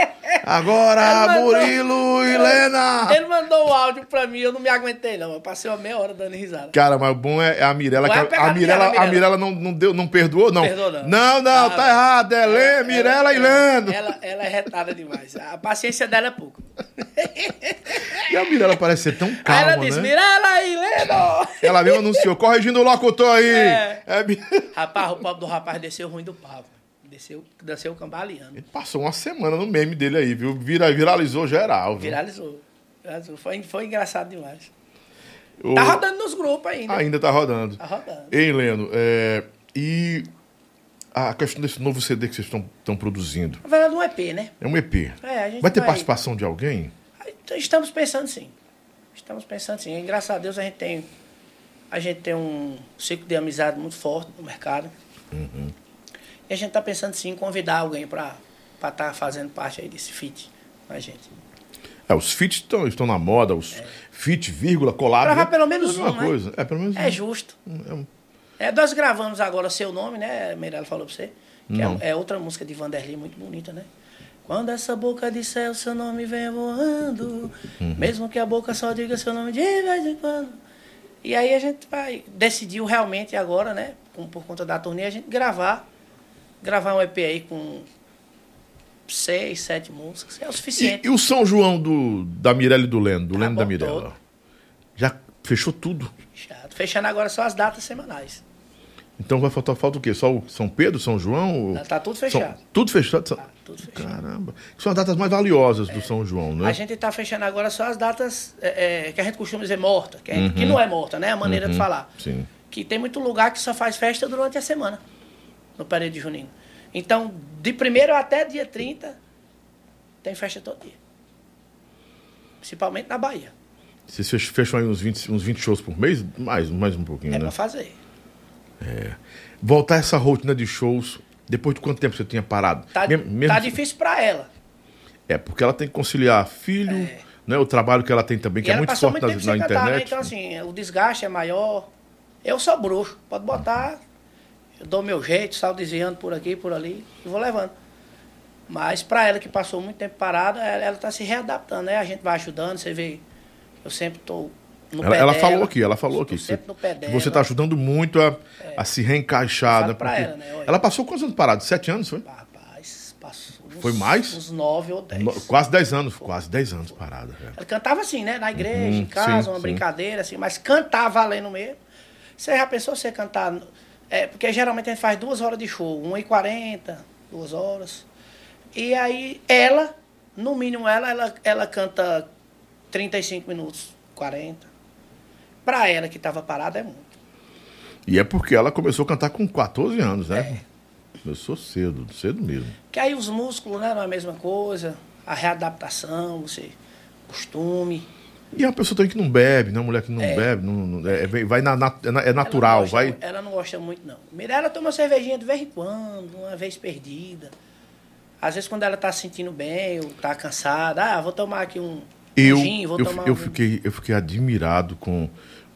Agora, Murilo e Helena! Ele mandou um áudio pra mim, eu não me aguentei não. Eu passei uma meia hora dando risada. Cara, mas o bom é a Mirella. A Mirella não perdoou, não? Perdoou, não. Não, tá errado. É Lê, Mirella e Leno. Ela é retada demais. A paciência dela é pouco. E a Mirella parece ser tão calma, aí ela disse, né? Mirella e Leno! Ela mesmo anunciou, corrigindo o locutor aí. Rapaz, o pobre do rapaz desceu ruim do pavo. Desceu cambaleando. Ele passou uma semana no meme dele aí, viu? Viralizou geral, viu? Viralizou. Foi engraçado demais. Tá rodando nos grupos ainda. Ainda tá rodando. Tá rodando. Hein, Leno? E a questão desse novo CD que vocês estão produzindo? Na verdade, um EP, né? É um EP. A gente vai ter participação de alguém? Estamos pensando sim. Graças a Deus a gente tem um ciclo de amizade muito forte no mercado. Uhum. E a gente está pensando sim em convidar alguém para estar fazendo parte aí desse feat com a gente. Os feats estão na moda, os feat, vírgula, colado. Gravar pelo menos uma coisa. Pelo menos é justo. Nós gravamos agora Seu Nome, né? A Mirella falou para você. Que é outra música de Vanderlei muito bonita, né? Quando essa boca disser o seu nome vem voando, mesmo que a boca só diga seu nome de vez em quando. E aí a gente decidiu realmente agora, né? Por conta da turnê, a gente gravar um EP aí com 6, 7 músicas. É o suficiente. E o São João da Mirella e do Leno? Do Leno e da Mirella? Todo. Já fechou tudo? Fechado. Fechando agora só as datas semanais. Então falta o quê? Só o São Pedro, São João? Tá tudo fechado. Tudo fechado? Tá tudo fechado. Caramba. São as datas mais valiosas do São João, né? A gente tá fechando agora só as datas que a gente costuma dizer morta. Que não é morta, né? A maneira de falar. Sim. Que tem muito lugar que só faz festa durante a semana. No período de junino. Então, de 1º até dia 30, tem festa todo dia. Principalmente na Bahia. Vocês fecham aí uns 20 shows por mês? Mais um pouquinho, né? Pra fazer. Voltar essa rotina de shows, depois de quanto tempo você tinha parado? Tá difícil pra ela. Porque ela tem que conciliar filho, né, o trabalho que ela tem também, que é muito forte na internet. Cantar, né? Então, assim, o desgaste é maior. Eu sou bruxo, pode botar... Eu dou meu jeito, saio desviando por aqui, por ali, e vou levando. Mas para ela que passou muito tempo parada, ela está se readaptando, né? A gente vai ajudando, você vê, eu sempre estou no pé dela. Ela falou aqui, sempre no pé dela. Que você está ajudando muito a se reencaixar. Né? Para ela, né? Olha, ela passou quantos anos parada? 7 anos, foi? Rapaz, passou foi mais? Uns 9 ou 10. Quase 10 anos, quase 10 anos parada. Ela cantava assim, né? Na igreja, em casa, uma brincadeira, assim, mas cantava valendo mesmo. Você já pensou você cantar... porque geralmente a gente faz 2 horas de show, 1h40, 2 horas. E aí ela, no mínimo ela canta 35 minutos, 40. Pra ela que estava parada é muito. E é porque ela começou a cantar com 14 anos, né? Começou cedo mesmo. Que aí os músculos, né, não é a mesma coisa, a readaptação, costume. E é uma pessoa também que não bebe, né? Uma mulher que não bebe, vai é natural. Ela não gosta muito, não. Mirella toma uma cervejinha de vez em quando, uma vez perdida. Às vezes quando ela tá se sentindo bem, ou tá cansada, vou tomar aqui um gin, vou tomar eu fiquei admirado com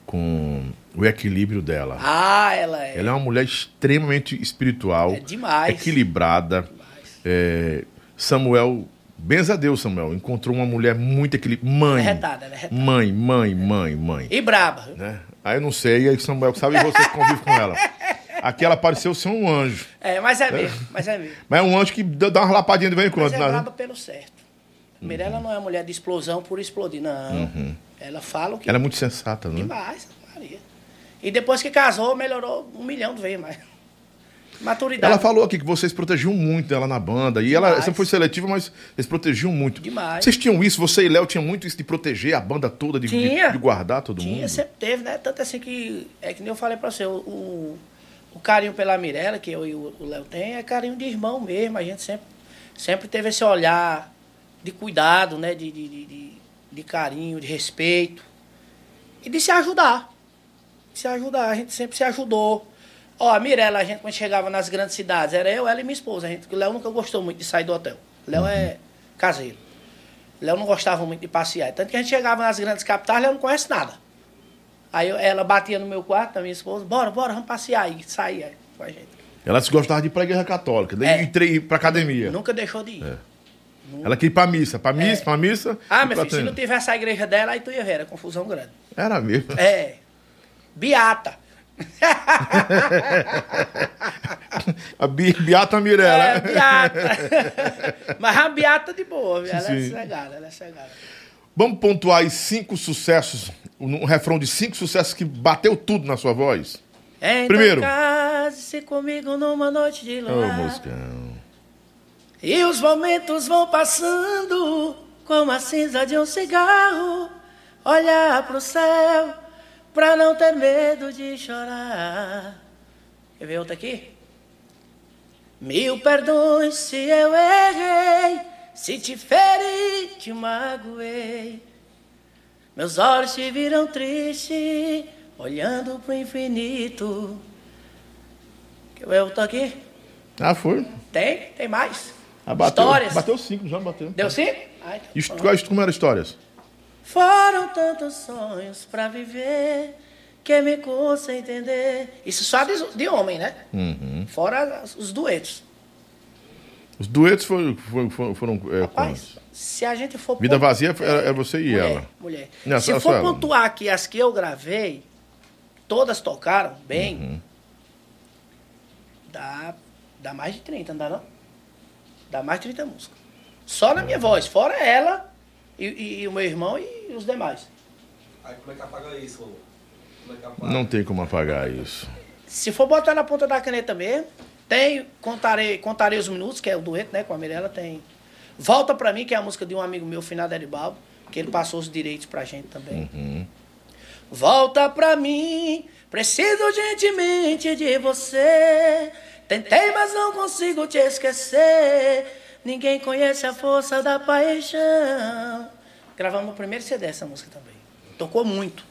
o equilíbrio dela. Ela é. Ela é uma mulher extremamente espiritual. Demais. Equilibrada. Demais. Samuel... Benza a Deus, Samuel. Encontrou uma mulher muito equilibrada. Mãe. Ela é retada. Mãe. E braba. Né? Aí eu não sei, aí Samuel sabe você que convive com ela. Aqui ela pareceu ser um anjo. Mas é mesmo. Mas é um anjo que dá umas lapadinhas de vez em quando. Mas é braba pelo certo. Mirella não é mulher de explosão por explodir, não. Ela fala o que... Ela é muito sensata, né? Demais, Maria. E depois que casou, melhorou 1 milhão de vezes mais. Maturidade. Ela falou aqui que vocês protegiam muito ela na banda. E ela sempre foi seletiva, mas eles protegiam muito. Demais. Vocês tinham isso? Você e Léo tinham muito isso de proteger a banda toda, de guardar todo mundo? Sempre teve, né? Tanto assim que... É que nem eu falei pra você, o carinho pela Mirella, que eu e o Léo tem, é carinho de irmão mesmo. A gente sempre teve esse olhar de cuidado, né? De carinho, de respeito. E de se ajudar. A gente sempre se ajudou. A Mirella, a gente quando chegava nas grandes cidades, era eu, ela e minha esposa. O Léo nunca gostou muito de sair do hotel. Léo é caseiro. Léo não gostava muito de passear. Tanto que a gente chegava nas grandes capitais, Léo não conhece nada. Aí ela batia no meu quarto, na minha esposa, bora, vamos passear. E saía com a gente. Ela se gostava de ir pra igreja católica, daí ir pra academia. Nunca deixou de ir. Ela queria ir pra missa, pra missa. Ah, meu filho, se não tivesse a igreja dela, aí tu ia ver, era confusão grande. Era mesmo. Beata. A Beata Mirella. Beata. Mas a Beata de boa, ela é cegada, Vamos pontuar aí 5 sucessos, um refrão de 5 sucessos que bateu tudo na sua voz. Primeiro. Case-se comigo numa noite de lua. Muscão. E os momentos vão passando como a cinza de um cigarro. Olhar pro céu pra não ter medo de chorar. Quer ver outra aqui? 1000 perdões se eu errei, se te feri, te magoei. Meus olhos te viram triste, olhando pro infinito. Quer ver outra aqui? Foi? Tem mais. Histórias. Bateu 5, já bateu. Deu 5? Como eram histórias? Foram tantos sonhos pra viver que me custa entender. Isso só de homem, né? Fora os duetos. Os duetos foram Rapaz, se a gente for... Vida Vazia é você e ela. Mulher. Não, se for pontuar aqui as que eu gravei, todas tocaram bem, dá mais de 30, não dá não? Dá mais de 30 músicas. Só na minha voz, fora ela e o meu irmão e os demais. Aí como é que apaga isso? Como é que apaga? Não tem como apagar isso. Se for botar na ponta da caneta mesmo, tem Contarei os Minutos, que é o dueto, né, com a Mirella, tem Volta Pra Mim, que é a música de um amigo meu, finado Eribaldo, que ele passou os direitos pra gente também. Volta pra mim, preciso urgentemente de você. Tentei, mas não consigo te esquecer. Ninguém conhece a força da paixão. Gravamos no primeiro CD essa música também. Tocou muito.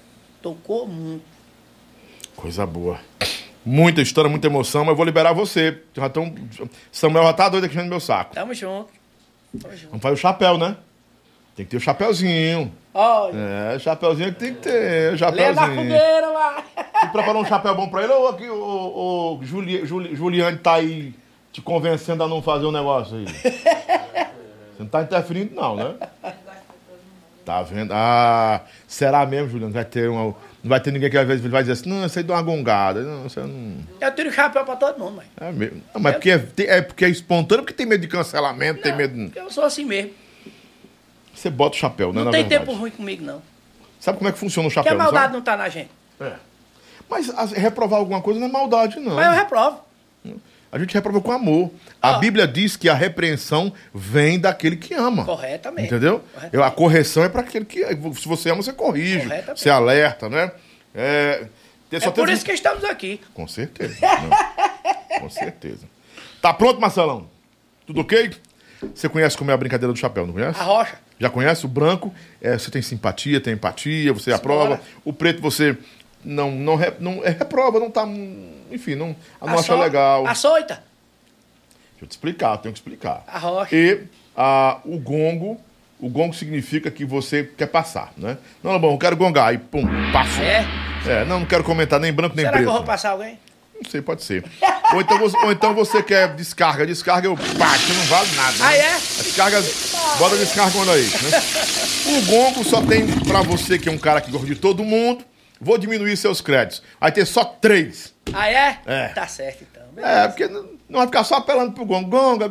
Coisa boa. Muita história, muita emoção, mas eu vou liberar você. Samuel já tá doido aqui no meu saco. Tamo junto. Vamos fazer o chapéu, né? Tem que ter o chapéuzinho. Olha. Chapéuzinho que tem que ter. Lê na fogueira lá. Tu preparou um chapéu bom pra ele ou aqui o Juliane tá aí te convencendo a não fazer o negócio aí? Você não tá interferindo não, né? Tá vendo? Será mesmo, Juliane? Não vai ter ninguém que às vezes vai dizer assim, não, isso aí dá uma gongada. Não, você não... Eu tiro chapéu pra todo mundo, mãe. É mesmo. Não, mas porque é espontâneo, porque tem medo de cancelamento, tem medo... Eu sou assim mesmo. Você bota o chapéu, né? Não tem tempo ruim comigo, não. Sabe como é que funciona o chapéu? Porque a maldade não tá na gente. Mas reprovar alguma coisa não é maldade, não. Mas eu reprovo. A gente reprova com amor. A Bíblia diz que a repreensão vem daquele que ama. Corretamente. Entendeu? A correção é para aquele que... Se você ama, você corrige. Você alerta, né? Por isso que estamos aqui. Com certeza. Né? Com certeza. Tá pronto, Marcelão? Tudo ok? Você conhece como é a brincadeira do chapéu, não conhece? A rocha. Já conhece? O branco, você tem simpatia, tem empatia, você aprova. O preto você não reprova, não tá... Enfim, não acha legal. Açoita. Deixa eu te explicar, eu tenho que explicar. A rocha. E o gongo significa que você quer passar, né? Não, bom, eu quero gongar, aí pum, passou. Não quero comentar nem branco nem preto. Será que eu vou passar alguém? Não sei, pode ser. ou então você quer descarga, eu que não vale nada. Né? Bota descarga quando aí. Né? O gongo só tem pra você que é um cara que gosta de todo mundo. Vou diminuir seus créditos. Vai ter só 3. Tá certo, então. Beleza. Porque não vai ficar só apelando pro gongo. Gonga.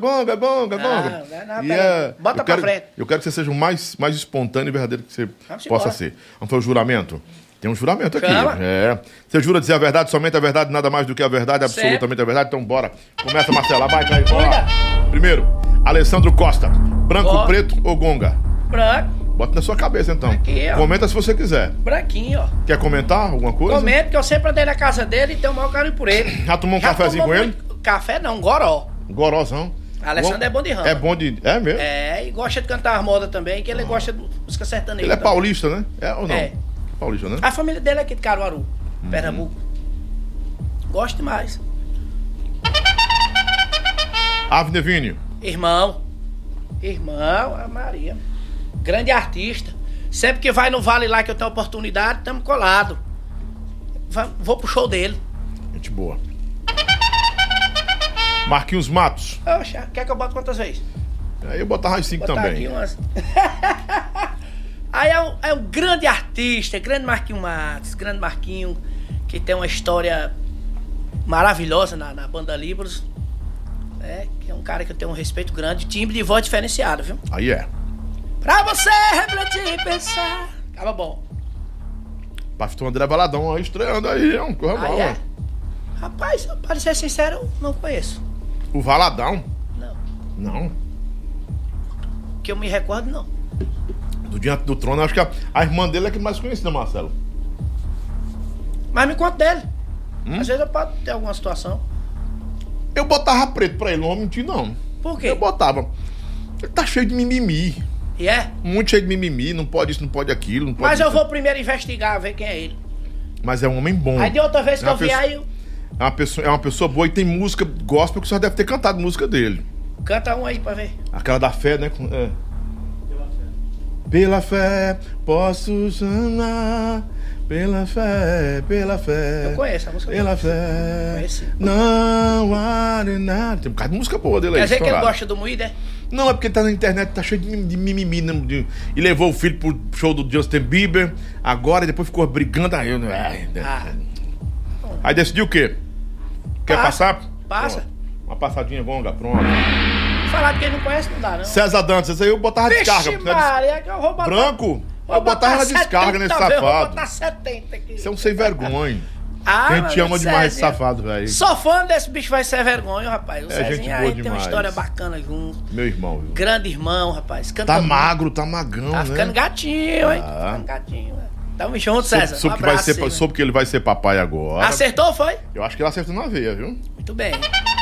Bota pra frente. Eu quero que você seja o mais espontâneo e verdadeiro que você possa ser. Vamos fazer o juramento? Tem um juramento aqui. Você jura dizer a verdade, somente a verdade, nada mais do que a verdade, absolutamente a verdade? Então bora. Começa, Marcela. Vai, Caio. Primeiro, Alessandro Costa. Branco, preto ou gonga? Branco. Bota na sua cabeça, então. Aqui, ó. Comenta se você quiser. Branquinho, ó. Quer comentar alguma coisa? Comento, que eu sempre andei na casa dele e tenho o maior carinho por ele. Já tomou um cafezinho com ele? Café não, goró. Gorozão. Alessandro é bom de ramo. É bom de... É mesmo? E gosta de cantar as modas também, que ele gosta de música sertaneja. Ele é paulista, né? É ou não? É. Paulista, né? A família dele é aqui de Caruaru, Pernambuco. Gosto demais. Avner Vini. Irmão, a Maria. Grande artista. Sempre que vai no Vale lá que eu tenho oportunidade, estamos colados. Vou pro show dele. Gente boa. Marquinhos Matos. Oxa, quer que eu bote quantas vezes? Aí eu botava as 5 Botar também. aqui umas... Aí é um grande artista, grande Marquinhos Matos, grande Marquinho, que tem uma história maravilhosa na banda Libros. Que é um cara que eu tenho um respeito grande, timbre de voz diferenciado, viu? Aí é. Pra você refletir e pensar. Acaba bom. Pastor André Valadão aí estreando aí, é um corra mal. Aí é? Rapaz, para ser sincero, eu não conheço. O Valadão? Não. Não. Que eu me recordo, não. Do Diante do Trono, acho que a irmã dele é que mais conhecida, Marcelo. Mas me conta dele. Às vezes eu posso ter alguma situação. Eu botava preto pra ele, não vou mentir não. Por quê? Eu botava. Ele tá cheio de mimimi. E é? Muito cheio de mimimi, não pode isso, não pode aquilo, não pode Mas isso. eu vou primeiro investigar, ver quem é ele. Mas é um homem bom. Aí de outra vez que É eu uma vi pessoa- aí, É uma pessoa boa e tem música gospel que você deve ter cantado música dele. canta um aí pra ver. Aquela da fé, né? Pela fé, posso chamar. Pela fé, pela fé. Eu conheço a música. Pela fé. Conheci. Não há de nada. Tem um bocado de música boa dele aí. Quer dizer que ele estourada. gosta do moído, é? Não, é porque tá na internet, tá cheio de mimimi. Né, e levou o filho pro show do Justin Bieber. Agora, e depois ficou brigando. Aí, aí decidiu o quê? Quer Passa. passar? Passa. Pronto. Uma passadinha longa, pronto. Falar de quem não conhece não dá, não. César Dantas, esse aí eu botava descarga. Vixe Maria, que eu vou botar... Branco? Vou Eu botava na 70 descarga nesse vezes, Vou safado. botar 70 aqui. Isso é um sem vergonha. Ah, A gente meu ama Deus, demais esse Cezinha. safado, velho. Só fã desse bicho vai ser vergonha, rapaz. O É, gente Cezinha boa aí tem uma demais. história bacana junto. Meu irmão, viu? Grande irmão, rapaz. Canta Tá muito. magro, tá magão, Tá né? ficando gatinho, hein? Tá. Tá ficando gatinho, né? Tamo junto, César. Soube, Um que vai abraço ser, aí, soube que ele vai ser papai agora. Acertou, foi? Eu acho que ele acertou na veia, viu? Muito bem.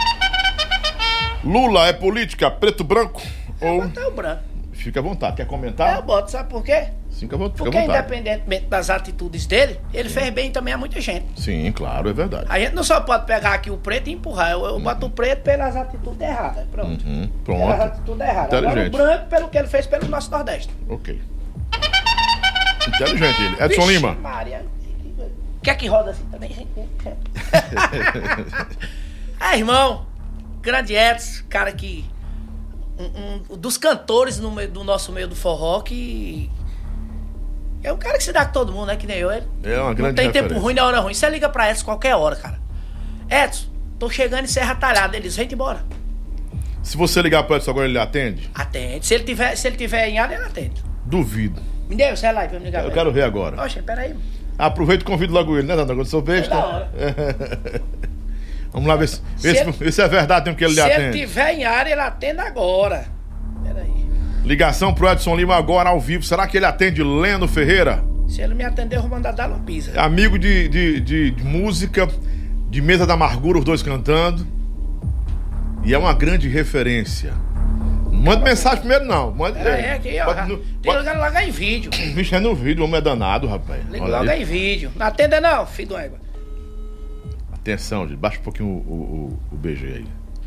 Lula é política, preto, branco? Ou. Botar o branco. Fica à vontade. Quer comentar? Eu boto, sabe por quê? Fica à Porque vontade. independentemente das atitudes dele, ele fez bem também a muita gente. Sim, claro, é verdade. A gente não só pode pegar aqui o preto e empurrar. Eu boto o preto pelas atitudes erradas. Pronto. Uhum, Pelas pronto. atitudes erradas. Agora o Inteligente. branco pelo que ele fez pelo nosso Nordeste. Ok. Inteligente ele. Edson Vixe, Lima. Maria. Quer que roda assim também? Irmão. Grande Edson, cara que... Um dos cantores do nosso meio do forró que... É um cara que se dá com todo mundo, né? Que nem eu. Ele É uma grande não tem referência. tempo ruim na hora ruim. Você liga pra Edson qualquer hora, cara. Edson, tô chegando em Serra Talhada. Eles vem embora. Se você ligar pro Edson agora, ele atende? Atende. Se ele tiver em área, ele atende. Duvido. Me deu o celular aí pra me ligar. Eu pra quero ele. ver agora. Oxe, peraí. Aproveita e convido logo ele, né, Danda? Agora eu sou besta. É da hora. Vamos lá ver se ele- se é verdade tem que ele lhe Se ele atende. tiver em área, ele atende agora. Peraí. Ligação pro Edson Lima agora ao vivo. Será que ele atende Leno Ferreira? Se ele me atender, eu vou mandar dar uma pisa. Amigo de música, de Mesa da Amargura, os dois cantando. E é uma grande referência. Não manda mensagem primeiro, não. Manda, Peraí, aqui, ó. bota no- Tem que bota- ligar logo aí em vídeo. Vixe, é no vídeo, o homem é danado, rapaz. Liga Olha logo aí. aí em vídeo. Não atenda não, filho do égua. Atenção, gente. Baixa um pouquinho o BG aí.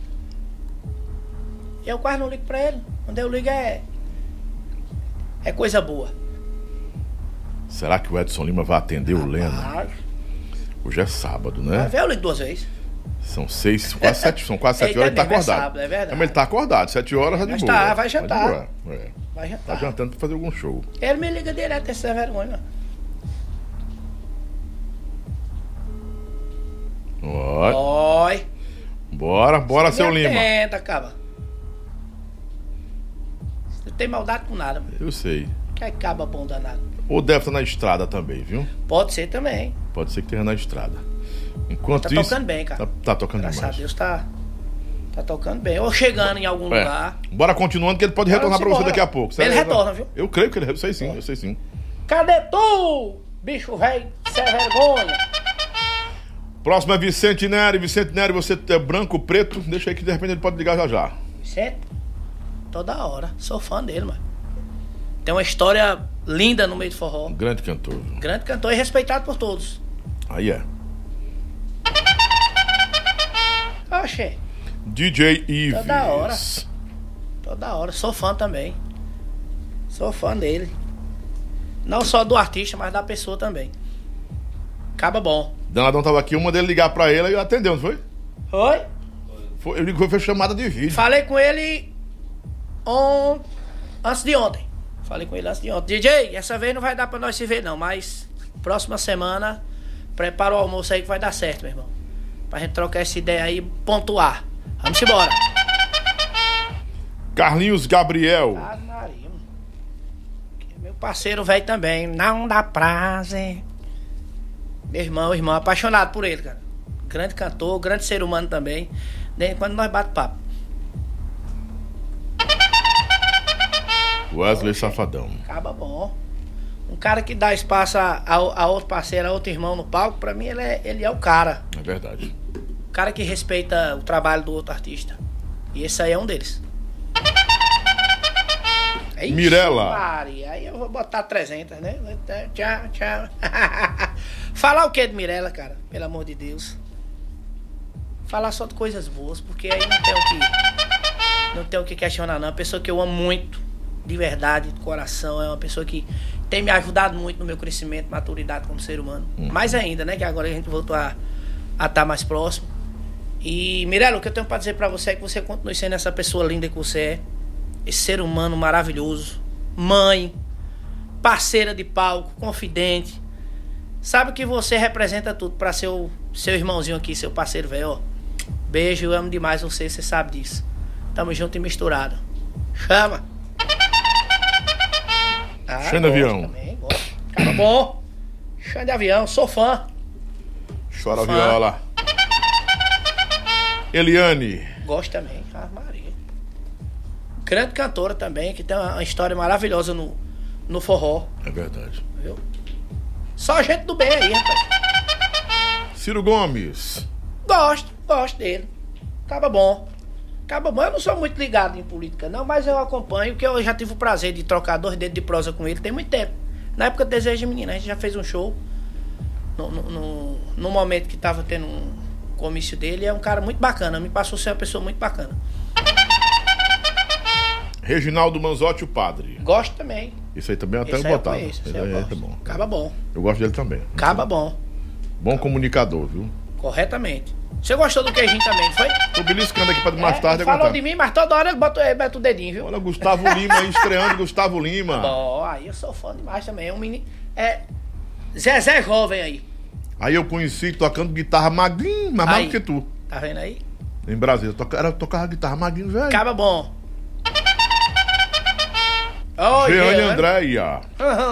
Eu quase não ligo pra ele. Quando eu ligo é coisa boa. Será que o Edson Lima vai atender o Leno? Ah, Hoje é sábado, vai né? ver, eu ligo 2 vezes. São 6, quase 7, são quase 7 Eita, horas, ele tá mesmo, é acordado. sábado, é verdade. Mas ele tá acordado, 7 horas tá de Mas boa. tá, vai de jantar. boa, é. Vai Tá jantar. jantando pra fazer algum show. Ele me liga direto, essa é vergonha. Ó, Oi. bora, seu Lima. Tenta, caba. Você não tem maldade com nada, mano. Eu sei. Que é caba bom danado. Ou deve estar na estrada também, viu? Pode ser também. Pode ser que esteja na estrada. Enquanto Tá isso. tocando bem, cara. Tá tocando Graças demais. a Deus tá tocando bem. Ou chegando em algum É. lugar. Bora continuando que ele pode retornar pra Vamos você embora. daqui a pouco. Ele retorna, viu? Eu creio que ele eu sei sim. Cadê tu, bicho velho? Isso é vergonha. Próximo é Vicente Nery. Vicente Nery, você é branco, preto. Deixa aí que de repente ele pode ligar já já. Vicente, toda hora. Sou fã dele, mano. Tem uma história linda no meio do forró. Um grande cantor. Viu? Grande cantor e respeitado por todos. Aí é. Oxê, DJ Ives. Toda hora. toda hora. Sou fã também. Sou fã dele. Não só do artista, mas da pessoa também. Acaba bom. Danadão tava aqui, uma dele ligar pra ele e atendeu, não foi? Oi? Ele ligou, fez chamada de vídeo. Falei com ele antes de ontem. DJ, essa vez não vai dar pra nós se ver não, mas próxima semana prepara o almoço aí que vai dar certo, meu irmão. Pra gente trocar essa ideia aí e pontuar. Vamos embora. Carlinhos Gabriel. Ah, Maria. Meu parceiro velho também. Não dá prazer. Meu irmão apaixonado por ele, cara. Grande cantor, grande ser humano também. Nem quando nós bate papo. Wesley Safadão. Acaba bom. Um cara que dá espaço a outro parceiro, a outro irmão no palco, pra mim ele é o cara. É verdade. O cara que respeita o trabalho do outro artista. E esse aí é um deles. Ixi, Mirella. Maria, aí eu vou botar 300, né? Tchau. Falar o que de Mirella, cara? Pelo amor de Deus. Falar só de coisas boas, porque aí não tem o que questionar, não. É uma pessoa que eu amo muito, de verdade, de coração. É uma pessoa que tem me ajudado muito no meu crescimento, maturidade como ser humano. Mais ainda, né? Que agora a gente voltou a estar mais próximo. E, Mirella, o que eu tenho pra dizer pra você é que você continue sendo essa pessoa linda que você é. Esse ser humano maravilhoso. Mãe. Parceira de palco. Confidente. Sabe que você representa tudo pra seu irmãozinho aqui, seu parceiro velho. Beijo, eu amo demais você sabe disso. Tamo junto e misturado. Chama! Xande Avião. Também, gosto. Cara bom. Xande Avião, sou fã. Chora viola. Eliane. Gosto também. Ah, Maria. Grande cantora também, que tem uma história maravilhosa no forró. É verdade. Viu? Só gente do bem aí, rapaz. Ciro Gomes. Gosto dele. Acaba bom. Eu não sou muito ligado em política, não, mas eu acompanho, que eu já tive o prazer de trocar 2 dedos de prosa com ele tem muito tempo. Na época do Desejo de Menina, a gente já fez um show no momento que tava tendo um comício dele. É um cara muito bacana, me passou a ser uma pessoa muito bacana. Reginaldo Manzotti, o padre. Gosto também. Isso aí também até Esse eu botava. Esse Ele eu é gosto. bom. Acaba bom. Eu gosto dele também. Acaba bom. Bom comunicador, viu? Corretamente. Você gostou do queijinho também, não foi? Tô beliscando aqui pra mais tarde falou aguentar. de mim, mas toda hora ele mete o dedinho, viu? Olha, Gustavo Lima aí, estreando Gustavo Lima. Bom, aí eu sou fã demais também. É um menino. Zezé jovem aí. Aí eu conheci tocando guitarra magrinho, mais magro que tu. Tá vendo aí? Em Brasília. Tocava guitarra magrinho, velho. Acaba bom. Jeane Andréia.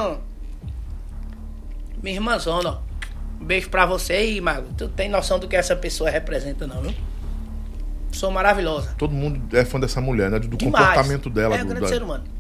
Minha irmãzona, ó. Um beijo pra você aí, Mago. Tu tem noção do que essa pessoa representa, não, viu? Sou maravilhosa. Todo mundo é fã dessa mulher, né? Do Demais. comportamento dela. É um grande ser humano.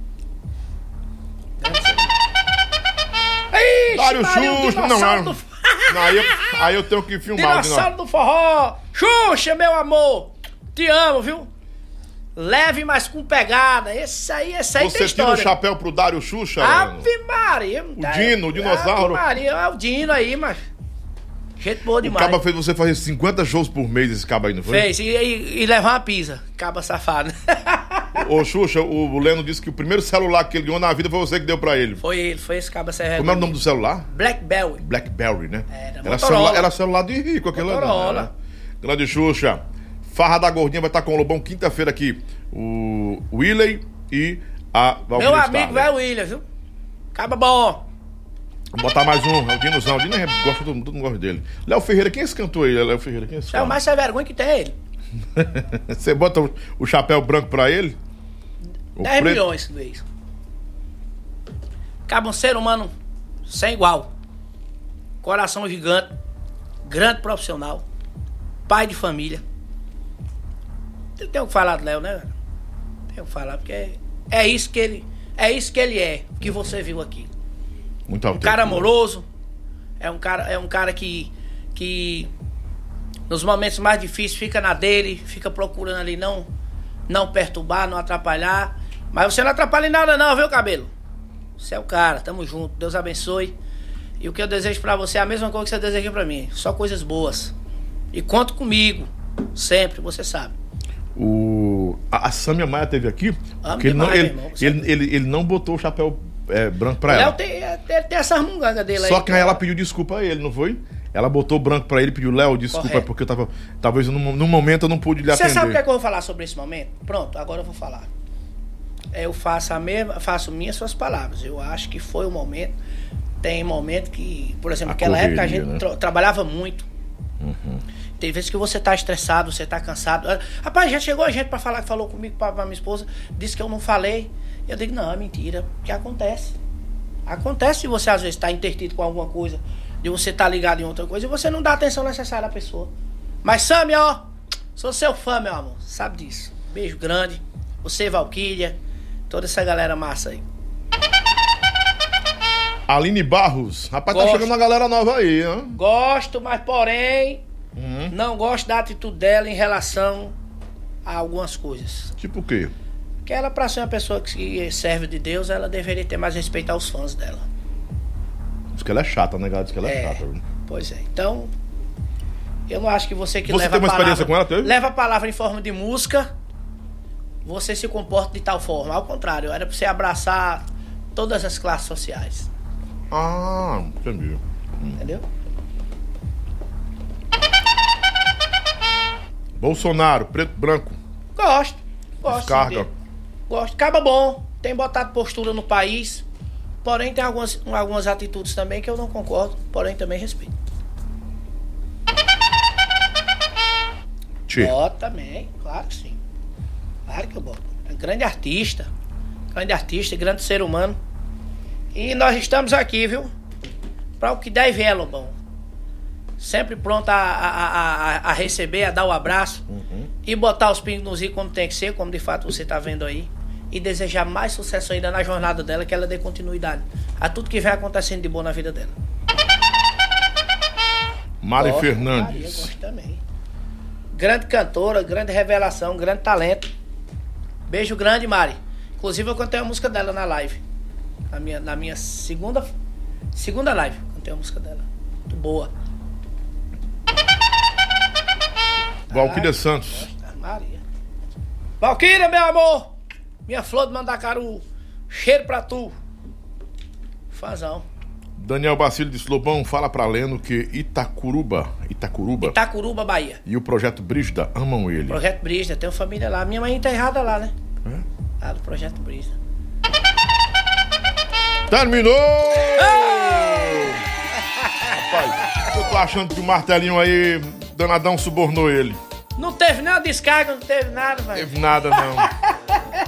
Dário Xuxa, não. Aí eu tenho que filmar. Dinossauro do forró. Xuxa, meu amor. Te amo, viu? Leve, mas com pegada. Esse aí Você tem história. tira o chapéu pro Dário Xuxa? Ave Maria. O Dino, o dinossauro. Ave Maria, é o Dino aí, mas... Gente boa O demais. Caba fez você fazer 50 shows por mês, esse Caba aí, não foi? Fez, e levar uma pizza. Caba safado. Ô, Xuxa, o Leno disse que o primeiro celular que ele ganhou na vida foi você que deu pra ele. Foi ele, foi esse Caba serrado. Como era o nome do celular? Blackberry. Blackberry, né? Era celular de rico, aquele Motorola. né? Grande Xuxa. Farra da Gordinha vai estar com o Lobão quinta-feira aqui. O Willey e a Valkyrie Meu Star, amigo, né? velho William, viu? Caba bom. Vamos botar mais um, é o Dinozão. O Dino gosta, todo mundo gosta dele. Léo Ferreira, quem é esse cantor aí? Léo Ferreira, quem é esse É cara? o mais sem vergonha que tem ele. Você bota o chapéu branco pra ele? 10 milhões, vez. Caba um ser humano sem igual. Coração gigante. Grande profissional. Pai de família. Não tem o que falar do Léo, né? Tem o que falar, porque é isso que ele é, que você viu aqui. Muito Um autêntico. cara amoroso. É um cara que nos momentos mais difíceis fica na dele, fica procurando ali não perturbar, não atrapalhar. Mas você não atrapalha em nada não, viu, Cabelo? Você é o cara, tamo junto, Deus abençoe. E o que eu desejo pra você é a mesma coisa que você deseja pra mim, só coisas boas. E conta comigo, sempre, você sabe. A Sâmia Maia teve aqui, Amo porque demais, ele não botou o chapéu branco pra ela. Léo tem essas mungangas dele aí. Só que aí ela pediu desculpa a ele, não foi? Ela botou branco pra ele, pediu, Léo, desculpa, Correto. porque eu tava... Talvez no momento eu não pude lhe atender. Você sabe o que é que eu vou falar sobre esse momento? Pronto, agora eu vou falar. Eu faço minhas suas palavras. Eu acho que foi o momento. Tem momento que, por exemplo, naquela época a gente trabalhava muito. Tem vezes que você tá estressado, você tá cansado. Rapaz, já chegou a gente pra falar, que falou comigo, pra minha esposa, disse que eu não falei. Eu digo, não, é mentira, porque acontece. Acontece se você às vezes tá intertido com alguma coisa, de você tá ligado em outra coisa, e você não dá a atenção necessária à pessoa. Mas Sammy, ó, sou seu fã, meu amor, sabe disso. Beijo grande. Você, Valquíria, toda essa galera massa aí. Aline Barros. Rapaz, tá chegando uma galera nova aí, né? Gosto, mas porém, não gosto da atitude dela em relação a algumas coisas. Tipo o quê? Que ela, pra ser uma pessoa que serve de Deus, ela deveria ter mais respeito aos fãs dela. Diz que ela é chata, né, galera? Diz que ela é chata. Pois é. Então, eu não acho que você que Você leva tem uma a palavra, experiência com ela, teve? leva a palavra em forma de música, você se comporta de tal forma. Ao contrário, era pra você abraçar todas as classes sociais. Ah, entendi. Entendeu? Bolsonaro, preto, branco. Gosto. Descarga. Sim, dele. Gosto. Acaba bom. Tem botado postura no país. Porém, tem algumas atitudes também que eu não concordo. Porém, também respeito. Tchê. Boto também. Claro que sim. Claro que eu boto. É um grande artista. Grande ser humano. E nós estamos aqui, viu? Para o que der e vier, Lobão. Sempre pronto a receber, a dar o abraço. E botar os pingos nos i como tem que ser, como de fato você tá vendo aí. E desejar mais sucesso ainda na jornada dela, que ela dê continuidade a tudo que vem acontecendo de bom na vida dela. Mari Gosto, Fernandes. Maria, gosto também. Grande cantora, grande revelação, grande talento. Beijo grande, Mari. Inclusive eu cantei a música dela na live. Na minha segunda live, cantei a música dela. Muito boa. Valquíria Santos. Maria. Valquíria, meu amor! Minha flor de Mandacaru. Cheiro pra tu. Fazão. Daniel Bacilho disse, Lobão, fala pra Leno que Itacuruba, Bahia. e o Projeto Brígida amam ele. Projeto Brígida, tenho família lá. Minha mãe tá errada lá, né? Lá do Projeto Brígida. Terminou! Rapaz, eu tô achando que o martelinho aí, danadão subornou ele. Não teve nenhuma descarga, não teve nada, velho. Teve nada, não.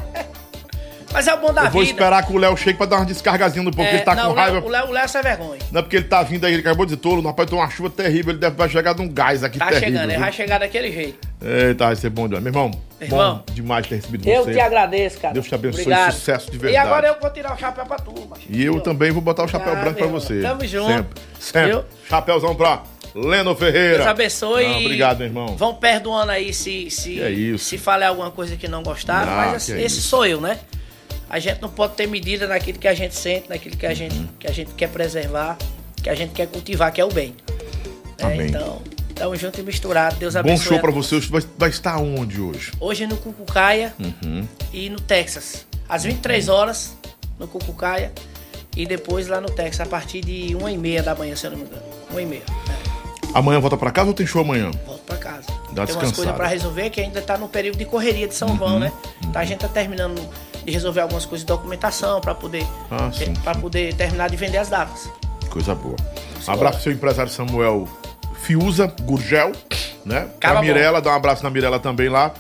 Mas é o bom da vida. Eu vou esperar que o Léo chegue pra dar uma descargazinha no porque ele tá com raiva. O Léo é sem vergonha. Não é porque ele tá vindo aí, ele acabou de tolo, rapaz, tem uma chuva terrível, ele vai chegar num gás aqui terrível. Tá chegando, ele viu? vai chegar daquele jeito. Eita, vai ser bom demais. Meu irmão, bom demais ter recebido você. Eu te agradeço, cara. Deus te abençoe, obrigado. Sucesso de verdade. E agora eu vou tirar o chapéu pra tu, macho. E eu também vou botar o chapéu branco pra você. Tamo junto. Sempre. Viu? Chapéuzão pra Leno Ferreira. Deus abençoe. Não, obrigado, meu irmão. Vão perdoando aí se é isso? se falei alguma coisa que não gostaram, mas assim, esse sou eu, né? A gente não pode ter medida naquilo que a gente sente, naquilo que a gente quer preservar, que a gente quer cultivar, que é o bem. Amém. Então, tamo junto e misturado. Deus abençoe. Bom show pra você. Vai estar onde hoje? Hoje no Cucucaia e no Texas. Às 23 horas no Cucucaia e depois lá no Texas, a partir de 1h30 da manhã, se eu não me engano. 1h30. Amanhã volta pra casa ou tem show amanhã? Volto pra casa. Dá tem umas coisas pra resolver que ainda tá no período de correria de São João, né? Então a gente tá terminando de resolver algumas coisas de documentação pra poder, poder terminar de vender as datas. Coisa boa. Abraço pro seu empresário Samuel Fiuza, Gurgel, né? Pra Mirella, dá um abraço na Mirella também lá.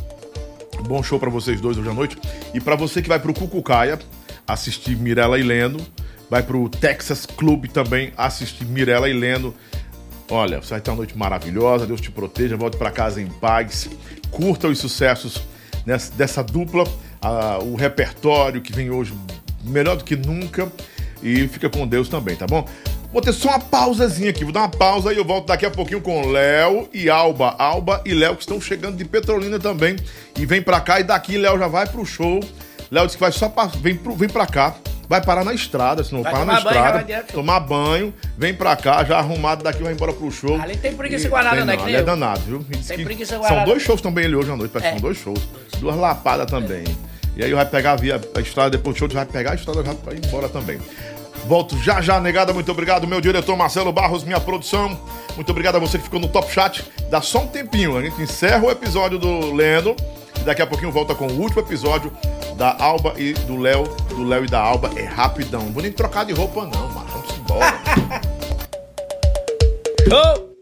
Bom show pra vocês dois hoje à noite. E pra você que vai pro Cucucaia assistir Mirella e Leno, vai pro Texas Club também assistir Mirella e Leno. Olha, você vai ter uma noite maravilhosa, Deus te proteja, volte pra casa em paz, curta os sucessos dessa dupla, o repertório que vem hoje melhor do que nunca, e fica com Deus também, tá bom? Vou ter só uma pausazinha aqui, vou dar uma pausa e eu volto daqui a pouquinho com Léo e Alba. Alba e Léo que estão chegando de Petrolina também, e vem pra cá, e daqui Léo já vai pro show. Léo disse que vai só vem pra cá. Vai parar na estrada, senão vai parar na estrada, tomar banho, vem pra cá, já arrumado daqui, vai embora pro show. Ali tem preguiça guardada, né? Ali é danado, viu? Tem preguiça guardada. São 2 shows também ele hoje à noite, são 2 shows. 2 lapadas também. E aí vai pegar a estrada, depois do show, vai pegar a estrada já vai embora também. Volto já, negada. Muito obrigado, meu diretor Marcelo Barros, minha produção. Muito obrigado a você que ficou no Top Chat. Dá só um tempinho, a gente encerra o episódio do Leno e daqui a pouquinho volta com o último episódio da Alba e do Léo e da Alba. É rapidão, não vou nem trocar de roupa não, mas vamos embora. Show!